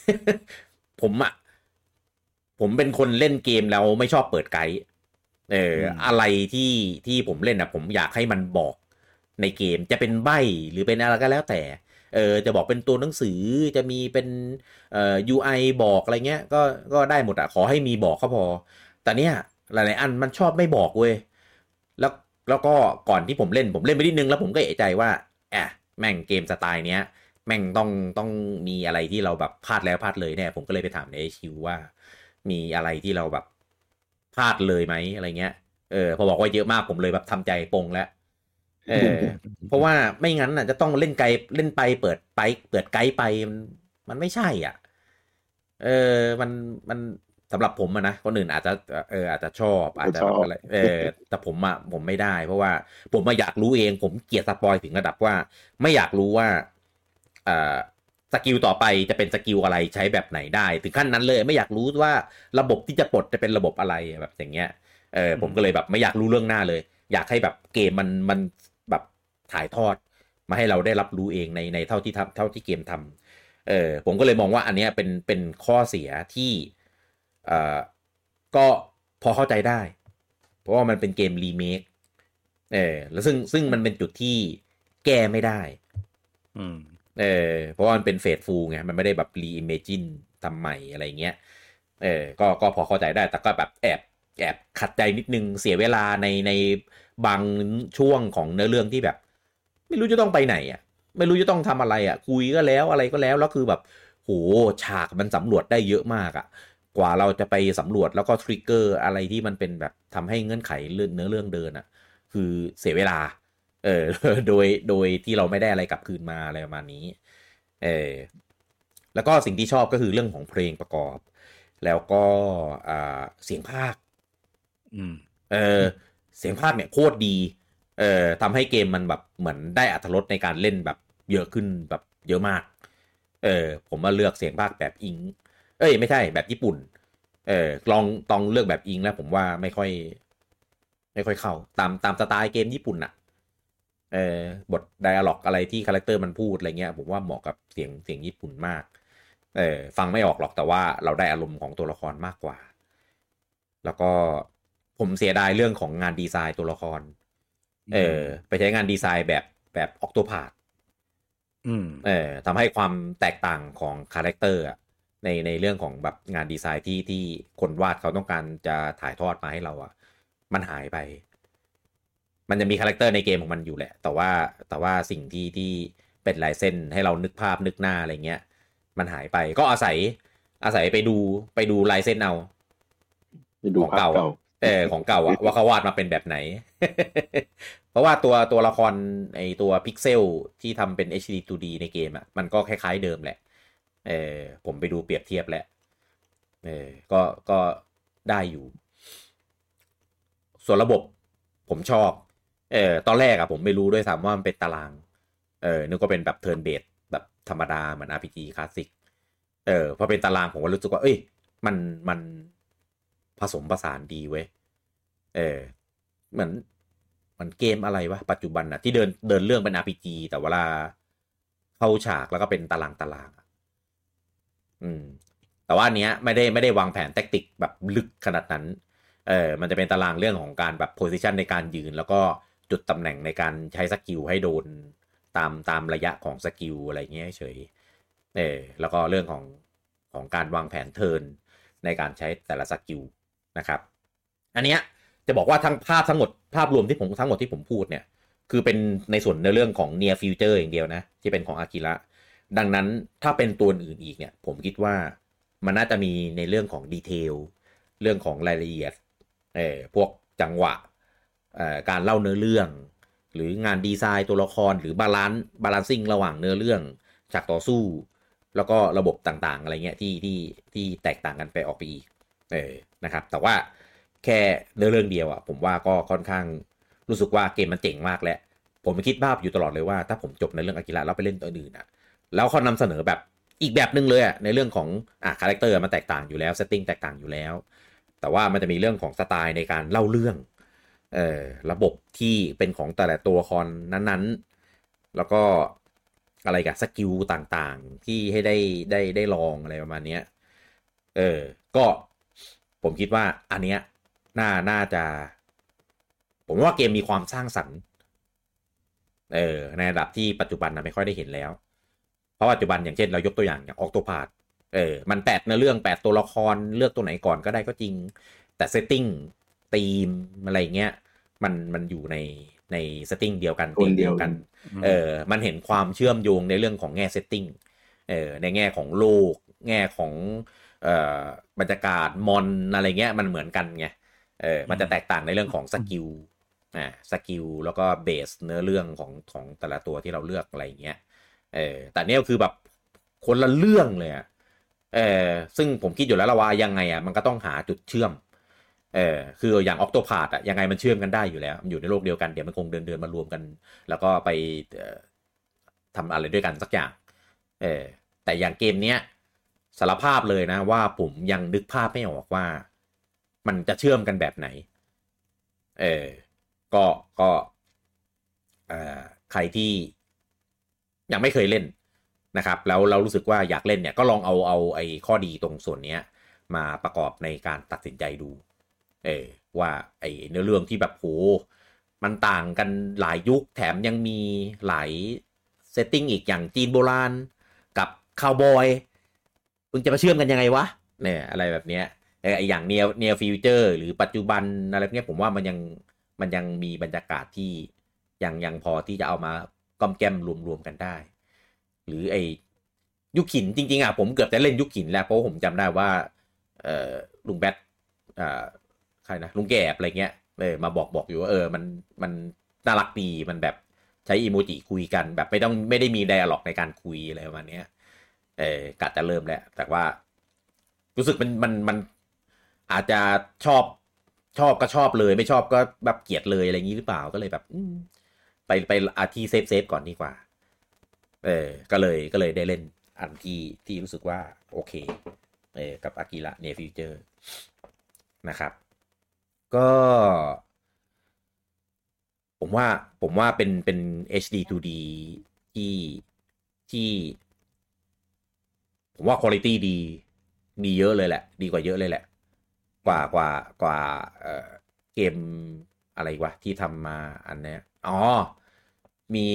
ผมเป็นคนเล่นเกมแล้วไม่ชอบเปิดไกด์อะไรที่ผมเล่นผมอยากให้มันบอกในเกมจะเป็นใบ้หรือเป็นอะไรก็แล้วแต่จะบอกเป็นตัวหนังสือจะมีเป็นUI บอกอะไรเงี้ยก็ได้หมดขอให้มีบอกก็พอแต่เนี้ยหลายๆอันมันชอบไม่บอกเว้ยแล้วก็ก่อนที่ผมเล่นไปนิดนึงแล้วผมก็เอะใจว่าแม่งเกมสไตล์เนี้ยแม่งต้องมีอะไรที่เราแบบพลาดแล้วพลาดเลยเนี่ยผมก็เลยไปถามในคิวว่ามีอะไรที่เราแบบพลาดเลยไหมอะไรเงี้ยพอบอกว่าเยอะมากผมเลยแบบทำใจปงแล้วเพราะว่าไม่งั้นจะต้องเล่นไกลเล่นไปเปิดไกด์ไปมันไม่ใช่มันสำหรับผมนะคนอื่นอาจจะชอบอาจจะอะไรแต่ผมไม่ได้เพราะว่าผมอยากรู้เองผมเกลียดสปอยถึงระดับว่าไม่อยากรู้ว่าสกิลต่อไปจะเป็นสกิลอะไรใช้แบบไหนได้ถึงขั้นนั้นเลยไม่อยากรู้ว่าระบบที่จะปลดจะเป็นระบบอะไรแบบอย่างเงี้ยผมก็เลยแบบไม่อยากรู้เรื่องหน้าเลยอยากให้แบบเกมมันแบบถ่ายทอดมาให้เราได้รับรู้เองในเท่าที่เกมทำผมก็เลยมองว่าอันนี้เป็นข้อเสียที่ก็พอเข้าใจได้เพราะว่ามันเป็นเกมรีเมคแล้วซึ่งมันเป็นจุดที่แก้ไม่ได้เพราะว่ามันเป็นเฟสฟูลไงมันไม่ได้แบบรีอิเมจินทำใหม่อะไรเงี้ยก็พอเข้าใจได้แต่ก็แบบแอบขัดใจนิดนึงเสียเวลาในบางช่วงของเนื้อเรื่องที่แบบไม่รู้จะต้องไปไหนไม่รู้จะต้องทำอะไรคุยก็แล้วอะไรก็แล้วคือแบบโหฉากมันสำรวจได้เยอะมากกว่าเราจะไปสำรวจแล้วก็ทริกเกอร์อะไรที่มันเป็นแบบทำให้เงื่อนไขเนื้อเรื่องเดินคือเสียเวลาโดยที่เราไม่ได้อะไรกลับคืนมาอะไรประมาณนี้แล้วก็สิ่งที่ชอบก็คือเรื่องของเพลงประกอบแล้วก็เสียงพากย์เสียงพากย์เนี่ยโคตรดีทำให้เกมมันแบบเหมือนได้อรรถรสในการเล่นแบบเยอะขึ้นแบบเยอะมากผมมาเลือกเสียงพากย์แบบอิงไม่ใช่แบบญี่ปุ่นลองเลือกแบบอิงแล้วผมว่าไม่ค่อยเข้าตามสไตล์เกมญี่ปุ่นบทไดอะล็อกอะไรที่คาแรคเตอร์มันพูดอะไรเงี้ยผมว่าเหมาะกับเสียงญี่ปุ่นมากฟังไม่ออกหรอกแต่ว่าเราได้อารมณ์ของตัวละครมากกว่าแล้วก็ผมเสียดายเรื่องของงานดีไซน์ตัวละครไปใช้งานดีไซน์แบบออกโตพาธทำให้ความแตกต่างของคาแรคเตอร์ในเรื่องของแบบงานดีไซน์ที่คนวาดเขาต้องการจะถ่ายทอดมาให้เรามันหายไปมันจะมีคาแรคเตอร์ในเกมของมันอยู่แหละแต่ว่าสิ่งที่เป็นลายเส้นให้เรานึกภาพนึกหน้าอะไรเงี้ยมันหายไปก็อาศัยไปดูลายเส้นเอาของเก่าของเก่าว่าเขาวาดมาเป็นแบบไหน เพราะว่าตัวละครไอตัวพิกเซลที่ทำเป็น HD 2D ในเกมมันก็คล้ายๆเดิมแหละผมไปดูเปรียบเทียบแล้วก็ได้อยู่ส่วนระบบผมชอบตอนแรกผมไม่รู้ด้วยซ้ำว่ามันเป็นตารางนึกว่าเป็นแบบเทิร์นเบสแบบธรรมดาเหมือน RPG คลาสสิกพอเป็นตารางผมก็รู้สึกว่ามันผสมผสานดีเว้ยเหมือนเกมอะไรวะปัจจุบันที่เดินเรื่องเป็น RPG แต่เวลาเข้าฉากแล้วก็เป็นตารางแต่ว่าอันเนี้ยไม่ได้วางแผนแทคติกแบบลึกขนาดนั้นมันจะเป็นตารางเรื่องของการแบบโพซิชันในการยืนแล้วก็จุดตำแหน่งในการใช้สกิลให้โดนตามระยะของสกิลอะไรเงี้ยเฉยแล้วก็เรื่องของของการวางแผนเทิร์นในการใช้แต่ละสกิลนะครับอันเนี้ยจะบอกว่าทั้งทั้งหมดภาพรวมที่ผมทั้งหมดที่ผมพูดเนี่ยคือเป็นในส่วนในเรื่องของ near future อย่างเดียวนะที่เป็นของอากิระดังนั้นถ้าเป็นตัวอื่นอีกเนี่ยผมคิดว่ามันน่าจะมีในเรื่องของดีเทลเรื่องของรายละเอียดพวกจังหวะการเล่าเนื้อเรื่องหรืองานดีไซน์ตัวละครหรือบาลานซิ่งระหว่างเนื้อเรื่องฉากต่อสู้แล้วก็ระบบต่างๆอะไรเงี้ยที่แตกต่างกันไปออกไปอีกนะครับแต่ว่าแค่เนื้อเรื่องเดียวอ่ะผมว่าก็ค่อนข้างรู้สึกว่าเกมมันเจ๋งมากแล้วผมคิดภาพอยู่ตลอดเลยว่าถ้าผมจบในเรื่องอากิระแล้วไปเล่นตัวอื่นอ่ะแล้วเขานำเสนอแบบอีกแบบนึงเลยอ่ะในเรื่องของคาแรคเตอร์มันแตกต่างอยู่แล้วเซตติ้งแตกต่างอยู่แล้วแต่ว่ามันจะมีเรื่องของสไตล์ในการเล่าเรื่องระบบที่เป็นของแต่ละตัวละครนั้นๆแล้วก็อะไรกับสกิลต่างๆที่ให้ได้ลองอะไรประมาณนี้ก็ผมคิดว่าอันเนี้ยน่าจะผมว่าเกมมีความสร้างสรรค์ในระดับที่ปัจจุบันไม่ค่อยได้เห็นแล้วเพราะปัจจุบันอย่างเช่นเรายกตัวอย่างออกโตพาธมัน8เนื้อเรื่อง8ตัวละครเลือกตัวไหนก่อนก็ได้ก็จริงแต่เซตติ้งธีมอะไรเงี้ยมันอยู่ในเซตติ้งเดียวกันธีมเดียวกันมันเห็นความเชื่อมโยงในเรื่องของแง่เซตติ้งในแง่ของโลกแง่ของบรรยากาศมอนอะไรเงี้ยมันเหมือนกันไงมันจะแตกต่างในเรื่องของสกิลแล้วก็เบสเนื้อเรื่องของแต่ละตัวที่เราเลือกอะไรเงี้ยแต่เนี้ยคือแบบคนละเรื่องเลยอ่ะซึ่งผมคิดอยู่แล้วว่ายังไงอ่ะมันก็ต้องหาจุดเชื่อมคืออย่างออกโตพาธยังไงมันเชื่อมกันได้อยู่แล้วมันอยู่ในโลกเดียวกันเดี๋ยวมันคงเดินมารวมกันแล้วก็ไปทำอะไรด้วยกันสักอย่างแต่อย่างเกมเนี้ยสารภาพเลยนะว่าผมยังนึกภาพไม่ออกว่ามันจะเชื่อมกันแบบไหนก็ใครที่ยังไม่เคยเล่นนะครับแล้วเรารู้สึกว่าอยากเล่นเนี่ยก็ลองเอาไอ้ข้อดีตรงส่วนนี้มาประกอบในการตัดสินใจดูว่าไอ้เนื้อเรื่องที่แบบโหมันต่างกันหลายยุคแถมยังมีหลายเซตติ้งอีกอย่างจีนโบราณกับคาวบอยมึงจะมาเชื่อมกันยังไงวะเนี่ยอะไรแบบเนี้ยไอ้อย่างเนียฟิวเจอร์หรือปัจจุบันอะไรพวกนี้ผมว่ามันยังมีบรรยากาศที่ยังพอที่จะเอามาก้อมแก้มรวมกันได้หรือไอ้ยุคหินจริงๆอ่ะผมเกือบจะเล่นยุคหินแล้วเพราะผมจำได้ว่าลุงแบทใครนะลุงแกบอะไรเงี้ยมาบอกอยู่ว่ามันน่ารักดีมันแบบใช้อีโมจิคุยกันแบบไม่ได้มีไดอะล็อกในการคุยอะไรประมาณนี้กะจะเริ่มแล้วแต่ว่ารู้สึกมันอาจจะชอบก็ชอบเลยไม่ชอบก็แบบเกลียดเลยอะไรอย่างนี้หรือเปล่าก็เลยแบบไปอาที่เซฟก่อนดีกว่าก็เลยได้เล่นอันที่รู้สึกว่าโอเคกับอากิระเนียฟิวเจอร์นะครับก็ผมว่าเป็น HD 2D ที่ผมว่าคุณภาพดีเยอะเลยแหละดีกว่าเยอะเลยแหละกว่าเกมอะไรวะที่ทำมาอันเนี้ยมี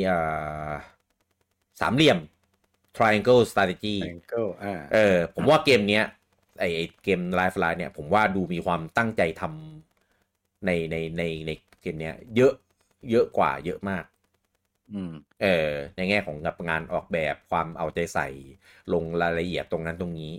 สามเหลี่ยม Triangle Strategy ผมว่าเกมเนี้ยไอเกม Lifeline เนี่ยผมว่าดูมีความตั้งใจทำในเกมเนี้ยเยอะกว่าเยอะมากในแง่ของงานออกแบบความเอาใจใส่ลงรายละเอียดตรงนั้นตรงนี้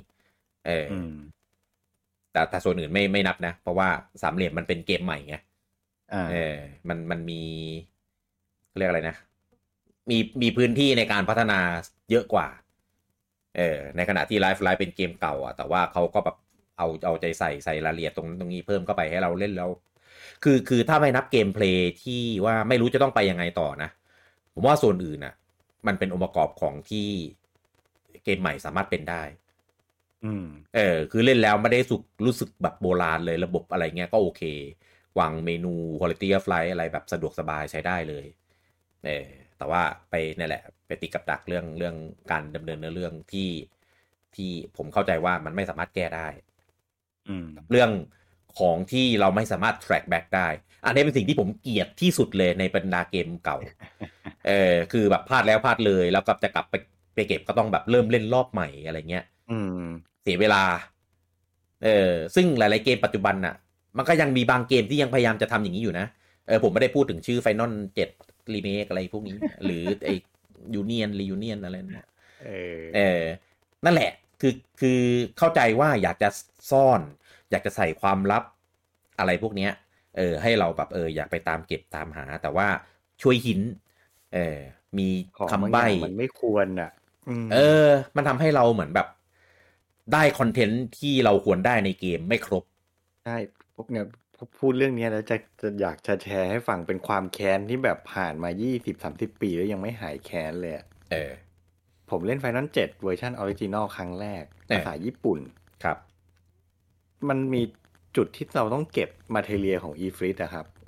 แต่ส่วนอื่นไม่นับนะเพราะว่าสามเหลี่ยมมันเป็นเกมใหม่ไงมันมีเรียกอะไรนะมีพื้นที่ในการพัฒนาเยอะกว่าในขณะที่ Lifeline เป็นเกมเก่าอ่ะแต่ว่าเขาก็แบบเอาใจใส่รายละเอียดตรงนั้นตรงนี้เพิ่มเข้าไปให้เราเล่นแล้วคือถ้าไม่นับเกมเพลย์ที่ว่าไม่รู้จะต้องไปยังไงต่อนะผมว่าส่วนอื่นน่ะมันเป็นองค์ประกอบของที่เกมใหม่สามารถเป็นได้คือเล่นแล้วไม่ได้รู้สึกแบบโบราณเลยระบบอะไรเงี้ยก็โอเควางเมนู quality of life อะไรแบบสะดวกสบายใช้ได้เลยแต่ว่าไปนี่แหละไปติดกับดักเรื่องการดำเนินเนื้อเรื่องที่ผมเข้าใจว่ามันไม่สามารถแก้ได้เรื่องของที่เราไม่สามารถ track back ได้อันนี้เป็นสิ่งที่ผมเกลียดที่สุดเลยในบรรดาเกมเก่าคือแบบพลาดแล้วพลาดเลยแล้วก็จะกลับไปเก็บก็ต้องแบบเริ่มเล่นรอบใหม่อะไรเงี้ยเสียเวลาซึ่งหลายๆเกมปัจจุบันน่ะมันก็ยังมีบางเกมที่ยังพยายามจะทำอย่างนี้อยู่นะผมไม่ได้พูดถึงชื่อ Final 7 Remake อะไรพวกนี้ หรือไอ้ Union Reunion อะไรนั่นนั่นแหละคือเข้าใจว่าอยากจะซ่อนอยากจะใส่ความลับอะไรพวกเนี้ยให้เราแบบอยากไปตามเก็บตามหาแต่ว่าช่วยหินมีคำใบ้มันไม่ควรอ่ะมันทำให้เราเหมือนแบบได้คอนเทนต์ที่เราควรได้ในเกมไม่ครบใช่พวกเนี้ยพูดเรื่องนี้แล้วจะอยากจะแชร์ให้ฟังเป็นความแค้นที่แบบผ่านมา 20-30 ปีแล้วยังไม่หายแค้นเลยผมเล่น Final 7 เวอร์ชันออริจินอลครั้งแรกภาษาญี่ปุ่นครับมันมีจุดที่เราต้องเก็บมาเทเรียของอีฟริตอะครับ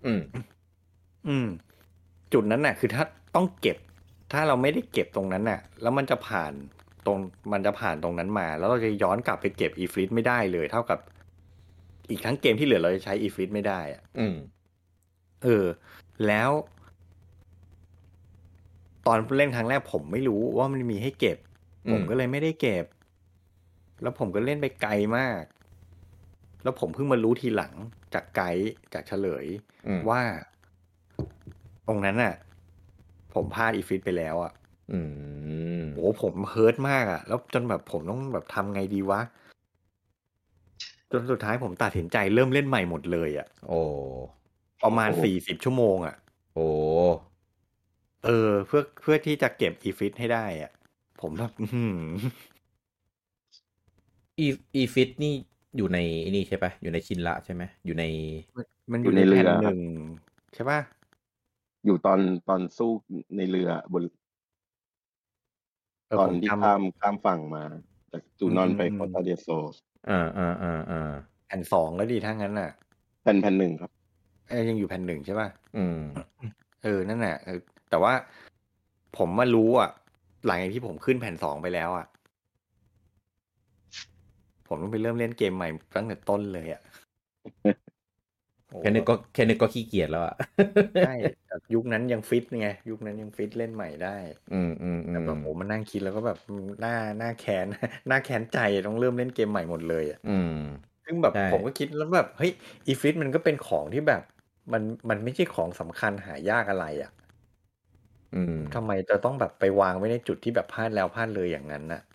จุดนั้นน่ะคือถ้าต้องเก็บถ้าเราไม่ได้เก็บตรงนั้นน่ะแล้วมันจะผ่านตรงนั้นมาแล้วเราจะย้อนกลับไปเก็บอีฟริตไม่ได้เลยเท่ากับอีกทั้งเกมที่เหลือเราจะใช้อีฟริตไม่ได้อ่ะแล้วตอนเล่นครั้งแรกผมไม่รู้ว่ามันมีให้เก็บผมก็เลยไม่ได้เก็บแล้วผมก็เล่นไปไกลมากแล้วผมเพิ่งมารู้ทีหลังจากไกด์จากเฉลยว่าตรงนั้นน่ะผมพลาดอีฟริตไปแล้วอ่ะโอ้ผมเฮิร์ตมากอ่ะแล้วจนแบบผมต้องแบบทำไงดีวะจนสุดท้ายผมตัดสินใจเริ่มเล่นใหม่หมดเลยอ่ะประมาณ40 ชั่วโมงอ่ะเพื่อที่จะเก็บอีฟิตให้ได้อ่ะผมแบบอีฟิตนี่อยู่ในนี่ใช่ปะอยู่ในชินละใช่ไหมอยู่ในมันอยู่ในแผ่นหนึ่งใช่ปะอยู่ตอนสู้ในเรือบนตอนที่ข้ามฝั่งมาจากจูนอนไปโคตาเดโซแผ่น 2แล้วดีทั้งนั้นน่ะแผ่น 1ครับยังอยู่แผ่น 1ใช่ป่ะนั่นแหละแต่ว่าผมมารู้อ่ะหลังจากที่ผมขึ้นแผ่น 2ไปแล้วอ่ะผมต้องไปเริ่มเล่นเกมใหม่ตั้งแต่ต้นเลยอ่ะแค่นึกก็ขี้เกียจแล้วอ่ะใช่ยุคนั้นยังฟิตไงยุคนั้นยังฟิตเล่นใหม่ได้แต่แบบผมมานั่งคิดแล้วก็แบบหน้าแค้นใจต้องเริ่มเล่นเกมใหม่หมดเลยอ่ะซึ่งแบบผมก็คิดแล้วแบบเฮ้ยอีฟิตมันก็เป็นของที่แบบมันไม่ใช่ของสำคัญหายากอะไรอ่ะทำไมจะต้องแบบไปวางไว้ในจุดที่แบบพลาดแล้วพลาดเลยอย่างนั้นน่ะ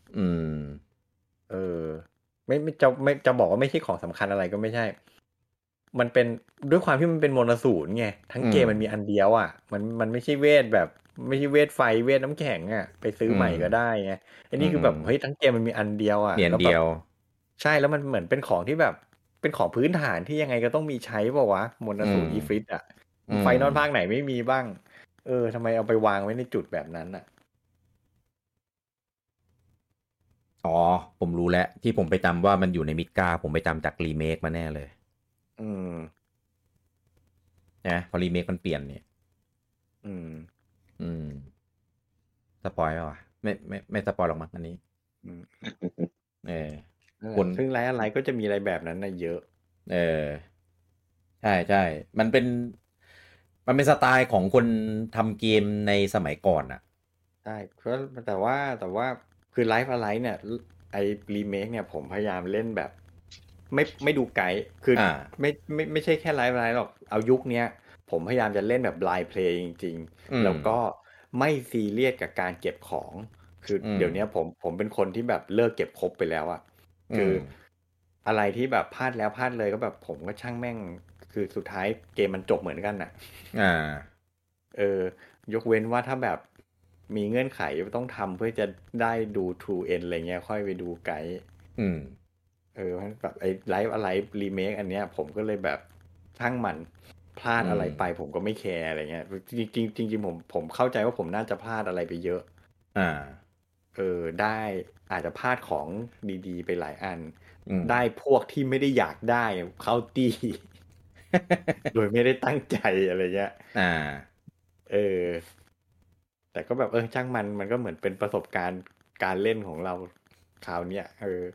ไม่จะบอกว่าไม่ใช่ของสำคัญอะไรก็ไม่ใช่มันเป็นด้วยความที่มันเป็นโมนาศูนย์ไงทั้งเกมมันมีอันเดียวอ่ะมันไม่ใช่เวทแบบไม่ใช่เวทไฟเวทน้ำแข็งอ่ะไปซื้อใหม่ก็ได้ไงอันนี้คือแบบเฮ้ยทั้งเกมมันมีอันเดียวอ่ะแล้วแบบใช่แล้วมันเหมือนเป็นของที่แบบเป็นของพื้นฐานที่ยังไงก็ต้องมีใช้ป่าววะโมนาศูนย์อีฟริตอ่ะไฟนอลภาคไหนไม่มีบ้างทำไมเอาไปวางไว้ในจุดแบบนั้นอ่ะผมรู้แล้วที่ผมไปจำว่ามันอยู่ในมิดกาผมไปจำจากรีเมคมาแน่เลยนะพอรีเมคมันเปลี่ยนเนี่ยสปอยล์ป่ะไม่สปอยล์หรอกมั้งอันนี้คนซึ่งอะไรก็จะมีอะไรแบบนั้นนะเยอะใช่มันเป็นสไตล์ของคนทำเกมในสมัยก่อนอ่ะใช่แต่ว่าคือไลฟ์อะไรเนี่ยไอรีเมคเนี่ยผมพยายามเล่นแบบไม่ดูไกด์คือไม่ใช่แค่ไลฟ์อะไรหรอกเอายุคเนี้ยผมพยายามจะเล่นแบบไลฟ์เพลย์จริงๆแล้วก็ไม่ซีเรียสกับการเก็บของคือเดี๋ยวนี้ผมเป็นคนที่แบบเลิกเก็บครบไปแล้วอะคืออะไรที่แบบพลาดแล้วพลาดเลยก็แบบผมก็ช่างแม่งคือสุดท้ายเกมมันจบเหมือนกันน่ะยกเว้นว่าถ้าแบบมีเงื่อนไขต้องทำเพื่อจะได้ดู True End อะไรเงี้ยค่อยไปดูไกด์แบบไอ้ไลฟ์อะไรรีเมคอันเนี้ยผมก็เลยแบบช่างมันพลาดอะไรไปผมก็ไม่แคร์อะไรเงี้ยจริงผมเข้าใจว่าผมน่าจะพลาดอะไรไปเยอะได้อาจจะพลาดของดีๆไปหลายอันได้พวกที่ไม่ได้อยากได้เข้าตีโดยไม่ได้ตั้งใจอะไรเงี้ยแต่ก็แบบช่างมันก็เหมือนเป็นประสบการณ์การเล่นของเราคราวเนี้ย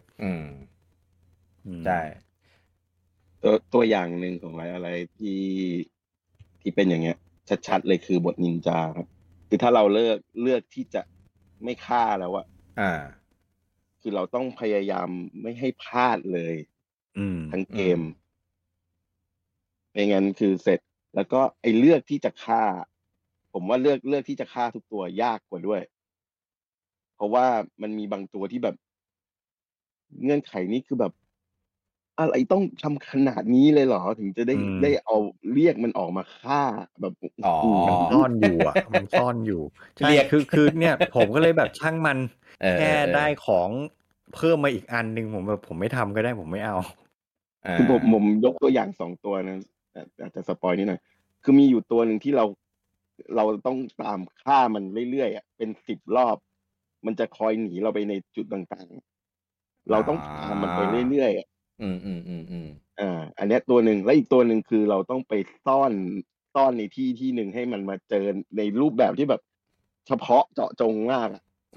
ใช่ตัวอย่างหนึ่งของอะไรที่เป็นอย่างเงี้ยชัดๆเลยคือบทนินจาครับคือถ้าเราเลือกที่จะไม่ฆ่าแล้วอะคือเราต้องพยายามไม่ให้พลาดเลยทั้งเกมไม่งั้นคือเสร็จแล้วก็ไอ้เลือกที่จะฆ่าผมว่าเลือกที่จะฆ่าทุกตัวยากกว่าด้วยเพราะว่ามันมีบางตัวที่แบบเงื่อนไขนี้คือแบบอะไรต้องทำขนาดนี้เลยเหรอถึงจะได้เอาเรียกมันออกมาฆ่าแบบมันซ่อนอยู่อ่ะมันซ่อนอยู่ใช่คือเนี่ยผมก็เลยแบบช่างมันแค่ได้ของเพิ่มมาอีกอันนึงผมไม่ทำก็ได้ผมไม่เอาคือผมยกตัวอย่าง2ตัวนะอาจจะสปอยนิดหน่อยคือมีอยู่ตัวหนึ่งที่เราต้องตามฆ่ามันเรื่อยๆอ่ะเป็น10 รอบมันจะคอยหนีเราไปในจุดต่างๆเราต้องตามมันไปเรื่อยๆอันนี้ตัวหนึ่งและอีกตัวหนึ่งคือเราต้องไปซ่อนในที่หนึ่งให้มันมาเจอในรูปแบบที่แบบเฉพาะเจาะจงมาก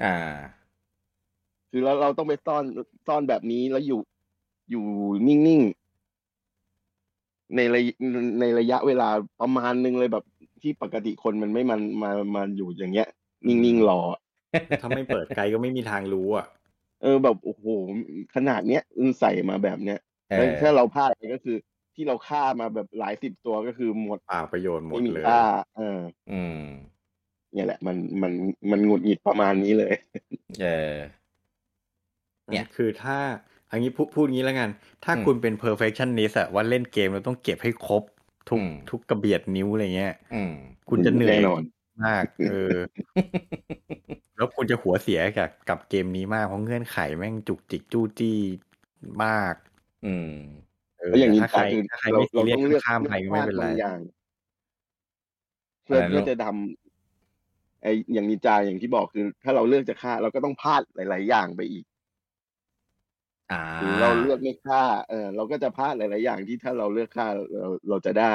คือเราต้องไปซ่อนแบบนี้แล้วอยู่นิ่งๆในระยะเวลาประมาณนึงเลยแบบที่ปกติคนมันไม่มาอยู่อย่างเงี้ยนิ่งๆรอถ้าไม่เปิดไกลก็ไม่มีทางรู้อ่ะแบบโอ้โหขนาดเนี้ยใส่มาแบบเนี้ยถ้าเราพลาดไปก็คือที่เราฆ่ามาแบบหลาย10 ตัวก็คือหมดประโยชน์หมดเลยเนี่ยแหละมันหงุดหงิดประมาณนี้เลยเนี่ยคือถ้าอันนี้พูดงี้แล้วกันถ้าคุณเป็น perfectionist อะว่าเล่นเกมเราต้องเก็บให้ครบทุกกระเบียดนิ้วอะไรเงี้ยคุณจะเหนื่อยมากแล้วคุณจะหัวเสียกับเกมนี้มากเพราะเงื่อนไขแม่งจุกจิกจู้จี้มากอย่างนี้ถ้าใครไม่ซีเรียสข้ามไปก็ไม่เป็นไรเพื่อจะทำอย่างนินจาอย่างที่บอกคือถ้าเราเลือกจะฆ่าเราก็ต้องพลาดหลายๆอย่างไปอีกหรือเราเลือกไม่ฆ่าเราก็จะพลาดหลายๆอย่างที่ถ้าเราเลือกฆ่าเราจะได้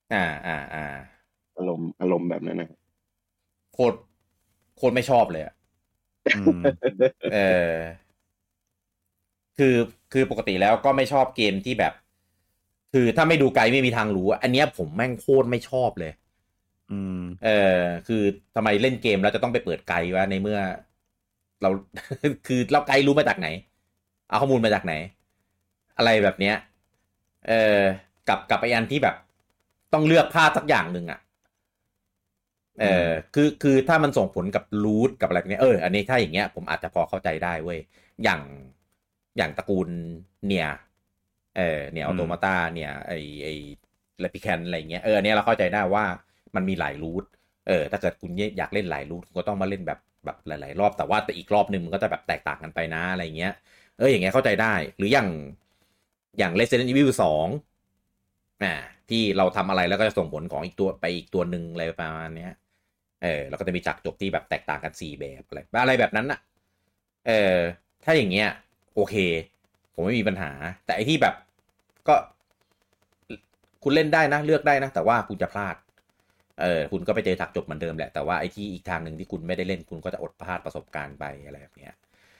อารมณ์แบบนั้นนะโคตรไม่ชอบเลยอ่ะคือปกติแล้วก็ไม่ชอบเกมที่แบบคือถ้าไม่ดูไกลไม่มีทางรู้อันเนี้ยผมแม่งโคตรไม่ชอบเลยคือทำไมเล่นเกมแล้วจะต้องไปเปิดไกลวะในเมื่อเราคือเราไกลรู้มาจากไหนเอาข้อมูลมาจากไหนอะไรแบบเนี้ยกับไอ้อันที่แบบต้องเลือกพลาดสักอย่างหนึ่งอ่ะคือถ้ามันส่งผลกับรูทกับอะไรเนี้ยอันนี้ถ้าอย่างเงี้ยผมอาจจะพอเข้าใจได้เว้ยอย่างตระกูลเนี่ยเนี่ยออโตมาตาเนี่ยไอแลปิแคนอะไรเงี้ยอันนี้เราเข้าใจได้ว่ามันมีหลายรูทถ้าเกิดคุณอยากเล่นหลายรูทคุณก็ต้องมาเล่นแบบหลายๆรอบแต่ว่าแต่อีกรอบนึงมันก็จะแบบแตกต่างกันไปนะอะไรเงี้ยอย่างเงี้ยเข้าใจได้หรืออย่าง Resident Evil 2ที่เราทำอะไรแล้วก็จะส่งผลของอีกตัวไปอีกตัวหนึ่งอะไรประมาณเนี้ยเราก็จะมีฉากจบที่แบบแตกต่างกัน4แบบอะไรแบบนั้นน่ะถ้าอย่างเงี้ยโอเคผมไม่มีปัญหาแต่ไอที่แบบก็คุณเล่นได้นะเลือกได้นะแต่ว่าคุณจะพลาดคุณก็ไปเจอฉากจบเหมือนเดิมแหละแต่ว่าไอที่อีกทางหนึ่งที่คุณไม่ได้เล่นคุณก็จะอดพลาดประสบการณ์ไปอะไรแบบเนี้ย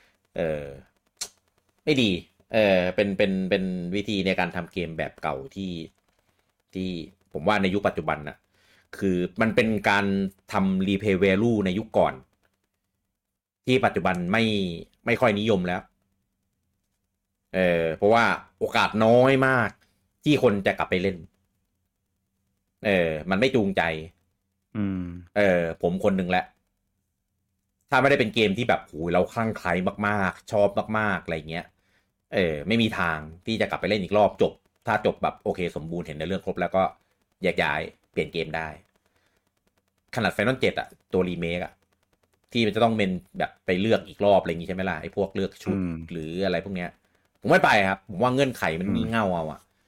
ไม่ดีเป็นวิธีในการทำเกมแบบเก่าที่ผมว่าในยุคปัจจุบันน่ะคือมันเป็นการทำ replay value ในยุคก่อนที่ปัจจุบันไม่ค่อยนิยมแล้วเพราะว่าโอกาสน้อยมากที่คนจะกลับไปเล่นมันไม่จูงใจผมคนหนึ่งแหละถ้าไม่ได้เป็นเกมที่แบบโหเราคลั่งไคล้มากๆชอบมากๆอะไรเงี้ยไม่มีทางที่จะกลับไปเล่นอีกรอบจบถ้าจบแบบโอเคสมบูรณ์เห็นในเรื่องครบแล้วก็แยกย้ายเปลี่ยนเกมได้ขนาด Final 7 ตัวรีเมคที่มันจะต้องเป็นแบบไปเลือกอีกรอบอะไรอย่างงี้ใช่ไหมล่ะไอ้พวกเลือกชุดหรืออะไรพวกเนี้ยผมไม่ไปครับผมว่าเงื่อนไขมันงี่เง่าเอา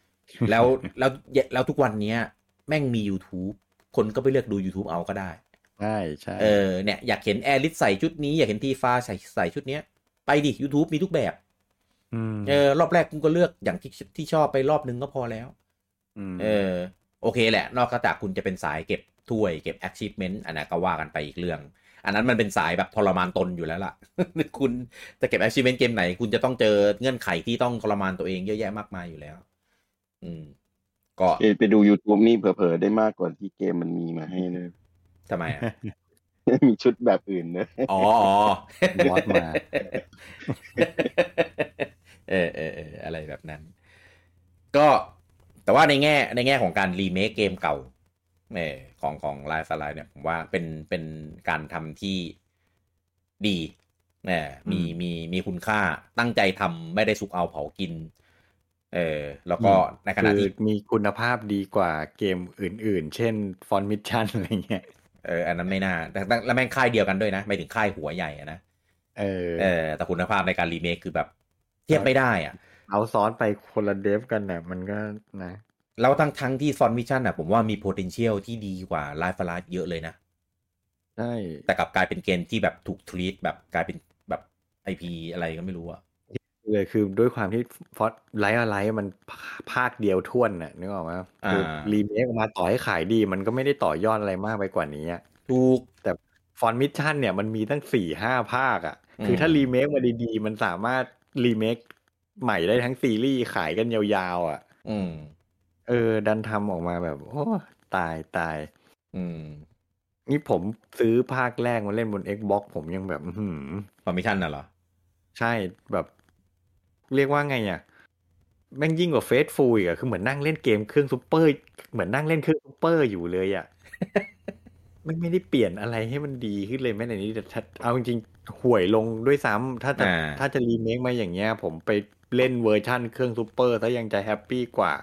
แล้วทุกวันนี้แม่งมี YouTube คนก็ไปเลือกดู YouTube เอาก็ได้ใช่ใช่เนี่ยอยากเห็นแอริสใส่ชุดนี้อยากเห็นทีฟ้าใส่ชุดเนี้ยไปดิ YouTube มีทุกแบบรอบแรกคุณก็เลือกอย่างที่ชอบไปรอบนึงก็พอแล้วโอเคแหละนอกจากคุณจะเป็นสายเก็บถ้วยเก็บ achievement อันนั้นก็ว่ากันไปอีกเรื่องอันนั้นมันเป็นสายแบบทรมานตนอยู่แล้วล่ะ คุณจะเก็บ achievement เกมไหนคุณจะต้องเจอเงื่อนไขที่ต้องทรมานตัวเองเยอะแยะมากมายอยู่แล้วก็ไปดู YouTube นี่เผลอๆได้มากกว่าที่เกมมันมีมาให้เลยทำไมมีชุดแบบอื่นนะอ๋อมอดมาอะไรแบบนั้นก็แต่ว่าในแง่ของการรีเมคเกมเก่าของไลฟ์สไลด์เนี่ยผมว่าเป็นการทำที่ดีมีคุณค่าตั้งใจทำไม่ได้สุกเอาเผากินแล้วก็ในขณะที่มีคุณภาพดีกว่าเกมอื่นๆเช่นฟอนต์มิชชั่นอะไรเงี้ยอันนั้นไม่น่าแล้วแม่งค่ายเดียวกันด้วยนะไม่ถึงค่ายหัวใหญ่นะแต่คุณภาพในการรีเมคคือแบบเทียบไม่ได้อ่ะเอาซอสไปคนละเดฟกันเนี่ยมันก็นะแล้วทั้งที่ฟอนต์มิชชั่นอ่ะผมว่ามี potential ที่ดีกว่าไลฟ์ไลฟ์เยอะเลยนะใช่แต่กลับกลายเป็นเกมที่แบบถูกทรีตแบบกลายเป็นแบบ IP อะไรก็ไม่รู้อ่ะเลยคือด้วยความที่ฟอสไลท์อะไรมันภาคเดียวท่วนน่ะนึกออกไหมคือรีเมคมาต่อให้ขายดีมันก็ไม่ได้ต่อยอดอะไรมากไปกว่านี้ถูกแต่ฟอนต์มิชชั่นเนี่ยมันมีตั้ง 4-5 ภาคคือถ้ารีเมคมาดีๆมันสามารถรีเมคใหม่ได้ทั้งซีรีส์ขายกันยาวๆดันทำออกมาแบบโอ้ตายนี่ผมซื้อภาคแรกมาเล่นบน Xbox ผมยังแบบฟอร์มิชันน่ะเหรอใช่แบบเรียกว่าไงแม่งยิ่งกว่าเฟซฟูลอีกคือเหมือนนั่งเล่นเกมเครื่องซุปเปอร์เหมือนนั่งเล่นเครื่องซุปเปอร์อยู่เลยไม่ได้เปลี่ยนอะไรให้มันดีขึ้นเลยแม้แต่นี้แต่เอาจริงๆห่วยลงด้วยซ้ำถ้าจะรีเมคมาอย่างเงี้ยผมไปเล่นเวอร์ชั่นเครื่องซุปเปอร์ถ้ายังจะแฮปปี้กว่า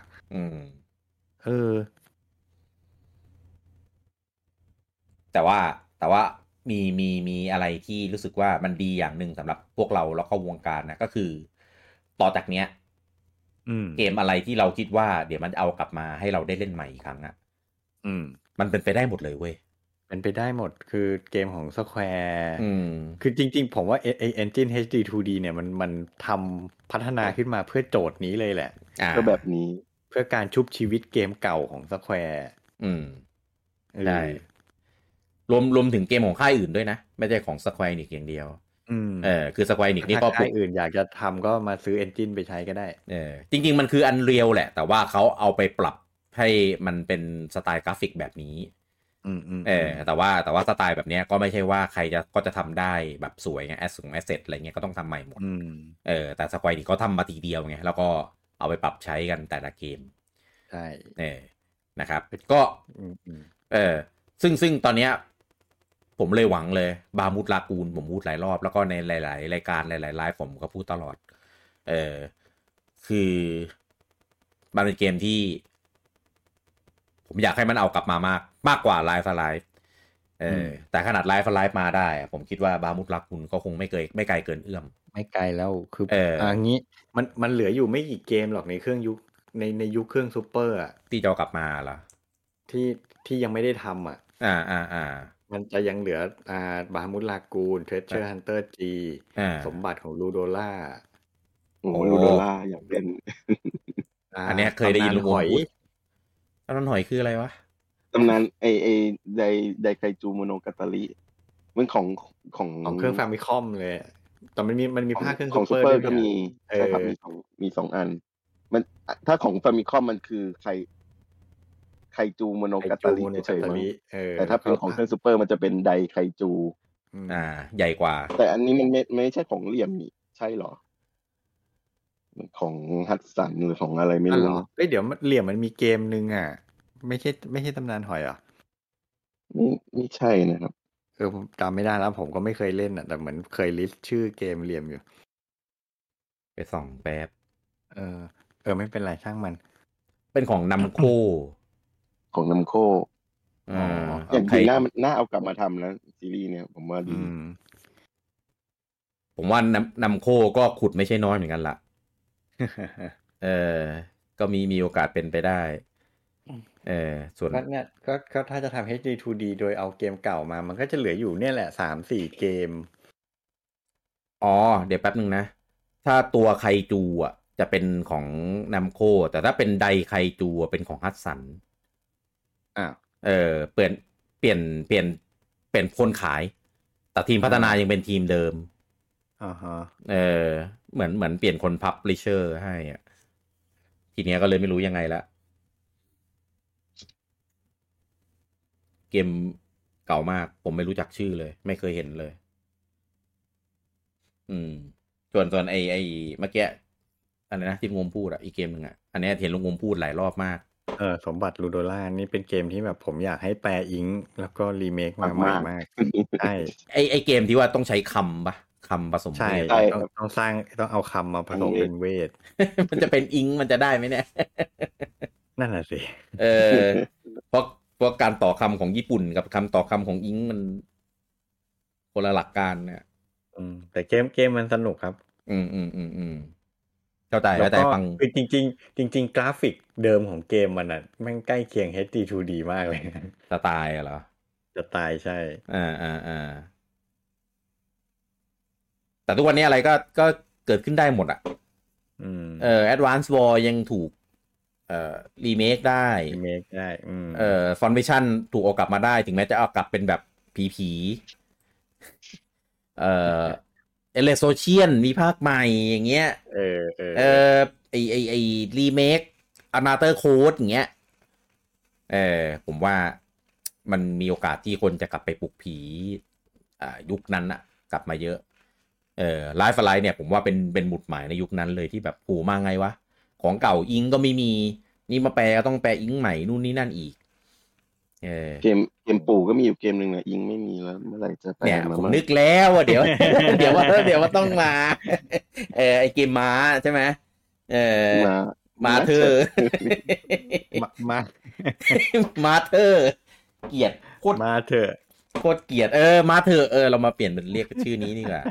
แต่ว่ามีอะไรที่รู้สึกว่ามันดีอย่างหนึ่งสำหรับพวกเราแล้วก็วงการนะก็คือต่อจากเนี้ยเกมอะไรที่เราคิดว่าเดี๋ยวมันจะเอากลับมาให้เราได้เล่นใหม่อีกครั้งมันเป็นไปได้หมดเลยเว้ยเป็นไปได้หมดคือเกมของ Square คือจริงๆผมว่าไอ้ Engine HD 2D เนี่ยมันทำพัฒนาขึ้นมาเพื่อโจทย์นี้เลยแหละก็แบบนี้เพื่อการชุบชีวิตเกมเก่าของ Square ได้รวมถึงเกมของค่ายอื่นด้วยนะไม่ใช่ของ Square Enix อย่างเดียวคือ Square Enix นี่ก็ค่ายอื่นอยากจะทำก็มาซื้อ Engine ไปใช้ก็ได้จริงๆมันคือ Unreal แหละแต่ว่าเขาเอาไปปรับให้มันเป็นสไตล์กราฟิกแบบนี้แต่ว่าสไตล์แบบนี้ก็ไม่ใช่ว่าใครก็จะทำได้แบบสวยไงแอสเซทอะไรเงี้ยก็ต้องทำใหม่หมดแต่สควอร์นี่เขาทำมาทีเดียวไงแล้วก็เอาไปปรับใช้กันแต่ละเกมใช่นะครับก็ซึ่งตอนเนี้ยผมเลยหวังเลยบามุดลากูนผมพูดหลายรอบแล้วก็ในหลายๆรายการหลายๆไลฟ์ผมก็พูดตลอดคือมันเป็นเกมที่ผมอยากให้มันเอากลับมามากกว่าไลฟ์ไลฟ์แต่ขนาดไลฟ์ไลฟ์มาได้ผมคิดว่าบามุดลากูนก็คงไม่ไกลเกินเอื้อมไม่ไกลแล้วคืออย่างนี้มันเหลืออยู่ไม่กี่เกมหรอกในเครื่องยุคในยุคเครื่องซูเปอร์ที่จะกลับมาเหรอที่ยังไม่ได้ทำมันจะยังเหลือบามุดลากูนเทรเชอร์ฮันเตอร์จีสมบัติของลูโดล่าลูโดล่าอยากเล่นอันนี้เคยได้ยินลุงหอยตำนานหอยคืออะไรวะตำนานไอไดไคจูโมโนกาตาริมันของเครื่องแฟมิคอมเลยแต่มันมีภาคเครื่องของซูเปอร์ก็มีใช่ครับมี2อันมันถ้าของแฟมิคอมมันคือไคจูโมโนกาตาริเฉยๆแต่ถ้าเป็นของเครื่องซูเปอร์มันจะเป็นไดไคจูใหญ่กว่าแต่อันนี้มันไม่ใช่ของเหลี่ยมนี่ใช่หรอของฮัตสันหรือของอะไรไม่รู้เดี๋ยวเหลี่ยมมันมีเกมนึงไม่ใช่ตำนานหอยเหรอไม่ใช่นะครับผมจำไม่ได้แล้วผมก็ไม่เคยเล่นแต่เหมือนเคยลิสต์ชื่อเกมเหลี่ยมอยู่ไปส่องแป๊บไม่เป็นไรช่างมันเป็นของนัมโคของนัมโคอย่างดีน่าเอากลับมาทำนะซีรีส์เนี่ยผมว่าดีผมว่านัมโคก็ขุดไม่ใช่น้อยเหมือนกันละก็มีโอกาสเป็นไปได้ส่วนเนี่ยก็ถ้าจะทำ HD 2D โดยเอาเกมเก่ามามันก็จะเหลืออยู่เนี่ยแหละ 3-4 เกมเดี๋ยวแป๊บนึงนะถ้าตัวไคจูจะเป็นของนัมโคแต่ถ้าเป็นไดไคจูเป็นของฮัตสันเปลี่ยนคนขายแต่ทีมพัฒนายังเป็นทีมเดิมเหมือนเปลี่ยนคนพับลิเชอร์ให้ทีเนี้ยก็เลยไม่รู้ยังไงละเกมเก่ามากผมไม่รู้จักชื่อเลยไม่เคยเห็นเลยส่วนไอเมื่อกี้อะไรนะที่ลุงงมพูดอ่ะอีกเกมนึงอ่ะอันนี้เห็นลุงงมพูดหลายรอบมากสมบัติลูโดล่านี่เป็นเกมที่แบบผมอยากให้แปลอิงแล้วก็รีเมคมาใหม่มากใช่ไอเกมที่ว่าต้องใช้คำปะคำผสมใช่ต้องสร้างต้องเอาคำมาผสมเป็นเวทมันจะเป็นอิงมันจะได้ไหมเนี่ยนั่นแหละสิเพราะการต่อคำของญี่ปุ่นกับคำต่อคำของอิงมันคนละหลักการเนี่ยแต่เกมมันสนุกครับเข้าใจฟังคือจริงกราฟิกเดิมของเกมมันอ่ะแม่งใกล้เคียง HD 2D มากเลยสไตล์เหรอสไตล์ใช่แต่ทุกวันนี้อะไรก็เกิดขึ้นได้หมดอ่ะAdvance War ยังถูกรีเมคได้Foundation ถูกเอากลับมาได้ถึงแม้จะเอากลับเป็นแบบผีElexochian มีภาคใหม่อย่างเงี้ยไอรีเมค Another Code อย่างเงี้ยผมว่ามันมีโอกาสที่คนจะกลับไปปลุกผียุคนั้นอะกลับมาเยอะLife Alive เนี่ยผมว่าเป็นหมุดหมายในยุคนั้นเลยที่แบบโหมาไงวะของเก่าอิงก็ไม่มีนี่มาแปลต้องแปลอิงใหม่นู่นนี่นั่นอีกเกมปู่ก็มีอยู่เกมนึงนะอิงไม่มีแล้วเมื่อไหร่จะแปลมาผมนึกแล้วว่าเดี๋ยวว่าต้องมาไอเกมม้าใช่ไหมมาเธอมาเธอเกลียดโคตรมาเธอโคตรเกลียดมาเธอเรามาเปลี่ยนเป็นเรียกชื่อนี้ดีกว่า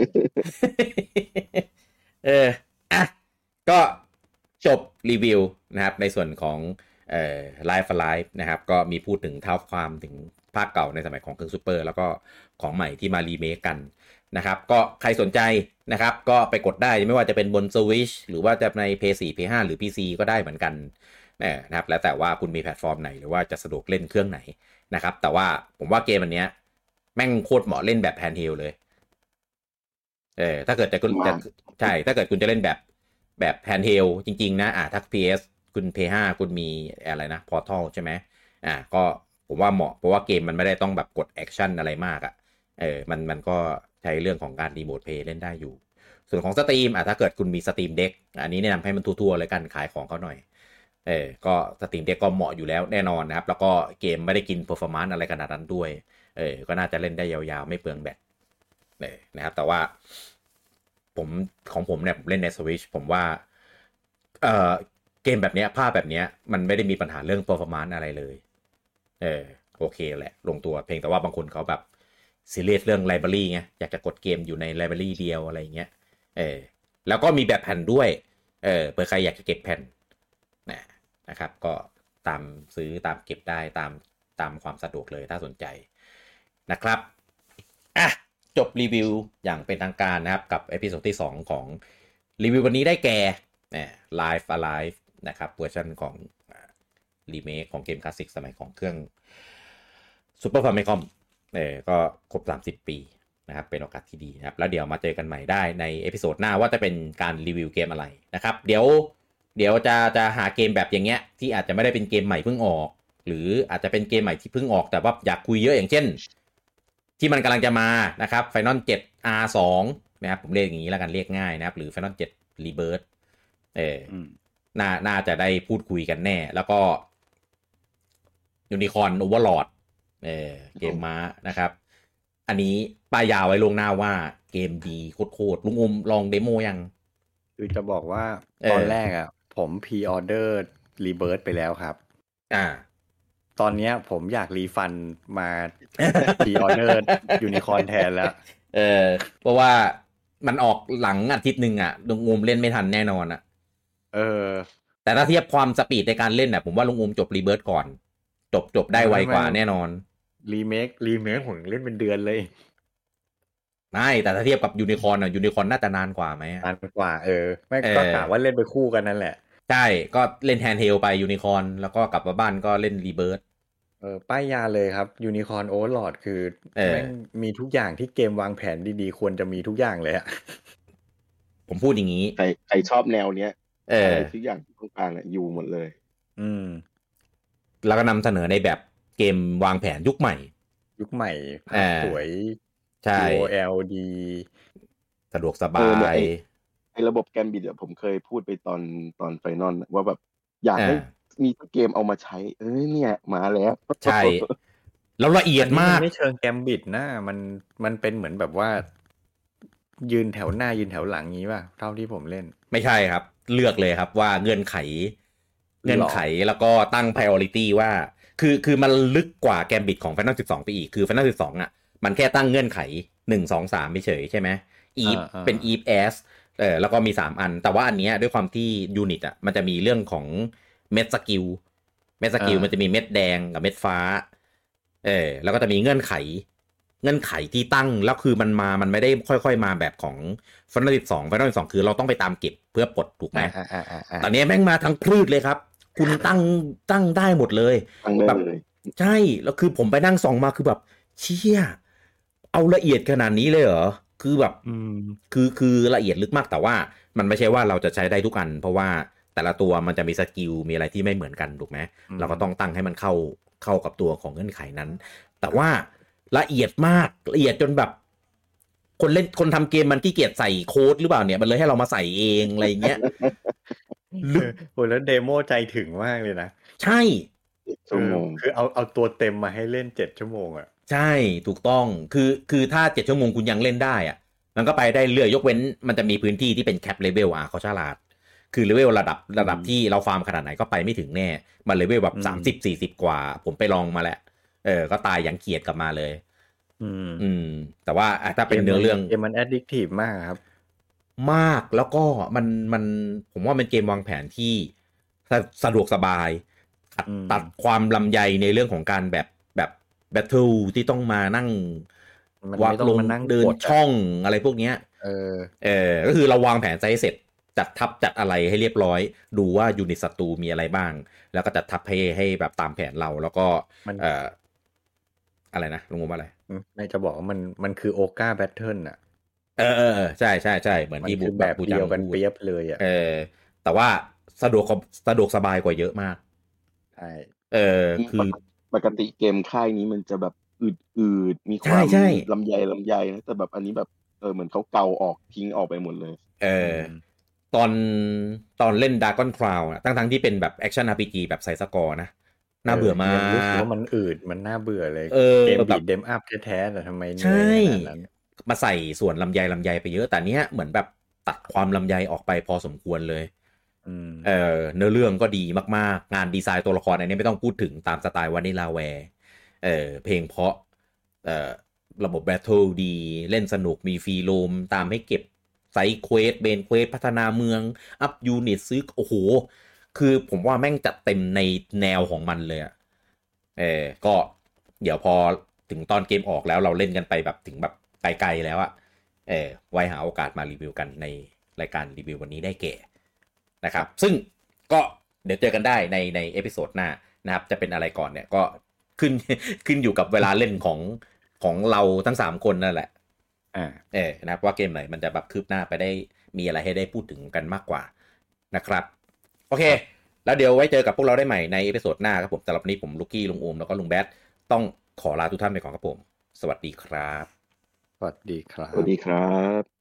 อ่ะก็จบรีวิวนะครับในส่วนของLife Alive นะครับก็มีพูดถึงเท้าความถึงภาคเก่าในสมัยของเครื่องซูเปอร์แล้วก็ของใหม่ที่มารีเมคกันนะครับก็ใครสนใจนะครับก็ไปกดได้ไม่ว่าจะเป็นบน Switch หรือว่าจะใน PS4 PS5 หรือ PC ก็ได้เหมือนกันนะครับแล้วแต่ว่าคุณมีแพลตฟอร์มไหนหรือว่าจะสะดวกเล่นเครื่องไหนนะครับแต่ว่าผมว่าเกมอันเนี้ยแม่งโคตรเหมาะเล่นแบบแฮนด์เฮลเลยถ้าเกิดคุณจะใช่ถ้าเกิดคุณจะเล่นแบบแฮนด์เฮลจริงๆนะถ้า PS คุณ PS5 คุณมีอะไรนะ Portal ใช่ไหมก็ผมว่าเหมาะเพราะว่าเกมมันไม่ได้ต้องแบบกดแอคชั่นอะไรมากมันก็ใช้เรื่องของการรีโมทเพลย์เล่นได้อยู่ส่วนของสตรีมถ้าเกิดคุณมีสตรีมเด็กอันนี้แนะนำให้มันทั่วๆเลยกันขายของเขาหน่อยก็สตรีมเด็กก็เหมาะอยู่แล้วแน่นอนนะครับแล้วก็เกมไม่ได้กินเพอร์ฟอร์มานซ์อะไรขนาดนั้นด้วยก็น่าจะเล่นได้ยาวๆไม่เปลืองแบตนะครับแต่ว่าของผมเนี่ยผมเล่นใน Switch ผมว่าเกมแบบนี้ภาพแบบนี้มันไม่ได้มีปัญหาเรื่อง performance อะไรเลยโอเคแหละลงตัวเพียงแต่ว่าบางคนเขาแบบซีเรียสเรื่อง library ไงอยากจะกดเกมอยู่ใน library เดียวอะไรเงี้ยแล้วก็มีแบบแผ่นด้วยเผื่อใครอยากจะเก็บแผ่นนะครับก็ตามซื้อตามเก็บได้ตามความสะดวกเลยถ้าสนใจนะครับจบรีวิวอย่างเป็นทางการนะครับกับเอพิโซดที่2ของรีวิววันนี้ได้แก่Life Alive นะครับเวอร์ชันของรีเมคของเกมคลาสสิกสมัยของเครื่อง Super Famicom ก็ครบ30ปีนะครับเป็นโอกาสที่ดีนะครับแล้วเดี๋ยวมาเจอกันใหม่ได้ในเอพิโซดหน้าว่าจะเป็นการรีวิวเกมอะไรนะครับเดี๋ยวจะหาเกมแบบอย่างเงี้ยที่อาจจะไม่ได้เป็นเกมใหม่เพิ่งออกหรืออาจจะเป็นเกมใหม่ที่เพิ่งออกแต่ว่าอยากคุยเยอะอย่างเช่นที่มันกำลังจะมานะครับ Final 7 R2 นะครับผมเรียกอย่างนี้แล้วกันเรียกง่ายนะครับหรือ Final 7 Rebirthน่าจะได้พูดคุยกันแน่แล้วก็ยูนิคอร์นโอเวอร์ลอร์ดเกมม้านะครับอันนี้ป้ายยาวไว้ลงหน้าว่าเกมดีโคตรลุงอมลองเดโมยังคือจะบอกว่าตอนแรกผมพรีออเดอร์รีเบิร์ธไปแล้วครับตอนนี้ผมอยากรีฟันมาพรีออเดอร์ยูนิคอร์นแทนแล้วเพราะว่ามันออกหลังอาทิตย์นึงลุงอมเล่นไม่ทันแน่นอนแต่ถ้าเทียบความสปีดในการเล่นผมว่าลุงอมจบรีเบิร์ธก่อนจบได้ไวกว่าแน่นอนรีเมคผมเล่นเป็นเดือนเลยไม่แต่ถ้าเทียบกับยูนิคอร์นยูนิคอร์นน่าจะนานกว่าไหมนานกว่าไม่ก็ถามว่าเล่นไปคู่กันนั่นแหละใช่ก็เล่นแฮนด์เฮลไปยูนิคอร์นแล้วก็กลับมาบ้านก็เล่นรีเบิร์ธป้ายยาเลยครับยูนิคอร์นโอเวอร์ลอร์ดคือแม่งมีทุกอย่างที่เกมวางแผนดีๆควรจะมีทุกอย่างเลยผมพูดอย่างนี้ใครชอบแนวเนี้ยทุกอย่างต้องการอยู่หมดเลยแล้วก็นำเสนอในแบบเกมวางแผนยุคใหม่ยุคใหม่ภาพสวยใช่ QOLD สะดวกสบายไอ้ระบบแกมบิดผมเคยพูดไปตอนไฟนอลว่าแบบอยากให้มีเกมเอามาใช้เนี่ยมาแล้วใช่แล้วละเอียดมากไม่เชิงแกมบิดนะมันเป็นเหมือนแบบว่ายืนแถวหน้ายืนแถวหลังงี้ป่ะเท่าที่ผมเล่นไม่ใช่ครับเลือกเลยครับว่าเงื่อนไขแล้วก็ตั้ง priority ว่าคือมันลึกกว่าแกมบิดของ Final 12ไปอีกคือ Final 12อ่ะมันแค่ตั้งเงื่อนไข1 2 3ไม่เฉยใช่ไหม if เป็น if as แล้วก็มี3อันแต่ว่าอันเนี้ยด้วยความที่ยูนิตอ่ะมันจะมีเรื่องของเม็ดสกิลมันจะมีเม็ดแดงกับเม็ดฟ้าแล้วก็จะมีเงื่อนไขที่ตั้งแล้วคือมันไม่ได้ค่อยๆมาแบบของ Final 12คือเราต้องไปตามเก็บเพื่อปลดถูกไหมตอนนี้แม่งมาทั้งพืชเลยครับคุณตั้งได้หมดเลยแบบใช่แล้วคือผมไปนั่งส่องมาคือแบบเชี่ยเอาละเอียดขนาดนี้เลยเหรอคือแบบคือละเอียดลึกมากแต่ว่ามันไม่ใช่ว่าเราจะใช้ได้ทุกอันเพราะว่าแต่ละตัวมันจะมีสกิลมีอะไรที่ไม่เหมือนกันถูกไหมเราก็ต้องตั้งให้มันเข้ากับตัวของเงื่อนไขนั้นแต่ว่าละเอียดมากละเอียดจนแบบคนทำเกมมันขี้เกียจใส่โค้ดหรือเปล่าเนี่ยมันเลยให้เรามาใส่เองอะไรเงี้ยโอ้แล้วเดโมใจถึงมากเลยนะใช่คือเอาตัวเต็มมาให้เล่น7 ชั่วโมงอ่ะใช่ถูกต้องคือถ้า7 ชั่วโมงคุณยังเล่นได้อ่ะมันก็ไปได้เรื่อยยกเว้นมันจะมีพื้นที่ที่เป็นแคปเลเวลเขาฉลาดคือเลเวลระดับที่เราฟาร์มขนาดไหนก็ไปไม่ถึงแน่มันเลเวลแบบ30-40กว่าผมไปลองมาแล้วก็ตายอย่างเกียดกลับมาเลยแต่ว่าถ้าเป็นเนื้อเรื่องเกมมันแอดดิกทีฟมากครับมากแล้วก็มันผมว่าเป็นเกมวางแผนที่สะดวกสบายตัดความลำใยในเรื่องของการแบบแบทเทิลที่ต้องมานั่งวางลงเดินช่องอะไรพวกเนี้ยก็คือเราวางแผนให้เสร็จจัดทัพจัดอะไรให้เรียบร้อยดูว่ายูนิตศัตรูมีอะไรบ้างแล้วก็จัดทัพให้แบบตามแผนเราแล้วก็อะไรนะลุงงงอะไรไม่จะบอกว่ามันคือโอกาแบทเทิลน่ะใช่เหมือนที่บุแบบเดียวกันเปียบเลยอ่ะแต่ว่าสะดวกสบายกว่าเยอะมากใช่คือปกติเกมค่ายนี้มันจะแบบอืดมีความลำไยนะแต่แบบอันนี้แบบเหมือนเขาเกาออกทิ้งออกไปหมดเลยตอนเล่น Dragon Crown อ่ะทั้งที่เป็นแบบแอคชั่น RPG แบบใส่สกอร์นะน่าเบื่อมากรู้สึกว่ามันอืดมันน่าเบื่อเลยเกมบีทเดมอัพแท้ๆแต่ทำไมเหนื่อยขนาดนั้นมาใส่ส่วนลำไยไปเยอะแต่เนี้ยเหมือนแบบตัดความลำไยออกไปพอสมควรเลยเนื้อเรื่องก็ดีมากๆงานดีไซน์ตัวละครอันนี้ไม่ต้องพูดถึงตามสไตล์วานิลาแวร์เพลงเพราะระบบแบทเทิลดีเล่นสนุกมีฟรีโรมตามให้เก็บไซด์เควสเบนเควสพัฒนาเมืองอัพยูนิตซื้อโอ้โหคือผมว่าแม่งจัดเต็มในแนวของมันเลยอ่ะก็เดี๋ยวพอถึงตอนเกมออกแล้วเราเล่นกันไปแบบถึงแบบไกลๆแล้วอะไว้หาโอกาสมารีวิวกันในรายการรีวิววันนี้ได้แก่นะครับซึ่งก็เดี๋ยวเจอกันได้ในเอพิโซดหน้านะครับจะเป็นอะไรก่อนเนี่ยก็ขึ้นอยู่กับเวลาเล่นของเราทั้ง3คนนั่นแหละนะครับว่าเกมไหนมันจะแบบคืบหน้าไปได้มีอะไรให้ได้พูดถึงกันมากกว่านะครับโอเคแล้วเดี๋ยวไว้เจอกับพวกเราได้ใหม่ในเอพิโซดหน้าครับผมสำหรับนี้ผมลูกกี้ลุงโอมแล้วก็ลุงแบทต้องขอลาทุกท่านไปก่อนครับผมสวัสดีครับสวัสดีครับสวัสดีครับ